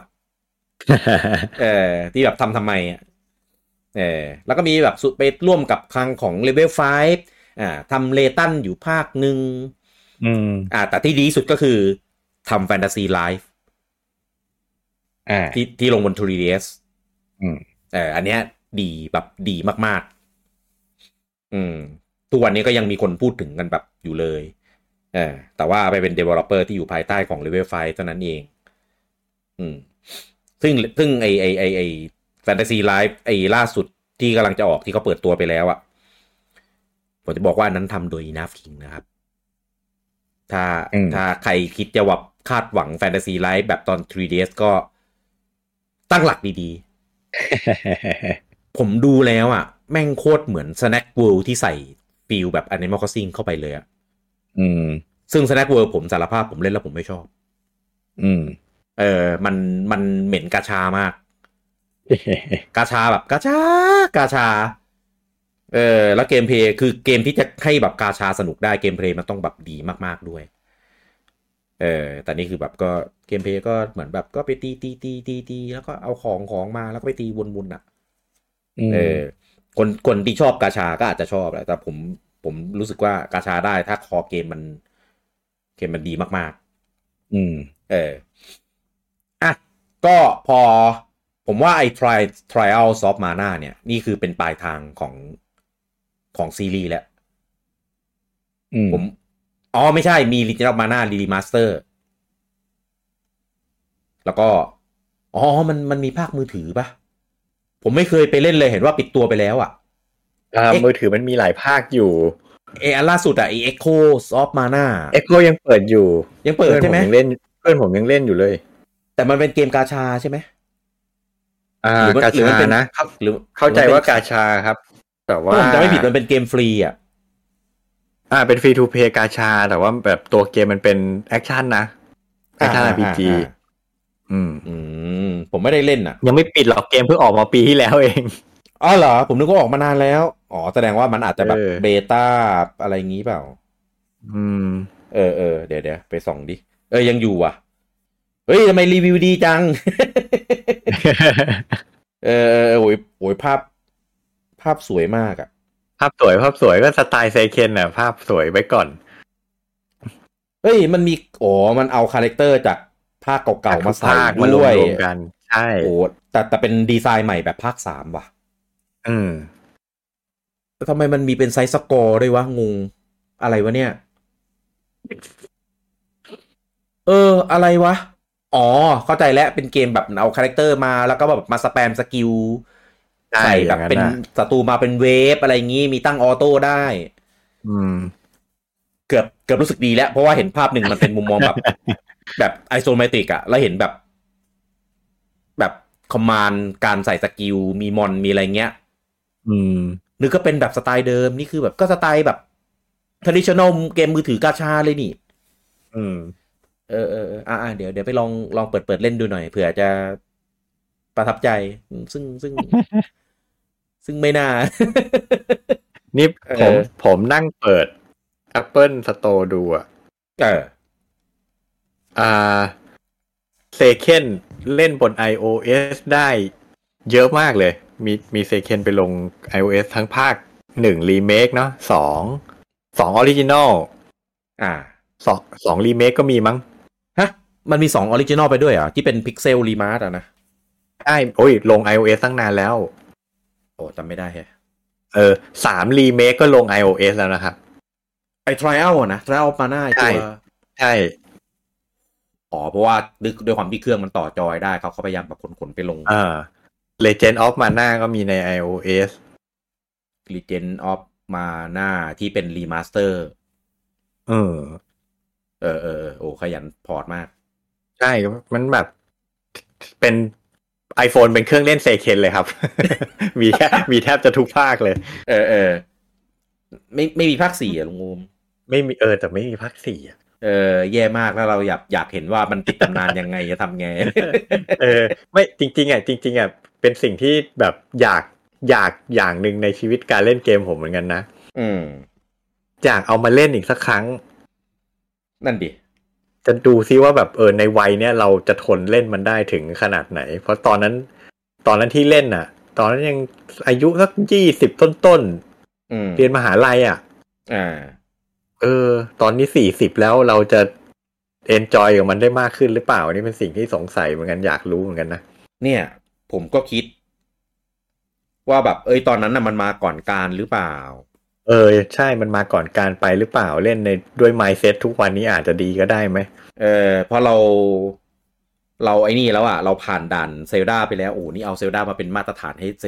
ที่แบบทำไมแล้วก็มีแบบสุดไปร่วมกับคลังของ Level 5ทำเลตันอยู่ภาคหนึ่งแต่ที่ดีสุดก็คือทำ Fantasy Life ที่ลงบน 3DS อันเนี้ยดีแบบดีมากๆทุกวันนี้ก็ยังมีคนพูดถึงกันแบบอยู่เลยแต่ว่าไปเป็น developer ที่อยู่ภายใต้ของ Level 5เท่านั้นเองซึ่งไอ Fantasy Life ไอล่าสุดที่กำลังจะออกที่เขาเปิดตัวไปแล้วผมจะบอกว่านั้นทำโดย Enough King นะครับถ้าใครคิดจะว่าคาดหวัง Fantasy Life แบบตอน 3DS ก็ตั้งหลักดีๆ ผมดูแล้วแม่งโคตรเหมือน Snack World ที่ใส่ฟีลแบบ Animal Crossing เข้าไปเลยอ่ะซึ่ง Snack World ผมสารภาพผมเล่นแล้วผมไม่ชอบมันเหม็นกาชามาก กาชาแบบกาชาแล้วเกมเพลย์คือเกมที่จะให้แบบกาชาสนุกได้เกมเพลย์มันต้องแบบดีมากๆด้วยแต่นี่คือแบบก็เกมเพลย์ก็เหมือนแบบก็ไปตีแล้วก็เอาของมาแล้วก็ไปตีวนๆอ่ะคนที่ชอบกาชาก็อาจจะชอบแหละแต่ผมรู้สึกว่ากาชาได้ถ้าคอเกมมันดีมากๆอ่ะก็พอผมว่าไอ้ Trials of Mana เนี่ยนี่คือเป็นปลายทางของซีรีส์แล้วผมไม่ใช่มี Legend of Mana Remaster แล้วก็มันมีภาคมือถือปะผมไม่เคยไปเล่นเลยเห็นว่าปิดตัวไปแล้วอ่ะมือถือมันมีหลายภาคอยู่อันล่าสุดไอ้ Echoes of Mana Echo ยังเปิดอยู่ยังเปิดใช่ไหมเพื่อนผมยังเล่นอยู่เลยแต่มันเป็นเกมกาชาใช่ไหมกาชานะหรือเข้าใจว่ากาชาครับแต่ว่าผมจะไม่ผิดมันเป็นเกมฟรีอ่ะเป็นฟรีทูเพย์กาชาแต่ว่าแบบตัวเกมมันเป็นแอคชั่นนะแอคชั่น RPG ผมไม่ได้เล่นอ่ะยังไม่ปิดหรอกเกมเพิ่งออกมาปีที่แล้วเองเหรอผมนึกว่าออกมานานแล้วแสดงว่ามันอาจจะแบบเบต้าอะไรงี้เปล่าเดี๋ยวไปส่องดิยังอยู่อ่ะเฮ้ยทำไมรีวิวดีจัง โอ้ยภาพสวยมากอ่ะภาพสวยก็สไตล์ไซเคนน่ะภาพสวยไว้ก่อนเฮ้ยมันมีมันเอาคาแรคเตอร์จากภาคเก่าๆมาใส่ด้วยรวมกันใช่แต่เป็นดีไซน์ใหม่แบบภาค3ว่ะแต่ทำไมมันมีเป็นไซส์สกอร์ด้วยวะงงอะไรวะเนี่ยอะไรวะเข้าใจแล้วเป็นเกมแบบเอาคาแรคเตอร์มาแล้วก็แบบมาสแปมสกิลใส่แบบเป็นศัตรูมาเป็นเวฟอะไรงี้มีตั้งออโต้ได้เกือบรู้สึกดีแล้วเพราะว่าเห็นภาพหนึ่งมันเป็นมุมมองแบบไอโซเมตริกอะแล้วเห็นแบบคอมมานด์การใส่สกิลมีมอนมีอะไรเงี้ยนึกก็เป็นแบบสไตล์เดิมนี่คือแบบก็สไตล์แบบ traditional เกมมือถือกาชาเลยนี่เดี๋ยวไปลองเปิดเล่นดูหน่อยเผื่อจะประทับใจซึ่งไม่น่านี่ผมนั่งเปิด Apple Store ดูเซเคนเล่นบน iOS ได้เยอะมากเลยมีเซเคนไปลง iOS ทั้งภาค1รีเมคเนาะ2ออริจินอล2รีเมคก็มีมั้งฮะมันมี2ออริจินอลไปด้วยที่เป็นพิกเซลรีมาสนะใช่ลง iOS ตั้งนานแล้วจำไม่ได้แฮะ 3รีเมคก็ลง iOS แล้วนะครับไอ้ Trial นะ Trial มาหน้าใช่เพราะว่าด้วยความที่เครื่องมันต่อจอยได้เขาพยายามแบบขนไปลง Legend of Mana ก็มีใน iOS Legend of Mana ที่เป็นรีมาสเตอร์ขยันพอร์ตมากใช่มันแบบเป็น iPhone เป็นเครื่องเล่นเซเคนเลยครับ มีแทบจะทุกภาคเลยไม่มีภาค4ลุงงูมไม่มีแต่ไม่มีภาค4 แย่มากแล้วเราอยากเห็นว่ามันติดตำนานยังไงจะทำไงไม่จริงๆเป็นสิ่งที่แบบอยากอย่างหนึ่งในชีวิตการเล่นเกมผมเหมือนกันนะอยากเอามาเล่นอีกสักครั้งนั่นดิจะดูซิว่าแบบในวัยเนี้ยเราจะทนเล่นมันได้ถึงขนาดไหนเพราะตอนนั้นที่เล่นน่ะตอนนั้นยังอายุสัก20ต้นเรียนมหาลัยตอนนี้40แล้วเราจะเอนจอยกับมันได้มากขึ้นหรือเปล่านี่เป็นสิ่งที่สงสัยเหมือนกันอยากรู้เหมือนกันนะเนี่ยผมก็คิดว่าแบบตอนนั้นน่ะมันมาก่อนการหรือเปล่าใช่มันมาก่อนการไปหรือเปล่าเล่นในด้วย mindset ทุกวันนี้อาจจะดีก็ได้ไหมเพราะเราไอ้นี่แล้วเราผ่านด่านเซลดาไปแล้วนี่เอาเซลดามาเป็นมาตรฐานให้เซ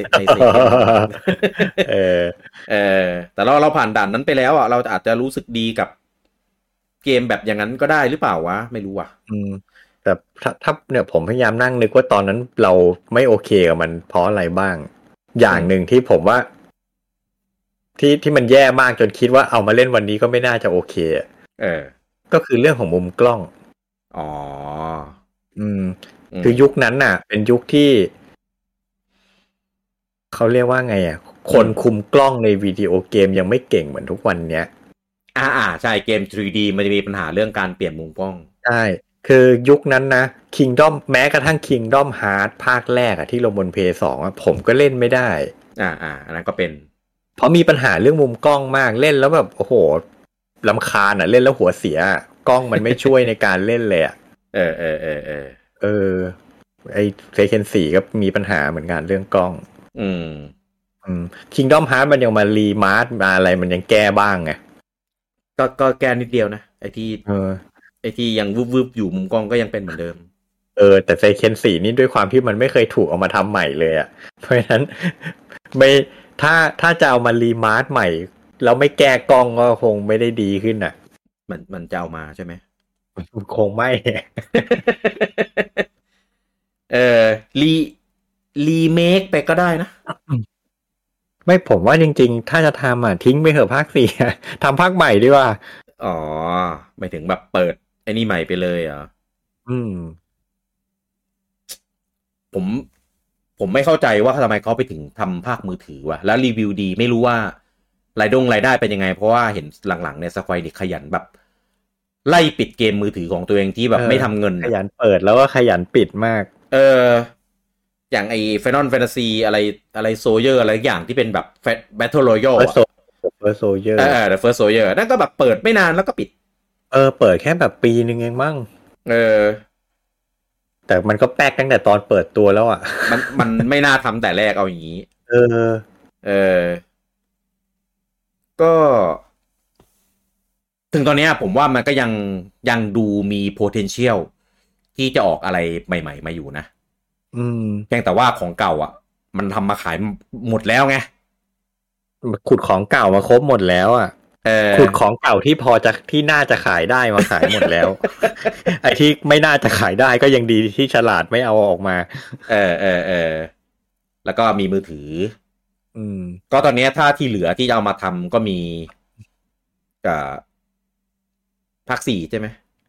แต่เราผ่านด่านนั้นไปแล้วเราอาจจะรู้สึกดีกับเกมแบบอย่างนั้นก็ได้หรือเปล่าวะไม่รู้แต่ถ้าเนี่ยผมพยายามนั่งนึกว่าตอนนั้นเราไม่โอเคกับมันเพราะอะไรบ้างอย่างหนึ่งที่ผมว่าที่มันแย่มากจนคิดว่าเอามาเล่นวันนี้ก็ไม่น่าจะโอเคก็คือเรื่องของมุมกล้องอ๋อคือยุคนั้นน่ะเป็นยุคที่เขาเรียกว่าไงอ่ะคนคุมกล้องในวิดีโอเกมยังไม่เก่งเหมือนทุกวันเนี้ยใช่เกม 3D มันจะมีปัญหาเรื่องการเปลี่ยนมุมกล้องใช่คือยุคนั้นนะ Kingdom แม้กระทั่ง Kingdom Hearts ภาคแรกอะที่ลงบน PS2 อะผมก็เล่นไม่ได้อันนั้นก็เป็นเพราะมีปัญหาเรื่องมุมกล้องมากเล่นแล้วแบบโอ้โหรำคาญอ่ะเล่นแล้วหัวเสียกล้องมันไม่ช่วยในการเล่นเลยอ่ะไอเฟเคน4ก็มีปัญหาเหมือนกันเรื่องกล้องKingdom Hearts มันยังมารีมาสมาอะไรมันยังแก้บ้างไงก็แก้นิดเดียวนะไอที่ยังวืบอยู่มุมกล้องก็ยังเป็นเหมือนเดิมแต่เฟเคน4นี่ด้วยความที่มันไม่เคยถูกเอามาทำใหม่เลยอ่ะเพราะฉะนั้นไม่ถ้าจะเอามารีมาสใหม่แล้วไม่แก้กล้องก็คงไม่ได้ดีขึ้นอ่ะมันจะเอามาใช่ไหมคงไม่รีเมคไปก็ได้นะไม่ผมว่าจริงๆถ้าจะทำทิ้งไปเถอะภาค4ทำภาคใหม่ดีกว่าไม่ถึงแบบเปิดไอ้นี่ใหม่ไปเลยผมไม่เข้าใจว่าทำไมเขาไปถึงทำภาคมือถือวะแล้วรีวิวดีไม่รู้ว่ารายได้เป็นยังไงเพราะว่าเห็นหลังๆเนี่ยสควอเด็กขยันแบบไล่ปิดเกมมือถือของตัวเองที่แบบไม่ทำเงินขยันเปิดแล้วก็ขยันปิดมากอย่างไอ้ Final Fantasy อะไรโซเยอร์อะไรอย่างที่เป็นแบบ Battle Royale First Soldier The First Soldier นั่นก็แบบเปิดไม่นานแล้วก็ปิดเปิดแค่แบบปีนึงเองมั้งแต่มันก็แป๊กตั้งแต่ตอนเปิดตัวแล้วอ่ะมันไม่น่าทำแต่แรกเอาอย่างนี้ก็ถึงตอนนี้ผมว่ามันก็ยังดูมี potential ที่จะออกอะไรใหม่ๆมาอยู่นะเพียงแต่ว่าของเก่าอ่ะมันทำมาขายหมดแล้วไงขุดของเก่ามาครบหมดแล้วอ่ะขุดของเก่าที่พอจะที่น่าจะขายได้มาขายหมดแล้ว ไอ้ที่ไม่น่าจะขายได้ก็ยังดีที่ฉลาดไม่เอาออกมาแล้วก็มีมือถือก็ตอนนี้ถ้าที่เหลือที่จะเอามาทำก็มีกับภาค4ใช่ไหม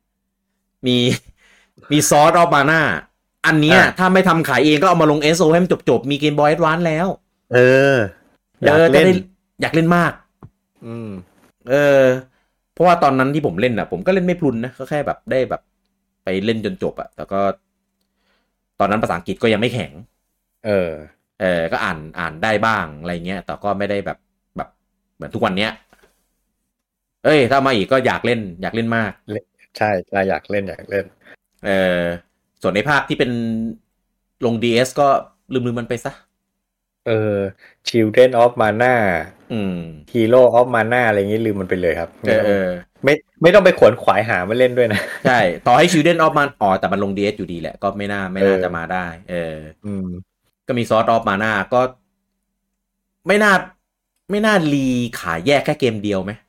มีซอสออฟมาน่าอันเนี้ยถ้าไม่ทำขายเองก็เอามาลง SO ให้มันจบมีเกมบอยแอดวานซ์แล้วอยากเล่นมากเพราะว่าตอนนั้นที่ผมเล่นผมก็เล่นไม่พลุนนะก็แค่แบบได้แบบไปเล่นจนจบแต่ก็ตอนนั้นภาษาอังกฤษก็ยังไม่แข็งก็อ่านได้บ้างอะไรเงี้ยแต่ก็ไม่ได้แบบเหมือนทุกวันเนี้ยถ้ามาอีกก็อยากเล่นมากใช่อยากเล่นส่วนในภาคที่เป็นลง DS ก็ลืมมันไปซะ Children of Mana Hero of Mana อะไรอย่างงี้ลืมมันไปเลยครับไม่ต้องไปขวนขวายหามาเล่นด้วยนะใช่ต่อให้ Children of Mana แต่มันลง DS อยู่ดีแหละก็ไม่น่าจะมาได้ก็มี Sword of Mana ก็ไม่น่ารีขายแยกแค่เกมเดียวไหม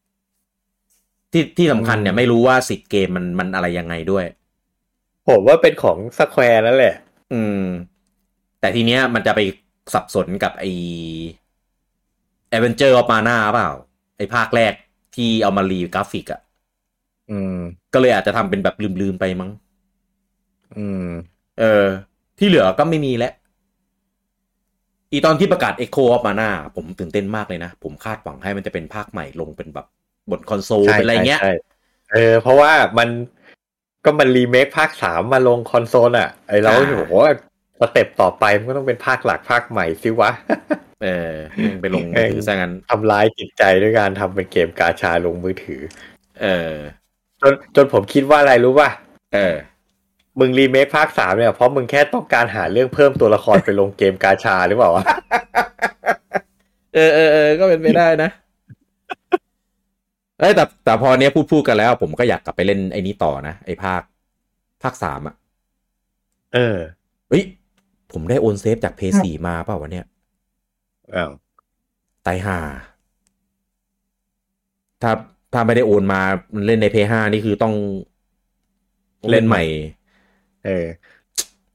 ที่สำคัญเนี่ยไม่รู้ว่าสิทธิ์เกมมันอะไรยังไงด้วยผมว่าเป็นของ Square นั่นแหละแต่ทีเนี้ยมันจะไปสับสนกับไอ้ Avenger of Mana เปล่าไอ้ภาคแรกที่เอามารีกราฟิกก็เลยอาจจะทำเป็นแบบลืมไปมั้งที่เหลือก็ไม่มีแล้วอีตอนที่ประกาศ Echo of Mana ผมตื่นเต้นมากเลยนะผมคาดหวังให้มันจะเป็นภาคใหม่ลงเป็นแบบบนคอนโซลเป็นอะไรเงี้ยเพราะว่ามันรีเมคภาค3มาลงคอนโซลไอ้เราโหสเต็ปต่อไปมันก็ต้องเป็นภาคหลักภาคใหม่สิวะไปลงมือถือซะงั้นทำร้ายจิตใจด้วยการทำเป็นเกมกาชาลงมือถือจนผมคิดว่าอะไรรู้ป่ะมึงรีเมคภาค3เนี่ยเพราะมึงแค่ต้องการหาเรื่องเพิ่มตัวละครไปลงเกมกาชาหรือเปล่าวะก็เป็นไปได้นะแต่พอเนี้ยพูดกันแล้วผมก็อยากกลับไปเล่นไอ้นี้ต่อนะไอ้ภาค3เฮ้ยผมได้โอนเซฟจาก PS4 มาเปล่าวะเนี่ยตายห่าถ้าไม่ได้โอนมาเล่นใน PS5 นี่คือต้องเล่นใหม่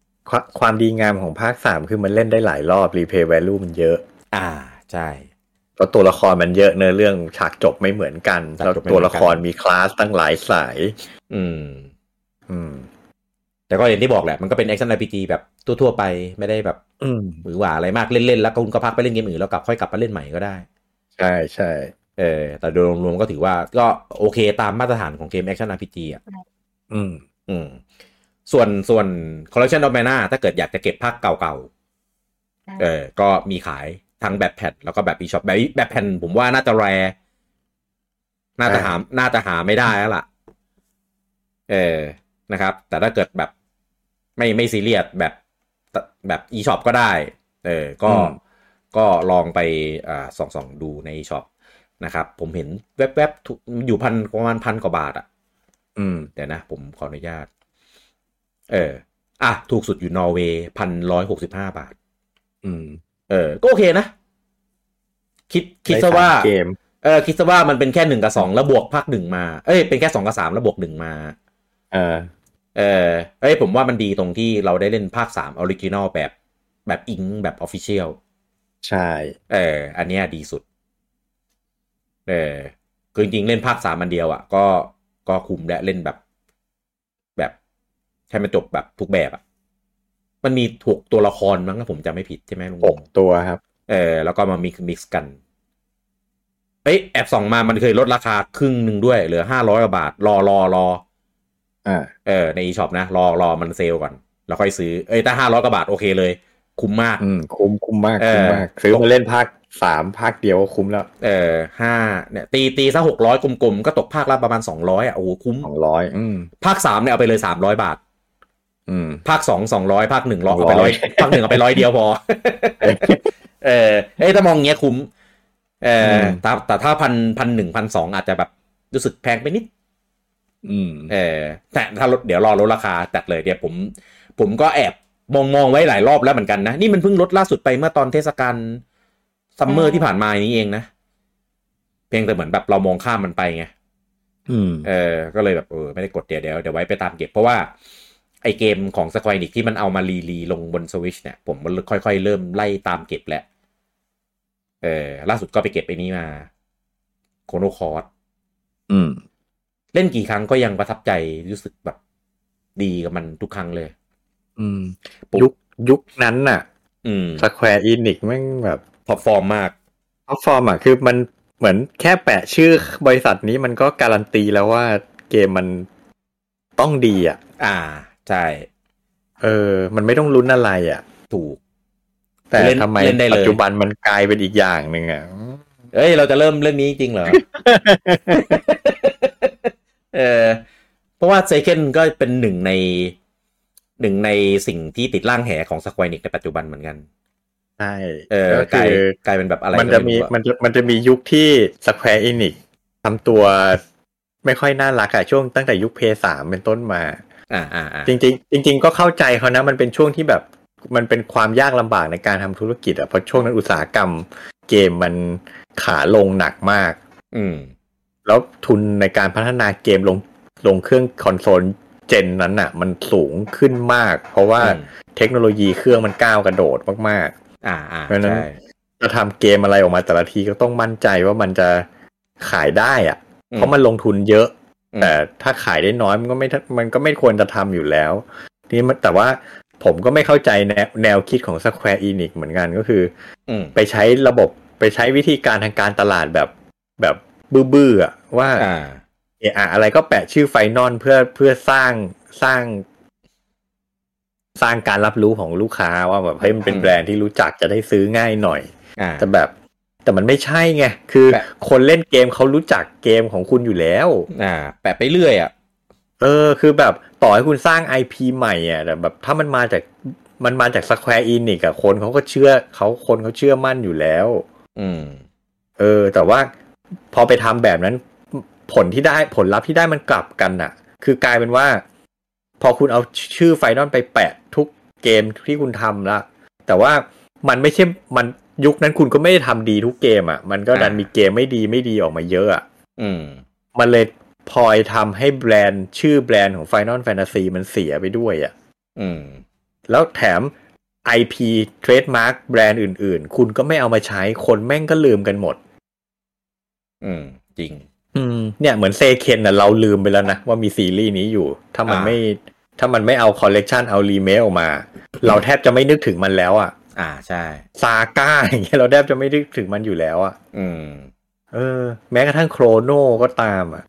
ความดีงามของภาค3คือมันเล่นได้หลายรอบรีเพย์แวลูมันเยอะใช่เพราะตัวละครมันเยอะเนื้อเรื่องฉากจบไม่เหมือนกันแล้วตัวละครมีคลาสตั้งหลายสายแต่ก็อย่างที่บอกแหละมันก็เป็น Action RPG แบบทั่วๆไปไม่ได้แบบหรือว่าอะไรมากเล่นๆแล้วคุณก็พักไปเล่นเกมอื่นแล้วค่อยกลับมาเล่นใหม่ก็ได้ใช่แต่โดยรวมๆก็ถือว่าก็โอเคตามมาตรฐานของเกม Action RPG อ่ะส่วน Collection of Mana ถ้าเกิดอยากจะเก็บภาคเก่าๆก็มีขายทั้งแบบแผ่นแล้วก็แบบ eShop แบบแผ่นผมว่าน่าจะแรร์น่าจะหาไม่ได้แล้วล่ะนะครับแต่ถ้าเกิดแบบไม่ซีเรียสแบบ eShop ก็ได้ก็ลองไปส่องดูใน eShop นะครับผมเห็นแวบๆอยู่ประมาณ1,000 กว่าบาทอ่ะเดี๋ยวนะผมขออนุญาตถูกสุดอยู่นอร์เวย์ 1,165 บาทก็โอเคนะคิดซะว่าคิดซะว่ามันเป็นแค่1 กับ 2แล้วบวกภาค1มาเป็นแค่2 กับ 3แล้วบวก1มาผมว่ามันดีตรงที่เราได้เล่นภาค3ออริจินอลแบบอิงแบบออฟฟิเชียลใช่อันเนี้ยดีสุดคือจริงๆเล่นภาค3อันเดียวอ่ะก็คุ้มและเล่นแบบให้มันจบแบบทุกแบบอ่ะมันมีถูกตัวละครมั้งถ้าผมจำไม่ผิดใช่ไหมลุง 6 ตัวครับแล้วก็มามิกซ์กันแอบส่องมามันเคยลดราคาครึ่งนึงด้วยเหลือ500 กว่าบาทรอใน eShop นะรอมันเซลก่อนแล้วค่อยซื้อถ้า500 กว่าบาทโอเคเลยคุ้มมากคุ้มมากซื้อมาเล่นภาค3ภาคเดียวก็คุ้มแล้ว 5เนี่ยตีซะ600กลมๆก็ตกภาคละประมาณ200โอ้โหคุ้ม 200 ภาค3เนี่ยเอาไปเลย300 บาทภาค2 200ภาค1เอาไป100ภาค1เอาไป100เดียวพอถ้ามองเงี้ยคุ้มแต่ถ้า1,200อาจจะแบบรู้สึกแพงไปนิดแต่ถ้าเดี๋ยวรอลดราคาจัดเลยเดี๋ยวผมก็แอบมองไว้หลายรอบแล้วเหมือนกันนะนี่มันเพิ่งลดล่าสุดไปเมื่อตอนเทศกาลซัมเมอร์ที่ผ่านมานี้เองนะเพียงแต่เหมือนแบบเรามองข้ามมันไปไงก็เลยแบบไม่ได้กดเดี๋ยวไว้ไปตามเก็บเพราะว่าไอเกมของ Square Enix ที่มันเอามารีลงบน Switch เนี่ยผมมันค่อยๆเริ่มไล่ตามเก็บแล้วล่าสุดก็ไปเก็บไอ้นี้มาโคโนคอร์สเล่นกี่ครั้งก็ยังประทับใจรู้สึกแบบดีกับมันทุกครั้งเลยยุคนั้นน่ะSquare Enix แม่งแบบท็อปฟอร์มมากท็อปฟอร์มอ่ะคือมันเหมือนแค่แปะชื่อบริษัทนี้มันก็การันตีแล้วว่าเกมมันต้องดีอ่ะใช่มันไม่ต้องลุ้นอะไรอ่ะถูกแต่ทำไมปัจจุบันมันกลายเป็นอีกอย่างหนึ่งอ่ะเราจะเริ่มเรื่องนี้จริงเหรอ เพราะว่าเซเคนก็เป็นหนึ่งในสิ่งที่ติดร่างแหของ Square Enix ในปัจจุบันเหมือนกันใช่กลายเป็นแบบอะไรมันจะมียุคที่ Square Enix ทำตัวไม่ค่อยน่ารักช่วงตั้งแต่ยุค PS3 เป็นต้นมาจริงก็เข้าใจเขานะมันเป็นช่วงที่แบบมันเป็นความยากลำบากในการทำธุรกิจเพราะช่วงนั้นอุตสาหกรรมเกมมันขาลงหนักมากแล้วทุนในการพัฒนาเกมลงเครื่องคอนโซลเจนนั้นน่ะมันสูงขึ้นมากเพราะว่าเทคโนโลยีเครื่องมันก้าวกระโดดมากๆเพราะฉะนั้นจะทำเกมอะไรออกมาแต่ละทีก็ต้องมั่นใจว่ามันจะขายได้เพราะมันลงทุนเยอะแต่ถ้าขายได้น้อยมันก็ไม่ควรจะทำอยู่แล้วนี่แต่ว่าผมก็ไม่เข้าใจแนวคิดของ Square Enix เหมือนกันก็คือไปใช้ระบบไปใช้วิธีการทางการตลาดแบบบื้อๆว่าอะไรก็แปะชื่อไฟนอลเพื่อสร้างการรับรู้ของลูกค้าว่าแบบให้มันเป็นแบรนด์ที่รู้จักจะได้ซื้อง่ายหน่อยแต่มันไม่ใช่ไงคือคนเล่นเกมเขารู้จักเกมของคุณอยู่แล้วแปะไปเรื่อยคือแบบต่อให้คุณสร้าง IP ใหม่แต่แบบถ้ามันมาจาก Square Enix คนเขาก็เชื่อคนเขาเชื่อมั่นอยู่แล้วแต่ว่าพอไปทำแบบนั้นผลลัพธ์ที่ได้มันกลับกันคือกลายเป็นว่าพอคุณเอาชื่อไฟนอลไปแปะทุกเกมที่คุณทำละแต่ว่ามันไม่ใช่มันยุคนั้นคุณก็ไม่ได้ทำดีทุกเกมมันก็ดันมีเกมไม่ดีออกมาเยอะมันเลยพลอยทำให้ชื่อแบรนด์ของ Final Fantasy มันเสียไปด้วยแล้วแถม IP trademark แบรนด์อื่นๆคุณก็ไม่เอามาใช้คนแม่งก็ลืมกันหมดจริงเนี่ยเหมือนเซเคนน่ะเราลืมไปแล้วนะว่ามีซีรีส์นี้อยู่ถ้ามันไม่เอาคอลเลกชันเอารีเมคออกมาเราแทบจะไม่นึกถึงมันแล้วอ่ะใช่ซาก้าอย่างเงี้ยเราแทบจะไม่นึกถึงมันอยู่แล้วอ่ะแม้กระทั่งโครโนก็ตามอ่ะ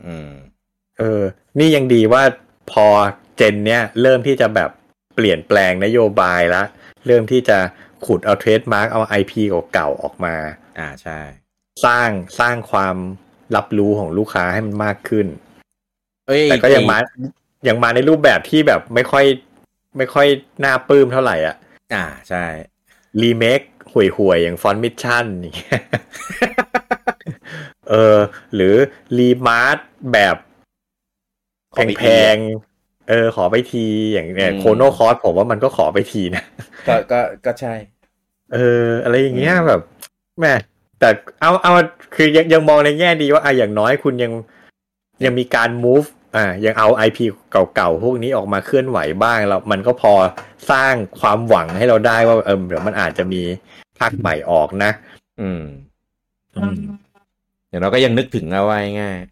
นี่ยังดีว่าพอเจนเนี้ยเริ่มที่จะแบบเปลี่ยนแปลงนโยบายแล้วเริ่มที่จะขุดเอาเทรดมาร์กเอา IP เก่าๆออกมาใช่สร้างความรับรู้ของลูกค้าให้มันมากขึ้นแต่ก็ยังมาในรูปแบบที่แบบไม่ค่อยน่าปลื้มเท่าไหร่อ่ะใช่รีเมคห่วยๆอย่างฟอนต์มิชชั่นอย่างเงี้ยหรือรีมาร์ทแบบแพงขอไปทีอย่างเนี่ยโคโนคอสผมว่ามันก็ขอไปทีนะก็ใช่อะไรอย่างเงี้ยแบบแม่แต่เอาคือยังมองในแง่ดีว่าอย่างน้อยคุณยังมีการ move ยังเอา IP เก่าๆพวกนี้ออกมาเคลื่อนไหวบ้างแล้วมันก็พอสร้างความหวังให้เราได้ว่าเดี๋ยวมันอาจจะมีภาคใหม่ออกนะเดี๋ยวเราก็ยังนึกถึงเอาไว้ง่าย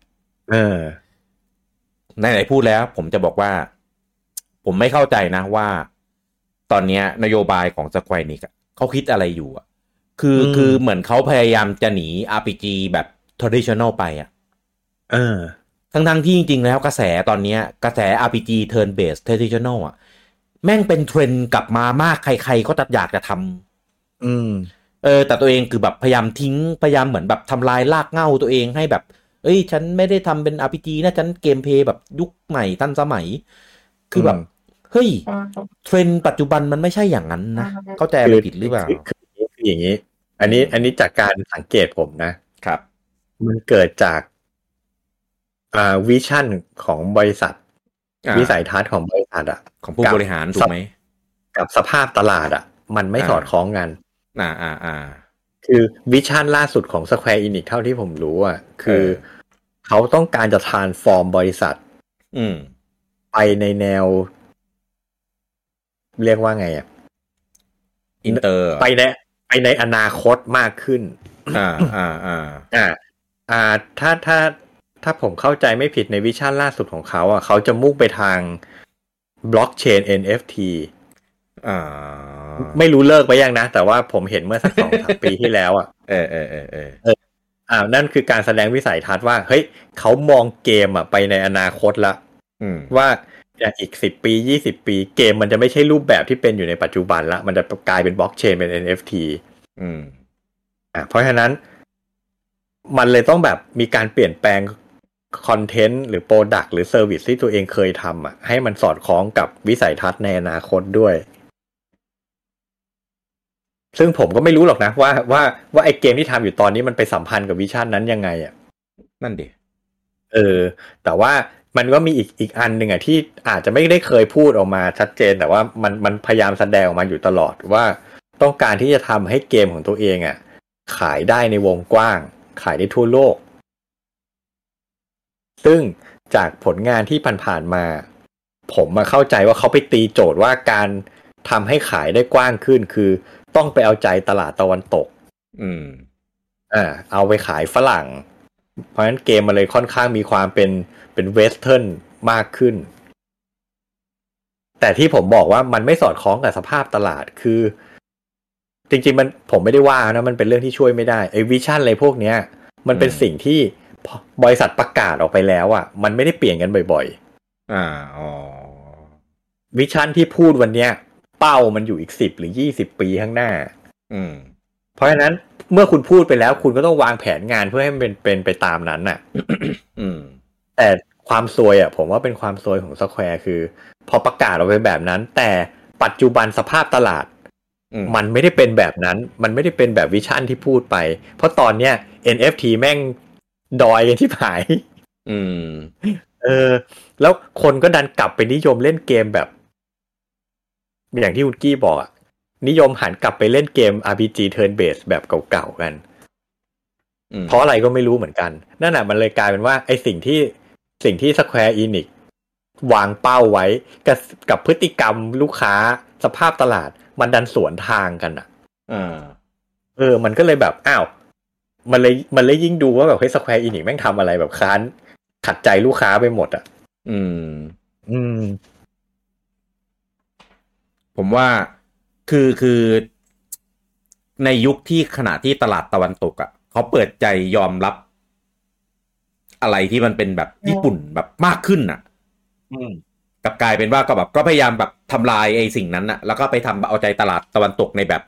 ไหนพูดแล้วผมจะบอกว่าผมไม่เข้าใจนะว่าตอนนี้นโยบายของ Square Enix เขาคิดอะไรอยู่อ่ะคือเหมือนเขาพยายามจะหนี RPG แบบ traditional ไปอ่ะทั้งที่จริงๆแล้วกระแสตอนนี้กระแส RPG turn based traditional อ่ะแม่งเป็นเทรนด์กลับมามากใครๆก็อยากจะทำแต่ตัวเองคือแบบพยายามเหมือนแบบทำลายรากเหง้าตัวเองให้แบบฉันไม่ได้ทำเป็น RPG นะฉันเกมเพลย์แบบยุคใหม่ทันสมัยคือแบบเฮ้ยเทรนด์ปัจจุบันมันไม่ใช่อย่างนั้นนะเข้าใจอะไรผิดหรือเปล่าคืออย่างนี้อันนี้จากการสังเกตผมนะครับมันเกิดจากวิชั่นของบริษัทวิสัยทัศน์ของบริษัทของผู้บริหารถูกไหมกับสภาพตลาดมันไม่สอดคล้องกันคือวิชั่นล่าสุดของ Square Enix เท่าที่ผมรู้คือเขาต้องการจะ transform บริษัทไปในแนวเรียกว่าไงอินเตอร์ไปในอนาคตมากขึ้นถ้าผมเข้าใจไม่ผิดในวิชั่นล่าสุดของเขาเขาจะมุ่งไปทางบล็อกเชน NFT ไม่รู้เลิกไปยังนะแต่ว่าผมเห็นเมื่อสัก 2-3 ปีที่แล้วนั่นคือการแสดงวิสัยทัศน์ว่าเฮ้ยเขามองเกมไปในอนาคตละว่าอีก10 ปี20 ปีเกมมันจะไม่ใช่รูปแบบที่เป็นอยู่ในปัจจุบันละมันจะกลายเป็นบล็อกเชนเป็น NFT เพราะฉะนั้นมันเลยต้องแบบมีการเปลี่ยนแปลงคอนเทนต์หรือโปรดักต์หรือเซอร์วิสที่ตัวเองเคยทำให้มันสอดคล้องกับวิสัยทัศน์ในอนาคตด้วยซึ่งผมก็ไม่รู้หรอกนะว่าไอ้เกมที่ทำอยู่ตอนนี้มันไปสัมพันธ์กับวิชั่นนั้นยังไงนั่นดิแต่ว่ามันก็มีอีกอันหนึ่งที่อาจจะไม่ได้เคยพูดออกมาชัดเจนแต่ว่ามันพยายามแสดงออกมาอยู่ตลอดว่าต้องการที่จะทำให้เกมของตัวเองขายได้ในวงกว้างขายได้ทั่วโลกซึ่งจากผลงานที่ผ่านๆมาผมมาเข้าใจว่าเขาไปตีโจทย์ว่าการทำให้ขายได้กว้างขึ้นคือต้องไปเอาใจตลาดตะวันตกเอาไปขายฝรั่งเพราะฉะนั้นเกมมันเลยค่อนข้างมีความเป็นเวสเทิร์นมากขึ้นแต่ที่ผมบอกว่ามันไม่สอดคล้องกับสภาพตลาดคือจริงๆผมไม่ได้ว่านะมันเป็นเรื่องที่ช่วยไม่ได้ไอ้วิชั่นอะไรพวกเนี้ยมันเป็นสิ่งที่บริษัทประกาศออกไปแล้วมันไม่ได้เปลี่ยนกันบ่อยๆวิชั่นที่พูดวันเนี้ยเป้ามันอยู่อีก10 หรือ 20 ปีข้างหน้าเพราะฉะนั้นเมื่อคุณพูดไปแล้วคุณก็ต้องวางแผนงานเพื่อให้มันเป็นไปตามนั้นแต่ความซวยผมว่าเป็นความซวยของ Square คือพอประกาศออกไปแบบนั้นแต่ปัจจุบันสภาพตลาดมันไม่ได้เป็นแบบนั้นมันไม่ได้เป็นแบบวิชั่นที่พูดไปเพราะตอนเนี้ย NFT แม่งดอยกันที่หายแล้วคนก็ดันกลับไปนิยมเล่นเกมแบบอย่างที่คุณกี้บอกนิยมหันกลับไปเล่นเกม RPG turn based แบบเก่าๆกันเพราะอะไรก็ไม่รู้เหมือนกันนั่นมันเลยกลายเป็นว่าไอ้สิ่งที่ Square Enix วางเป้าไว้กับพฤติกรรมลูกค้าสภาพตลาดมันดันสวนทางกันอ่ะมันก็เลยแบบอ้าวมันเลยยิ่งดูว่าแบบเฮ้ย Square Enix แม่งทำอะไรแบบค้านขัดใจลูกค้าไปหมดอ่ะผมว่าคือในยุคที่ขณะที่ตลาดตะวันตกอ่ะเขาเปิดใจยอมรับอะไรที่มันเป็นแบบญี่ปุ่นแบบมากขึ้นอ่ะกับกลายเป็นว่าก็พยายามแบบทำลายไอ้สิ่งนั้นอ่ะแล้วก็ไปทำเอาใจตลาดตะวันตกในแบบ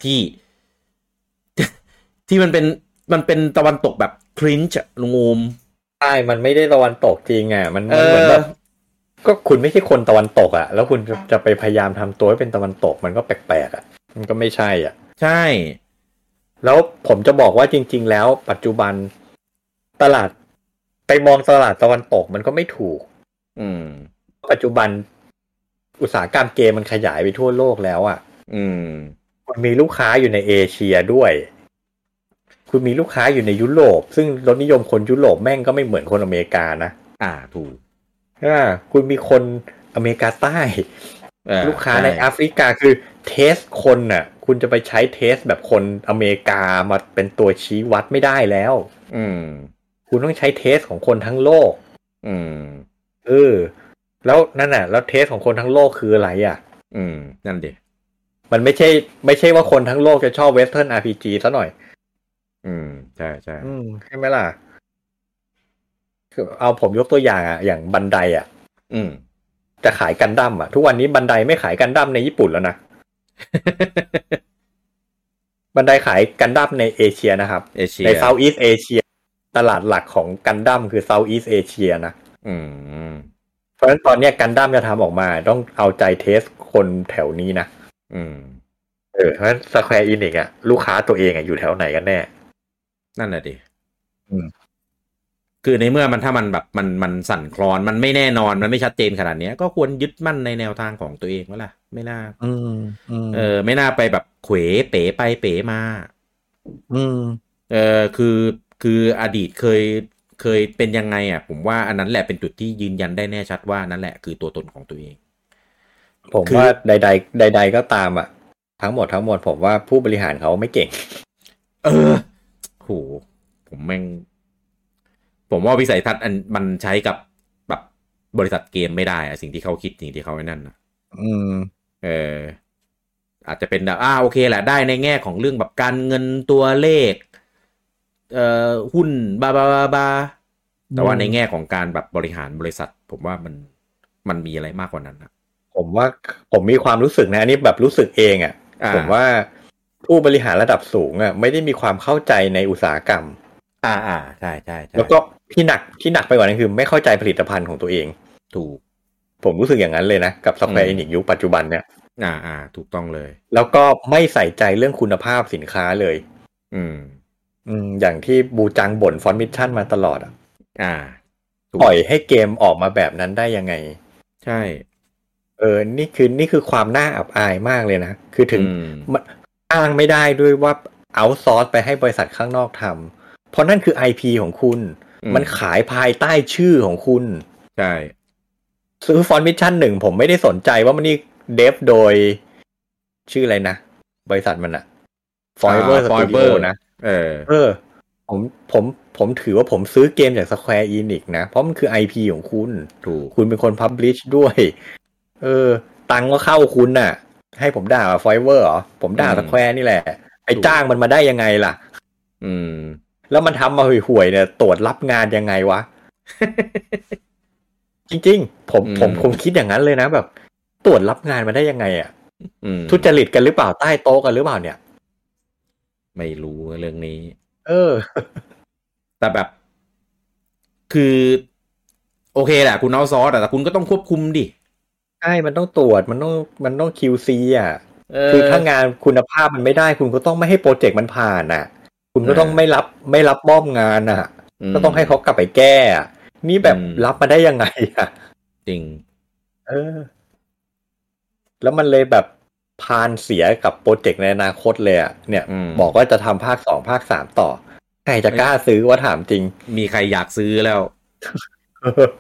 ที่มันเป็นตะวันตกแบบครินช์ลุงโอมใช่มันไม่ได้ตะวันตกจริงอ่ะมันเหมือนแบบก็คุณไม่ใช่คนตะวันตกอ่ะแล้วคุณจะไปพยายามทำตัวให้เป็นตะวันตกมันก็แปลกๆอ่ะมันก็ไม่ใช่อ่ะใช่แล้วผมจะบอกว่าจริงๆแล้วปัจจุบันตลาดไปมองตลาดตะวันตกมันก็ไม่ถูกปัจจุบันอุตสาหกรรมเกมมันขยายไปทั่วโลกแล้วอ่ะคุณมีลูกค้าอยู่ในเอเชียด้วยคุณมีลูกค้าอยู่ในยุโรปซึ่งรสนิยมคนยุโรปแม่งก็ไม่เหมือนคนอเมริกานะถูกคุณมีคนอเมริกาใต้ลูกค้าในแอฟริกาคือเทสคนน่ะคุณจะไปใช้เทสแบบคนอเมริกามาเป็นตัวชี้วัดไม่ได้แล้วคุณต้องใช้เทสของคนทั้งโลกแล้วนั่นน่ะแล้วเทสของคนทั้งโลกคืออะไรอ่ะนั่นดิมันไม่ใช่ว่าคนทั้งโลกจะชอบเวสเทิร์น RPG ซะหน่อยใช่ใช่ใช่ไหมล่ะคือเอาผมยกตัวอย่างอย่างบันไดจะขายกันดั้มทุกวันนี้บันไดไม่ขายกันดั้มในญี่ปุ่นแล้วนะ บันไดขายกันดั้มในเอเชียนะครับในเซาท์อีสต์เอเชียตลาดหลักของกันดั้มคือเซาท์อีสต์เอเชียนะเพราะฉะนั้นตอนนี้กันดั้มจะทำออกมาต้องเอาใจเทสคนแถวนี้นะเพราะฉะนั้น Square Enix ลูกค้าตัวเองอยู่แถวไหนกันแน่นั่นแหละดิคือในเมื่อถ้ามันแบบมันสั่นคลอนมันไม่แน่นอนมันไม่ชัดเจนขนาดนี้ก็ควรยึดมั่นในแนวทางของตัวเองวะล่ะไม่น่าไม่น่าไปแบบเขวเป๋ไปเป๋มาคืออดีตเคยเป็นยังไงผมว่าอันนั้นแหละเป็นจุดที่ยืนยันได้แน่ชัดว่านั่นแหละคือตัวตนของตัวเองผมว่าใดก็ตามทั้งหมดผมว่าผู้บริหารเขาไม่เก่งโหผมว่าวิสัยทัศน์มันใช้กับแบบบริษัทเกมไม่ได้สิ่งที่เขาคิดสิ่งที่เขาไว้นั่นนะอาจจะเป็นแบบโอเคแหละได้ในแง่ของเรื่องแบบการเงินตัวเลขหุ้นบาแต่ว่าในแง่ของการแบบบริหารบริษัทผมว่ามันมีอะไรมากกว่านั้นนะผมว่าผมมีความรู้สึกนะอันนี้แบบรู้สึกเองผมว่าผู้บริหารระดับสูงไม่ได้มีความเข้าใจในอุตสาหกรรมใช่แล้วก็ที่หนักไปกว่านั้นคือไม่เข้าใจผลิตภัณฑ์ของตัวเองถูกผมรู้สึกอย่างนั้นเลยนะกับ Square Enix ยุคปัจจุบันเนี่ยถูกต้องเลยแล้วก็ไม่ใส่ใจเรื่องคุณภาพสินค้าเลยอย่างที่บูจังบ่นฟอนต์มิชชั่นมาตลอดปล่อยให้เกมออกมาแบบนั้นได้ยังไงใช่นี่คือความน่าอับอายมากเลยนะคือถึงอ้างไม่ได้ด้วยว่าเอาท์ซอร์สไปให้บริษัทข้างนอกทำเพราะนั่นคือ IP ของคุณมันขายภายใต้ชื่อของคุณใช่ซื้อฟอนต์มิชชั่น1ผมไม่ได้สนใจว่ามันนี่เดฟโดยชื่ออะไรนะบริษัทมันForever Studio นะผมถือว่าผมซื้อเกมจาก Square Enix นะเพราะมันคือ IP ของคุณคุณเป็นคน publish ด้วยตังก็เข้าคุณน่ะให้ผมด่า Forever เหรอผมด่า Square นี่แหละไปจ้างมันมาได้ยังไงล่ะแล้วมันทำมาห่วยๆเนี่ยตรวจรับงานยังไงวะ จริงๆผมคิดอย่างนั้นเลยนะแบบตรวจรับงานมาได้ยังไงทุจริตกันหรือเปล่าใต้โต๊ะกันหรือเปล่าเนี่ยไม่รู้เรื่องนี้แต่แบบคือโอเคแหละคุณเอาซอสแต่คุณก็ต้องควบคุมดิใช่มันต้องตรวจมันต้อง QC คือถ้างานคุณภาพมันไม่ได้คุณก็ต้องไม่ให้โปรเจกต์มันผ่านคุณก็ต้องไม่รับมอบงานก็ต้องให้เขากลับไปแก้นี่แบบรับมาได้ยังไงจริงแล้วมันเลยแบบพานเสียกับโปรเจกต์ในอนาคตเลยเนี่ยบอกว่าจะทำภาค2ภาค3ต่อใครจะกล้าซื้อว่าถามจริงมีใครอยากซื้อแล้ว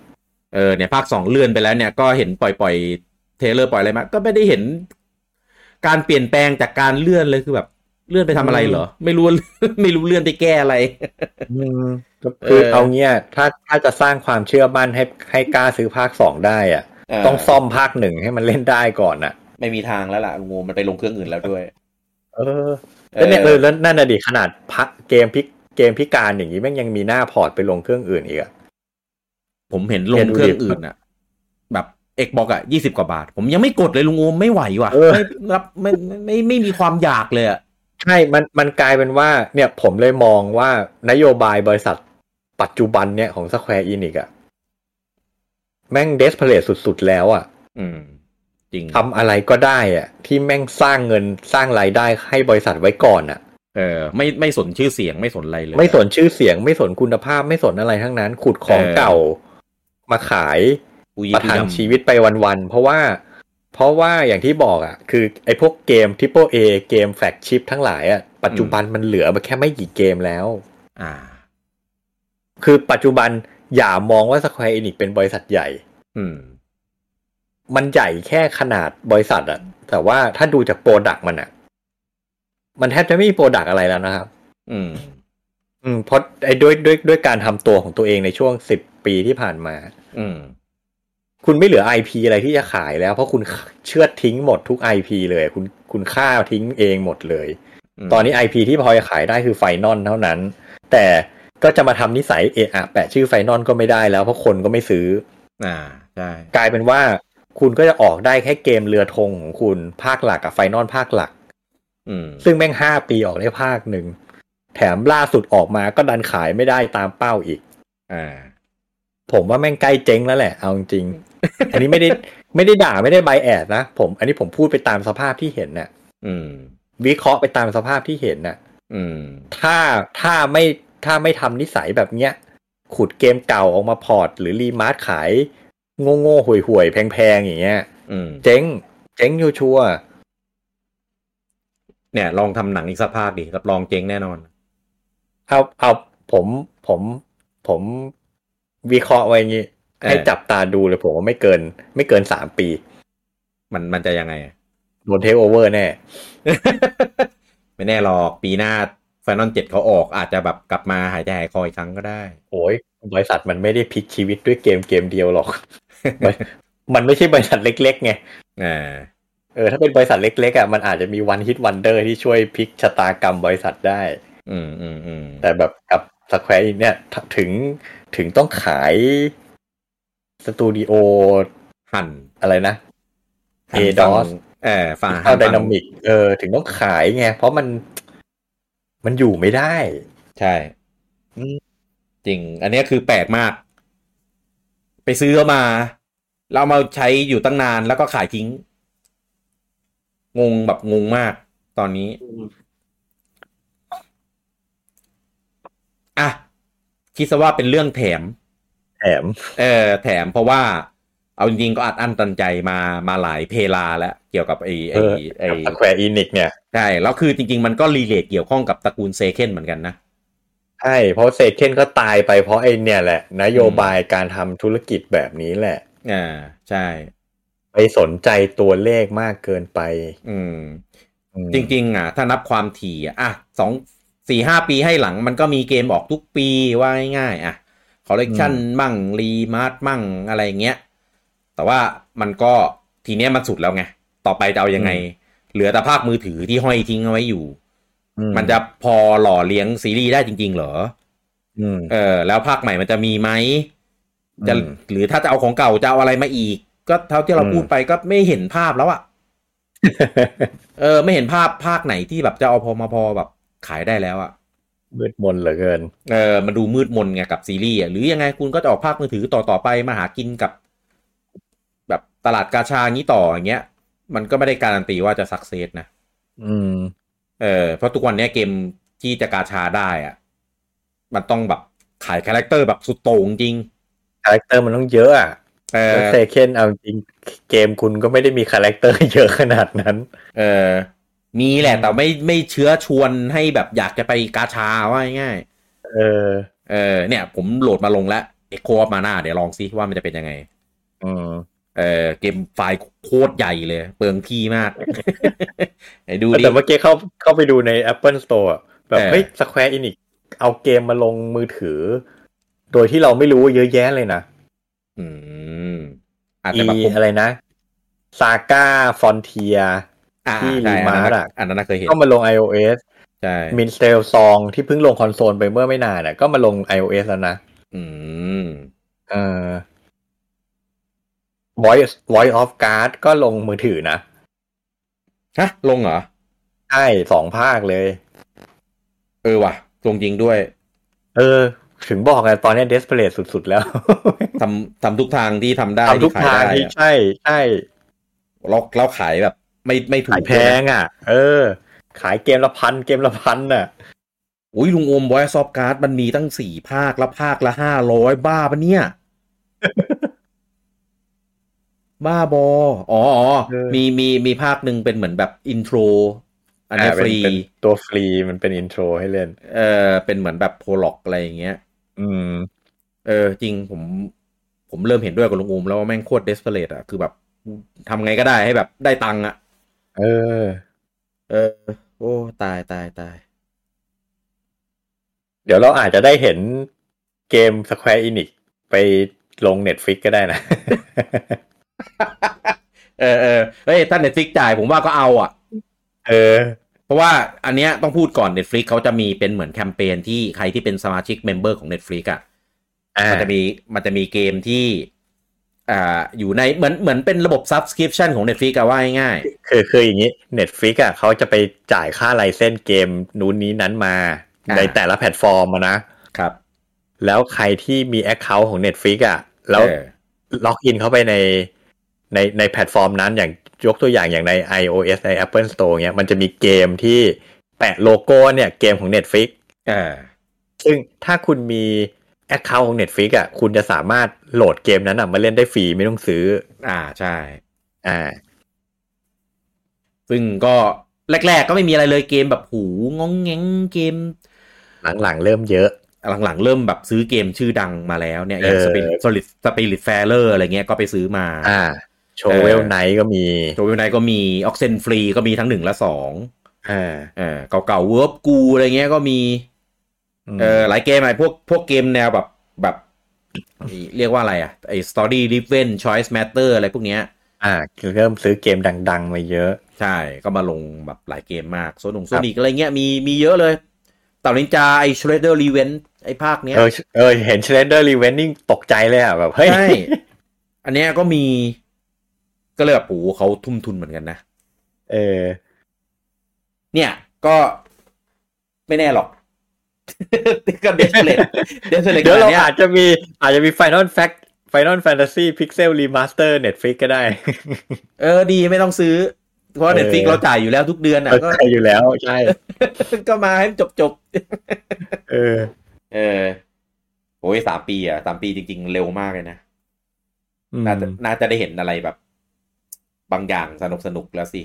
เนี่ยภาค2เลื่อนไปแล้วเนี่ยก็เห็นปล่อยเทเลอร์ปล่อยอะไรมาก็ไม่ได้เห็นการเปลี่ยนแปลงจากการเลื่อนเลยคือแบบเลื่อนไปทำอะไรเหรอไม่รู้ ไม่รู้เลื่อนไปแก้อะไรคือเอาเงี้ยถ้าจะสร้างความเชื่อมั่นให้กล้าซื้อภาค2ได้อ่ะต้องซ่อมภาค1ให้มันเล่นได้ก่อนอ่ะไม่มีทางแล้วล่ะงูมันไปลงเครื่องอื่นแล้วด้วยแล้วเนี่ยแล้วนั่นน่ะดิขนาดเกมพิการอย่างนี้แม่งยังมีหน้าพอร์ตไปลงเครื่องอื่นอีกอ่ะผมเห็นลงเครื่องอื่นอ่ะแบบ Xbox อ่ะ20กว่าบาทผมยังไม่กดเลยลุงโอมไม่ไหวว่ะไม่รับไม่มีความอยากเลยอ่ะใช่มันกลายเป็นว่าเนี่ยผมเลยมองว่านโยบายบริษัทปัจจุบันเนี่ยของ Square Enix อ่ะแม่งเดสเพลตสุดๆแล้วอ่ะจริงทำอะไรก็ได้อ่ะที่แม่งสร้างเงินสร้างรายได้ให้บริษัทไว้ก่อนอ่ะไม่สนชื่อเสียงไม่สนอะไรเลยไม่สนชื่อเสียงไม่สนคุณภาพไม่สนอะไรทั้งนั้นขุดของเก่ามาขายประทังชีวิตไปวันๆเพราะว่าอย่างที่บอกอ่ะคือไอ้พวกเกม Triple A เกมแฟลกชิพทั้งหลายอ่ะปัจจุบันมันเหลือมาแค่ไม่กี่เกมแล้วคือปัจจุบันอย่ามองว่า Square Enix เป็นบริษัทใหญ่มันใหญ่แค่ขนาดบริษัทอ่ะแต่ว่าถ้าดูจากโปรดักต์มันอ่ะมันแทบจะไม่มีโปรดักต์อะไรแล้วนะครับเพราะไอ้ด้วยการทำตัวของตัวเองในช่วง10 ปีที่ผ่านมาคุณไม่เหลือ IP อะไรที่จะขายแล้วเพราะคุณเชือดทิ้งหมดทุก IP เลยคุณฆ่าทิ้งเองหมดเลยตอนนี้ IP ที่พอจะขายได้คือไฟนอลเท่านั้นแต่ก็จะมาทำนิสัยแปะชื่อไฟนอลก็ไม่ได้แล้วเพราะคนก็ไม่ซื้อใช่กลายเป็นว่าคุณก็จะออกได้แค่เกมเรือธงของคุณภาคหลักกับไฟนอลภาคหลักซึ่งแม่ง5 ปีออกได้ภาคหนึ่งแถมล่าสุดออกมาก็ดันขายไม่ได้ตามเป้าอีกผมว่าแม่งใกล้เจ๊งแล้วแหละเอาจริงอันนี้ไม่ได้ด่าไม่ได้ไบแอดนะอันนี้ผมพูดไปตามสภาพที่เห็นน่ะวิเคราะห์ไปตามสภาพที่เห็นน่ะถ้าไม่ทำนิสัยแบบเนี้ยขุดเกมเก่าออกมาพอร์ตหรือรีมาสขายโง่ๆห่วยๆแพงๆอย่างเงี้ยเจ๊งอยู่ชัวร์เนี่ยลองทำหนังอีกสักภาคดิรับรองเจ๊งแน่นอนเอาผมวิเคราะห์ไว้อย่างงี้ให้จับตาดูเลยผมว่าไม่เกิน3 ปีมันจะยังไงโดนเทคโอเวอร์แน่ไม่แน่หรอกปีหน้า Final 7เขาออกอาจจะแบบกลับมาหายใจหายคออีกครั้งก็ได้โอ้ยบริษัทมันไม่ได้พลิกชีวิตด้วยเกมเดียวหรอก มันไม่ใช่บริษัทเล็กๆไงถ้าเป็นบริษัทเล็กๆอ่ะมันอาจจะมีวันฮิตวันเดอร์ที่ช่วยพลิกชะตากรรมบริษัทได้แต่แบบกับSquareเนี่ยถึงต้องขายสตูดิโอหั่นอะไรนะADOS ฝั่ง Dynamic ถึงต้องขายไงเพราะมันอยู่ไม่ได้ใช่จริงอันนี้คือแปลกมากไปซื้อมาเรามาใช้อยู่ตั้งนานแล้วก็ขายทิ้งงงมากตอนนี้คิดซะว่าเป็นเรื่องแถมเพราะว่าเอาจริงๆก็อัดอั้นตันใจมาหลายเพลาแล้วเกี่ยวกับไอ้ Square Enix เนี่ยใช่แล้วคือจริงๆมันก็รีเลทเกี่ยวข้องกับตระกูลเซเคนเหมือนกันนะใช่เพราะเซเคนก็ตายไปเพราะไอ้เนี่ยแหละนโยบายการทำธุรกิจแบบนี้แหละใช่ไปสนใจตัวเลขมากเกินไปจริงๆถ้านับความถี่4-5 ปีให้หลังมันก็มีเกมออกทุกปีว่าง่ายๆคอลเลกชันมั่งรีมาร์ทมั่งอะไรเงี้ยแต่ว่ามันก็ทีเนี้ยมันสุดแล้วไงต่อไปจะเอายังไงเหลือแต่ภาคมือถือที่ห้อยทิ้งเอาไว้อยู่มันจะพอหล่อเลี้ยงซีรีส์ได้จริงๆเหรอแล้วภาคใหม่มันจะมีไหมจะหรือถ้าจะเอาของเก่าจะเอาอะไรมาอีกก็เท่าที่เราพูดไปก็ไม่เห็นภาพแล้วไม่เห็นภาคไหนที่แบบจะเอาพอแบบขายได้แล้วมืดมนเหลือเกินมันดูมืดมนไงกับซีรีส์หรือยังไงคุณก็จะออกภาคมือถือต่อไปมาหากินกับแบบตลาดกาชางี้ต่ออย่างเงี้ยมันก็ไม่ได้การันตีว่าจะสักเซสนะเพราะทุกวันนี้เกมที่จะกาชาได้มันต้องแบบขายคาแรคเตอร์แบบสุดโต่งจริงคาแรคเตอร์มันต้องเยอะแล้วเซเคนเอาจริงเกมคุณก็ไม่ได้มีคาแรคเตอร์เยอะขนาดนั้นมีแหละแต่ไม่เชื้อชวนให้แบบอยากจะไปกาชาว่าง่ายเนี่ยผมโหลดมาลงแล้วEcho of Mana เดี๋ยวลองซิว่ามันจะเป็นยังไงเกมไฟล์โคตรใหญ่เลยเปลืองที่มากไอ้ดูดิแต่เมื่อกี้เข้าไปดูใน Apple Store แบบเฮ้ย Square Enix เอาเกมมาลงมือถือโดยที่เราไม่รู้เยอะแยะเลยนะอาจจะแบบอะไรนะ Saga Frontier ที่รีมาร์อันนั้นเคยเห็นก็มาลง iOS ใช่ Minstrel Song ที่เพิ่งลงคอนโซลไปเมื่อไม่นานก็มาลง iOS แล้วนะVoice of God ก็ลงมือถือนะฮะลงเหรอใช่2 ภาคเลยว่ะลงจริงด้วยถึงบอกไงตอนนี้ desperate สุดๆแล้วทำทุกทางที่ทำได้ทำทุกทางที่ใช่เราขายแบบไม่ถูกแพงขายเกมละพันน่ะอุ้ยลุงโอม Voice of God มันมีตั้ง4 ภาคแล้วภาคละ500บ้าปะเนี่ยบ้าบอมีภาคหนึ่งเป็นเหมือนแบบอินโทรอันนี้ฟรีตัวฟรีมันเป็นอินโทรให้เล่นเป็นเหมือนแบบโพล็อกอะไรอย่างเงี้ยจริงผมเริ่มเห็นด้วยกับลุงโอมแล้วว่าแม่งโคตรเดสเปเรตอ่ะคือแบบทำไงก็ได้ให้แบบได้ตังค์อ่ะโอ้ตายเดี๋ยวเราอาจจะได้เห็นเกม Square Enix ไปลง Netflix ก็ได้นะเฮ้ยถ้า Netflix จ่ายผมว่าก็เอาอ่ะเพราะว่าอันเนี้ยต้องพูดก่อน Netflix เขาจะมีเป็นเหมือนแคมเปญที่ใครที่เป็นสมาชิกเมมเบอร์ของ Netflix อ่ะมันจะมีเกมที่อยู่ในเหมือนเป็นระบบ Subscription ของ Netflix อะว่าง่ายๆคืออย่างนี้ Netflix อ่ะเขาจะไปจ่ายค่าไลเซนส์เกมนู้นนี้นั้นมาในแต่ละแพลตฟอร์มนะครับแล้วใครที่มี Account ของ Netflix อ่ะแล้วล็อกอินเข้าไปในแพลตฟอร์มนั้นอย่างยกตัวอย่างใน iOS ใน Apple Store เงี้ยมันจะมีเกมที่แปะโลโก้เนี่ยเกมของ Netflix ซึ่งถ้าคุณมี account ของ Netflix อ่ะคุณจะสามารถโหลดเกมนั้นมาเล่นได้ฟรีไม่ต้องซื้อใช่ซึ่งก็แรกๆก็ไม่มีอะไรเลยเกมแบบหูงงแงงเกมหลังๆเริ่มเยอะหลังๆเริ่มแบบซื้อเกมชื่อดังมาแล้วเนี่ยอย่าง Spirit Farer อะไรเงี้ยก็ไปซื้อมา Shovel Knight ก็มี Shovel Knight ก็มี Oxenfree ก็มีทั้ง1และ2เก่าๆ Warp Gu อะไรเงี้ยก็มีหลายเกมพวกเกมแนวแบบเรียกว่าอะไรไอ้ Story Driven Choice Matter อะไรพวกเนี้ยเริ่มซื้อเกมดังๆมาเยอะใช่ก็มาลงแบบหลายเกมมากโซนิกอะไรเงี้ยมีเยอะเลยเต่านินจาไอ้ Shredder Revenge ไอ้ภาคเนี้ยเห็น Shredder Revenge นี่ตกใจเลยแบบเฮ้ยใช่อันเนี้ยก็มีก็เลยแบบโอ้เขาทุ่มทุนเหมือนกันนะเนี่ยก็ไม่แน่หรอกก็เดสเลตเดี๋ยวเราอาจจะมี Final Fantasy Pixel Remaster Netflix ก็ได้ดีไม่ต้องซื้อเพราะ Netflix เราจ่ายอยู่แล้วทุกเดือนก็จ่ายอยู่แล้วใช่ก็มาให้จบโอ้ย3 ปี3 ปีจริงๆเร็วมากเลยนะน่าจะได้เห็นอะไรแบบบางอย่างสนุกแล้วสิ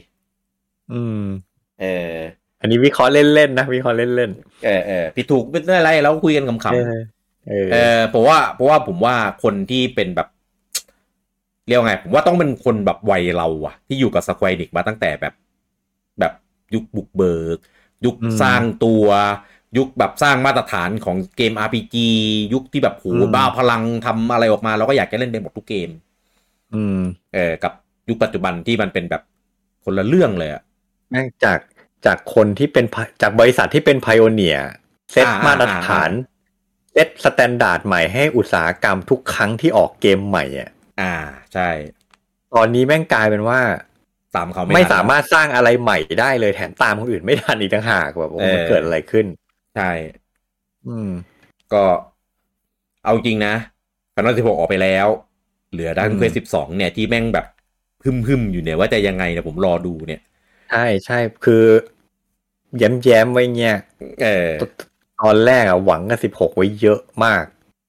อันนี้วิเคราะห์เล่นๆนะวิเคราะห์เล่นๆผิดถูกไม่ได้อะไรเราคุยกันขำๆเพราะว่าผมว่าคนที่เป็นแบบเรียกไงผมว่าต้องเป็นคนแบบวัยเราที่อยู่กับ Square Enix มาตั้งแต่แบบยุคบุกเบิกยุคสร้างตัวยุคแบบสร้างมาตรฐานของเกม RPG ยุคที่แบบโหบ้าพลังทำอะไรออกมาเราก็อยากจะเล่นได้หมดทุกเกมกับยุคปัจจุบันที่มันเป็นแบบคนละเรื่องเลยแม่งจากคนที่เป็นจากบริษัทที่เป็นไพโอเนียร์เซตมาตรฐานเซตสแตนดาร์ดใหม่ให้อุตสาหกรรมทุกครั้งที่ออกเกมใหม่ใช่ตอนนี้แม่งกลายเป็นว่าตามเขาไม่สามารถสร้างอะไรใหม่ได้เลยแถมตามคนอื่นไม่ทันอีกต่างหากแบบมันเกิดอะไรขึ้นใช่ก็เอาจริงนะFinal 16ออกไปแล้วเหลือDragon Quest 12เนี่ยที่แม่งแบบพึ่มอยู่เนี่ยว่าจะยังไงนะผมรอดูเนี่ยใช่คือแย้มไว้เนี่ยตอนแรกหวังกับ16ไว้เยอะมาก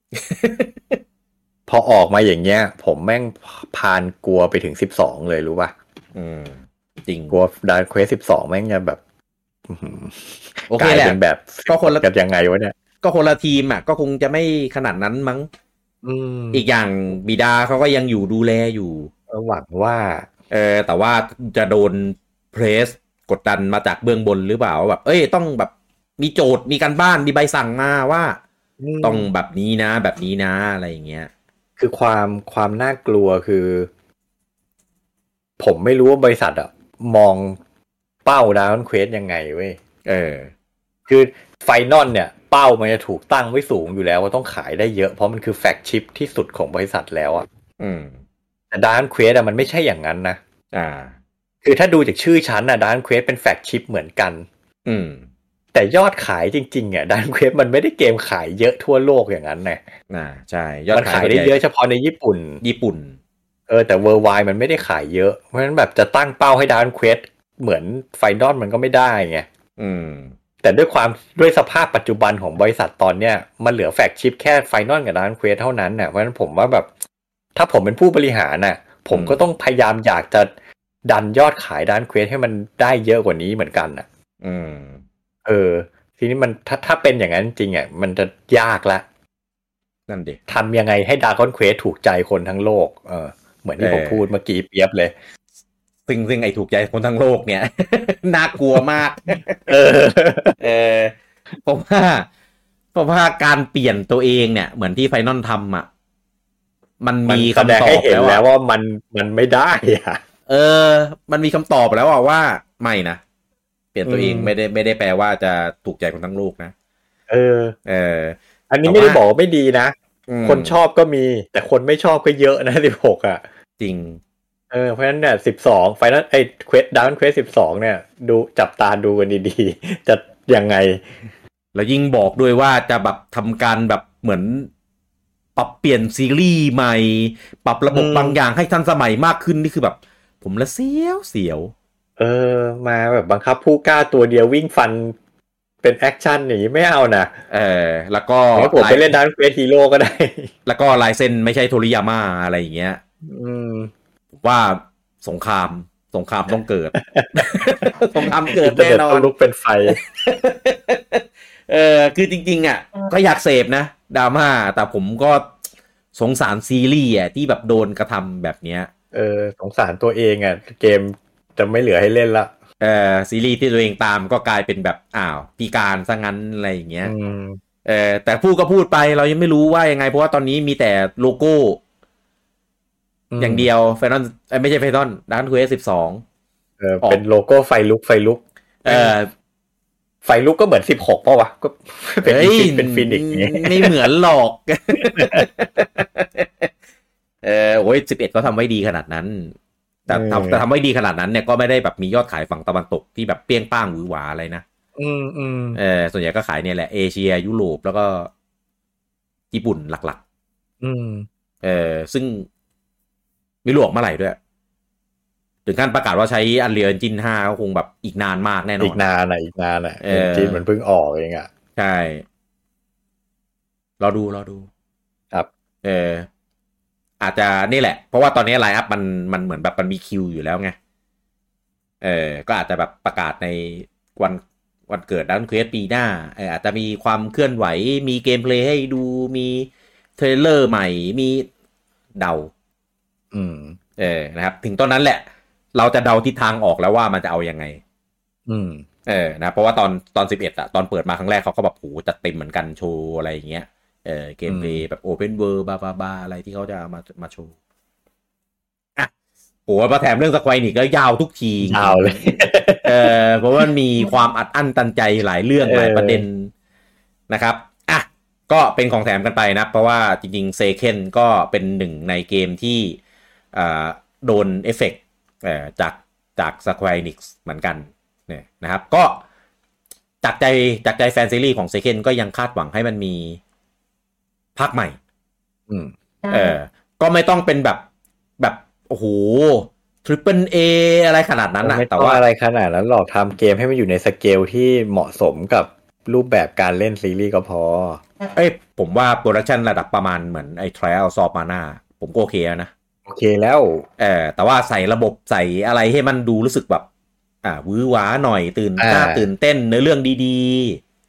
พอออกมาอย่างเงี้ยผมแม่งพานกลัวไปถึง12เลยรู้ป่ะจริงกลัวDragon Quest 12แม่งจะแบบโอเคแหละเป็นแบบก็คนละกันยังไงวะเนี่ยก็คนละทีมก็คงจะไม่ขนาดนั้นมั้งอีกอย่างบิดาเขาก็ยังอยู่ดูแลอยู่หวังว่าแต่ว่าจะโดนเพรสกดดันมาจากเบื้องบนหรือเปล่าแบบต้องแบบมีโจทย์มีการบ้านมีใบสั่งมาว่าต้องแบบนี้นะแบบนี้นะอะไรอย่างเงี้ยคือความน่ากลัวคือผมไม่รู้ว่าบริษัทมองเป้าดาวน์เควสยังไงเว้ยคือไฟนอลเนี่ยเป้ามันจะถูกตั้งไว้สูงอยู่แล้วว่าต้องขายได้เยอะเพราะมันคือแฟกชิปที่สุดของบริษัทแล้วแต่ดาวน์เควสมันไม่ใช่อย่างนั้นนะคือถ้าดูจากชื่อชั้นดาวน์เควสเป็นแฟกชิปเหมือนกันแต่ยอดขายจริงๆดาวน์เควสมันไม่ได้เกมขายเยอะทั่วโลกอย่างนั้นนะใช่ยอดขายได้เยอะเฉพาะในญี่ปุ่นแต่เวอร์ไวมันไม่ได้ขายเยอะเพราะฉะนั้นแบบจะตั้งเป้าให้ดาวน์เควสเหมือนไฟนอลมันก็ไม่ได้ไงแต่ด้วยสภาพปัจจุบันของบริษัทตอนเนี้ยมันเหลือแฟกชิปแค่ไฟนอลกับดาวน์เควสเท่านั้นน่ะเพราะฉะนั้นผมว่าแบบถ้าผมเป็นผู้บริหารน่ะผมก็ต้องพยายามอยากจะดันยอดขายดาวน์เควสให้มันได้เยอะกว่านี้เหมือนกันน่ะทีนี้มันถ้าเป็นอย่างนั้นจริงมันจะยากละนั่นดิทำยังไงให้ดาร์กอนเควสถูกใจคนทั้งโลกเหมือนที่ผมพูดเมื่อกี้เปียบเลยซึ่งไอ้ถูกใจคนทั้งโลกเนี่ย น่ากลัวมากเพราะว่าการเปลี่ยนตัวเองเนี่ยเหมือนที่ไฟนอลทำมันมีคำตอบแล้วว่ามันไม่ได้มันมีคำตอบแล้วว่าไม่นะเปลี่ยนตัวเองไม่ได้แปลว่าจะถูกใจคนทั้งโลกนะอันนี้ไม่ได้บอกไม่ดีนะคนชอบก็มีแต่คนไม่ชอบก็เยอะนะ16 จริงเพราะฉะนั้นเนี่ย12ไฟนอลเควสดาวน์เควส12เนี่ยดูจับตาดูกันดีๆจะยังไงแล้วยิ่งบอกด้วยว่าจะแบบทำการแบบเหมือนปรับเปลี่ยนซีรีส์ใหม่ปรับระบบบางอย่างให้ทันสมัยมากขึ้นนี่คือแบบผมละเสียวมาแบบบังคับผู้กล้าตัวเดียววิ่งฟันเป็นแอคชั่นอย่างนี้ไม่เอานะแล้วก็ผมไปเล่นดาวน์เควสฮีโร่ก็ได้แล้วก็ลายเซ็นไม่ใช่โทริยาม่าอะไรอย่างเงี้ยว่าสงครามต้องเกิด สงครามเกิดแน่นอนลุกเป็นไฟคือจริงๆก็อยากเสพนะดราม่าแต่ผมก็สงสารซีรีส์ที่แบบโดนกระทำแบบเนี้ยสงสารตัวเองเกมจะไม่เหลือให้เล่นละซีรีส์ที่ตัวเองตามก็กลายเป็นแบบพิการซะงั้นอะไรอย่างเงี้ยแต่พูดก็พูดไปเรายังไม่รู้ว่ายังไงเพราะว่าตอนนี้มีแต่โลโก้อย่างเดียวไฟนอลไม่ใช่ไฟนอลดาร์คเควส12 เป็นโลโก้ไฟลุกไฟลุกก็เหมือน16ป่ะวะก็เป็นฟินิกซ์ไม่เหมือนหรอกโอ้ย11ก็ทำไว้ดีขนาดนั้นแต่ทำไว้ดีขนาดนั้นเนี่ยก็ไม่ได้แบบมียอดขายฝั่งตะวันตกที่แบบเปี้ยงป้างหวือหวาอะไรนะส่วนใหญ่ก็ขายเนี่ยแหละเอเชียยุโรปแล้วก็ญี่ปุ่นหลักๆซึ่งไม่รู้ออกเมื่อไหร่ด้วยถึงขั้นประกาศว่าใช้ Unreal Engine 5ก็คงแบบอีกนานมากแน่นอนอีกนานEngine มันเพิ่งออกเองใช่รอดูครับอาจจะนี่แหละเพราะว่าตอนนี้ไลน์อัพมันเหมือนแบบมันมีคิวอยู่แล้วไงก็อาจจะแบบประกาศในวันเกิดดันเควสปีหน้าอาจจะมีความเคลื่อนไหวมีเกมเพลย์ให้ดูมีเทรลเลอร์ใหม่มีเดานะครับถึงตอนนั้นแหละเราจะเดาทิศทางออกแล้วว่ามันจะเอายังไงนะเพราะว่าตอน11ตอนเปิดมาครั้งแรกเขาก็แบบโหจัดเต็มเหมือนกันโชว์อะไรอย่างเงี้ยเกมเพลย์แบบโอเพนเวิลด์บาอะไรที่เขาจะมาโชว์โหมาแถมเรื่องสควอนิกก็ยาวทุกทียาวเลยเพราะว่ามีความอัดอั้นตันใจหลายเรื่องหลายประเด็นนะครับก็เป็นของแถมกันไปนะเพราะว่าจริงๆเซเคนก็เป็นหนึ่งในเกมที่โดนเอฟเฟกต์จาก Square Enix เหมือนกันเนี่ยนะครับก็จากใจแฟนซีรีส์ของเซเคนก็ยังคาดหวังให้มันมีภาคใหม่ก็ไม่ต้องเป็นแบบโอ้โห Triple-A อะไรขนาดนั้นนะแต่ว่าอะไรขนาดนั้นหรอกทำเกมให้มันอยู่ในสเกลที่เหมาะสมกับรูปแบบการเล่นซีรีส์ก็พอผมว่าโปรดักชันระดับประมาณเหมือนไอ้ Trials of Mana ผมก็โอเคนะโอเคแล้วแต่ว่าใส่ระบบใส่อะไรให้มันดูรู้สึกแบบวื้อหวาหน่อยตื่นเต้นเนื้อเรื่องดี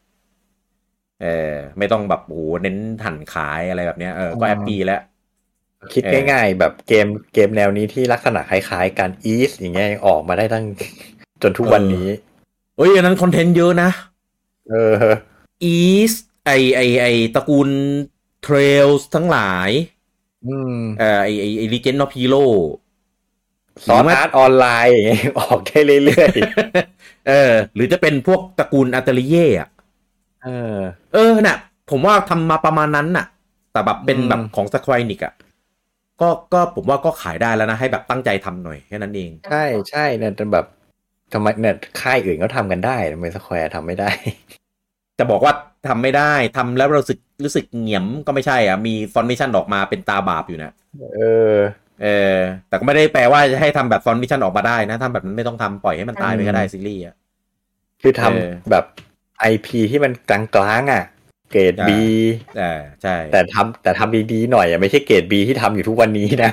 ๆไม่ต้องแบบโหเน้นหั่นขายอะไรแบบเนี้ยก็แฮปปี้แล้วคิดง่ายๆแบบเกมแนวนี้ที่ลักษณะคล้ายๆกันอีสอย่างเงี้ยออกมาได้ตั้งจนทุกวันนี้เอ้ยอันนั้นคอนเทนต์เยอะนะอีสไอตระกูลเทรลส์ทั้งหลายไอลีเจนด์ออฟฮีโร่ซอสอาร์ตออนไลน์อย่างเงี้ยออกได้เรื่อยๆหรือจะเป็นพวกตระกูลอัตเลียอ่ะน่ะผมว่าทำมาประมาณนั้นน่ะแต่แบบเป็นแบบของสควอนิกอ่ะก็ผมว่าก็ขายได้แล้วนะให้แบบตั้งใจทำหน่อยแค่นั้นเองใช่เนี่ยแบบทำไมเนี่ยค่ายอื่นเขาทำกันได้ทำไมสแควร์ทำไม่ได้จะบอกว่าทำไม่ได้ทำแล้วรู้สึกเหงี่ยมก็ไม่ใช่อ่ะมีฟอนต์มิชชั่นออกมาเป็นตาบาปอยู่นะแต่ก็ไม่ได้แปลว่าจะให้ทำแบบฟอนต์มิชชั่นออกมาได้นะทำแบบนั้นไม่ต้องทำปล่อยให้มันตายไปก็ได้ซีรีส์อ่ะคือทำแบบ IP ที่มันกลางๆอ่ะเกรด B ใช่แต่ทำดีๆหน่อยอ่ะไม่ใช่เกรด B ที่ทำอยู่ทุกวันนี้นะ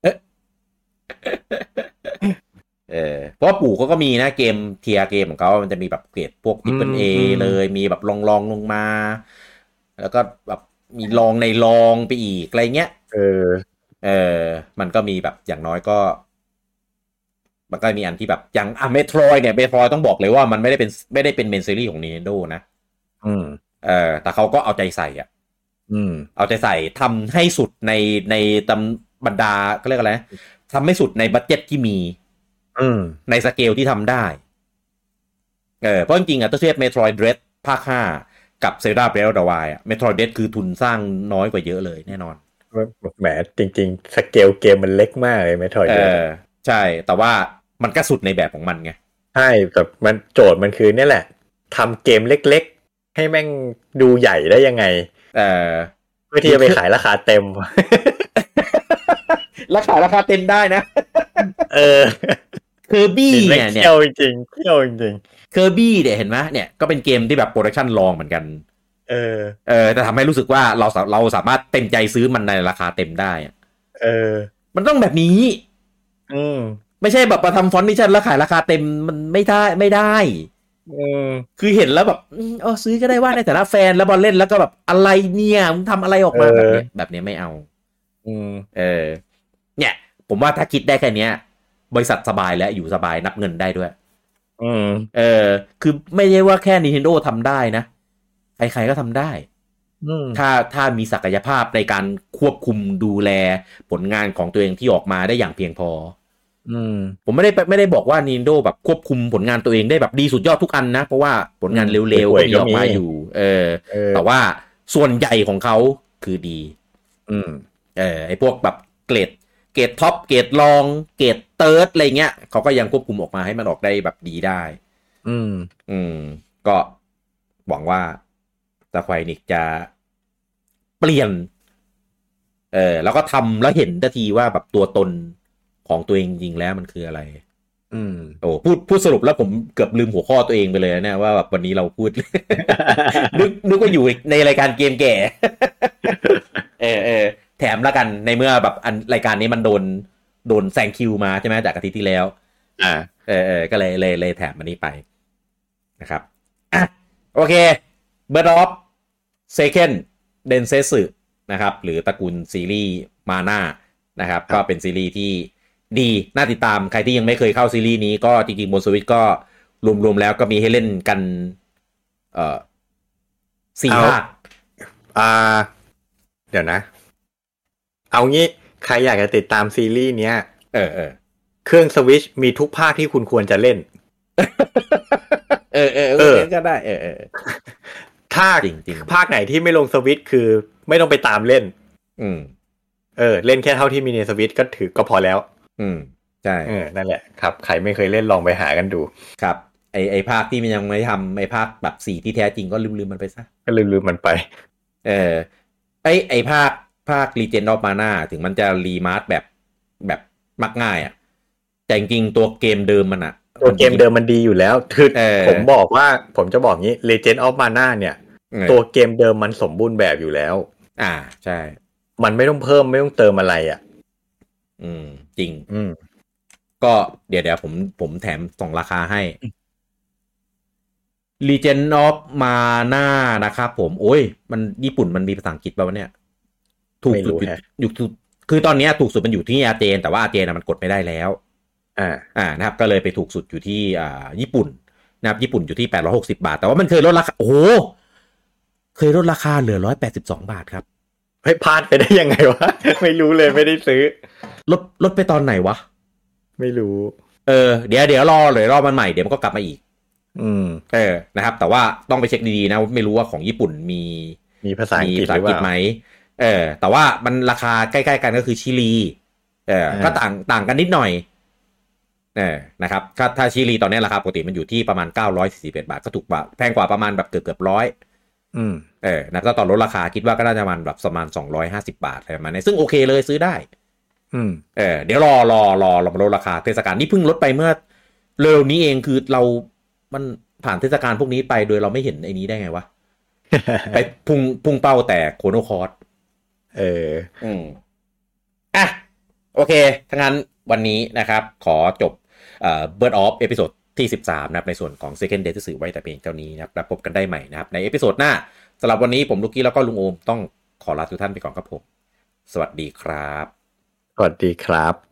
เพราะปู่เขาก็มีนะเกมเทียเกมของเขามันจะมีแบบเกรดพวก Triple A เลยมีแบบลองลงมาแล้วก็แบบมีลองในลองไปอีกอะไรเงี้ยมันก็มีแบบอย่างน้อยก็มันก็มีอันที่แบบอย่างเมโทรเนี่ยเมโทรต้องบอกเลยว่ามันไม่ได้เป็นเมนซีรีส์ของ Nintendo นะแต่เขาก็เอาใจใส่เอาใจใส่ทำให้สุดในบรรดาเขาเรียกอะไรทำให้สุดในบัดเจ็ตที่มีในสเกลที่ทำได้เพราะจริงๆถ้าเทียบ Metroid Dread ภาค 5 กับ Zelda Breath of the Wild Metroid Dread คือทุนสร้างน้อยกว่าเยอะเลยแน่นอนแหมจริงๆสเกลเกมมันเล็กมากเลย Metroid Dread ใช่แต่ว่ามันก็สุดในแบบของมันไงใช่แต่มันโจทย์มันคือเนี่ยแหละทำเกมเล็กๆให้แม่งดูใหญ่ได้ยังไงเพื่อที่จะไปขายราคาเต็มราคาเต็มได้นะเคอร์บี้เนี่ยเที่ยวจริงเคอร์บี้เนี่ยเห็นไหมเนี่ยก็เป็นเกมที่แบบโปรดักชันลองเหมือนกันแต่ทำให้รู้สึกว่าเราสามารถเต็มใจซื้อมันในราคาเต็มได้มันต้องแบบนี้ไม่ใช่แบบมาทำฟอนต์ดิชั่นแล้วขายราคาเต็มมันไม่ได้คือเห็นแล้วแบบซื้อก็ได้ว่าในฐานะแฟนแล้วบอลเล่นแล้วก็แบบอะไรเนี่ยมึงทำอะไรออกมาแบบนี้ไม่เอาเนี่ยผมว่าถ้าคิดได้แค่นี้บริษัทสบายแล้วอยู่สบายนับเงินได้ด้วยคือไม่ใช่ว่าแค่ Nintendo ทำได้นะใครๆก็ทำได้ถ้ามีศักยภาพในการควบคุมดูแลผลงานของตัวเองที่ออกมาได้อย่างเพียงพอผมไม่ได้บอกว่า Nintendo แบบควบคุมผลงานตัวเองได้แบบดีสุดยอดทุกอันนะเพราะว่าผลงานเร็วๆก็มีออกมาอยู่แต่ว่าส่วนใหญ่ของเขาคือดีไอ้พวกแบบเกรดท็อปเกรดรองเกรดเติร์ดอะไรเงี้ยเขาก็ยังควบคุมออกมาให้มันออกได้แบบดีได้ก็หวังว่าสแควร์นิกจะเปลี่ยนแล้วก็ทำแล้วเห็นทันทีว่าแบบตัวตนของตัวเองจริงๆแล้วมันคืออะไรพูดสรุปแล้วผมเกือบลืมหัวข้อตัวเองไปเลยนะว่าแบบวันนี้เราพูด นึกว่าอยู่ในรายการเกมแก่ แถมแล้วกันในเมื่อแบบรายการนี้มันโดนแซงคิวมาใช่ไหมจากอาทิตย์ที่แล้วก็เลยแถมอันนี้ไปนะครับโอเคเบิร์ดออฟเซเคนเดนเซสึนะครับหรือตระกูลซีรีส์มาน่านะครับก็เป็นซีรีส์ที่ดีน่าติดตามใครที่ยังไม่เคยเข้าซีรีส์นี้ก็จริงๆบนสวิตก็รวมๆแล้วก็มีให้เล่นกัน4 ภาคเดี๋ยวนะเอางี้ใครอยากจะติดตามซีรีส์เนี้ยเครื่องสวิตช์มีทุกภาคที่คุณควรจะเล่นก็ได้ถ้าภาคไหนที่ไม่ลงสวิตช์คือไม่ต้องไปตามเล่นเล่นแค่เท่าที่มีในสวิตช์ก็ถือก็พอแล้วใช่นั่นแหละครับใครไม่เคยเล่นลองไปหากันดูครับไอภาคที่มันยังไม่ทำไอภาคแบบ4ที่แท้จริงก็ลืมมันไปซะก็ลืมมันไปไอภาคLegend of Mana ถึงมันจะรีมาสแบบมักง่ายแต่จริงๆตัวเกมเดิมมันตัวเกมเดิมมันดีอยู่แล้วคือผมจะบอกงี้ Legend of Mana เนี่ยตัวเกมเดิมมันสมบูรณ์แบบอยู่แล้วใช่มันไม่ต้องเพิ่มไม่ต้องเติมอะไรจริงก็เดี๋ยวผมแถมส่งราคาให้ Legend of Mana นะครับผมโอ้ยมันญี่ปุ่นมันมีภาษาอังกฤษป่ะวะเนี่ยถูกสุดอยู่เคคือตอนนี้ถูกสุดมันอยู่ที่อาร์เจนแต่ว่าอาร์เจนมันกดไม่ได้แล้วนะครับก็เลยไปถูกสุดอยู่ที่ญี่ปุ่นนะครับญี่ปุ่นอยู่ที่860 บาทแต่ว่ามันเคยลดราคาโอ้เคยลดราคาเหลือ182 บาทครับเฮ้ยพลาดไปได้ยังไงวะ ไม่รู้เลยไม่ได้ซื้อลดไปตอนไหนวะไม่รู้เดี๋ยวรอมันใหม่เดี๋ยวมันก็กลับมาอีกนะครับแต่ว่าต้องไปเช็คดีๆนะไม่รู้ว่าของญี่ปุ่นมีภาษาอังกฤษไหมแต่ว่ามันราคาใกล้ๆกันก็คือชิลีก็ต่างกันนิดหน่อยนะครับถ้าชิลีตอนนี้ราคาปกติมันอยู่ที่ประมาณ941 บาทก็ถูกกว่าแพงกว่าประมาณแบบเกือบ100นะถ้าตอนลดราคาคิดว่าก็น่าจะประมาณ250 บาทอะไรประมาณนี้ซึ่งโอเคเลยซื้อได้เดี๋ยวรอมาลดราคาเทศกาลนี่เพิ่งลดไปเมื่อเร็วนี้เองคือมันผ่านเทศกาลพวกนี้ไปโดยเราไม่เห็นไอ้นี้ได้ไงวะ ไปพุ่งเป้าแต่โคโนคอร์สโอเคทั้งนั้นวันนี้นะครับขอจบBird Off เอพิโซดที่13นะครับในส่วนของ Second Day ที่สื่อไว้แต่เพียงเท่านี้นะครับแล้วพบกันได้ใหม่นะครับในเอพิโซดหน้าสำหรับวันนี้ผมลูกกี้แล้วก็ลุงโอมต้องขอลาทุกท่านไปก่อนครับผมสวัสดีครับสวัสดีครับ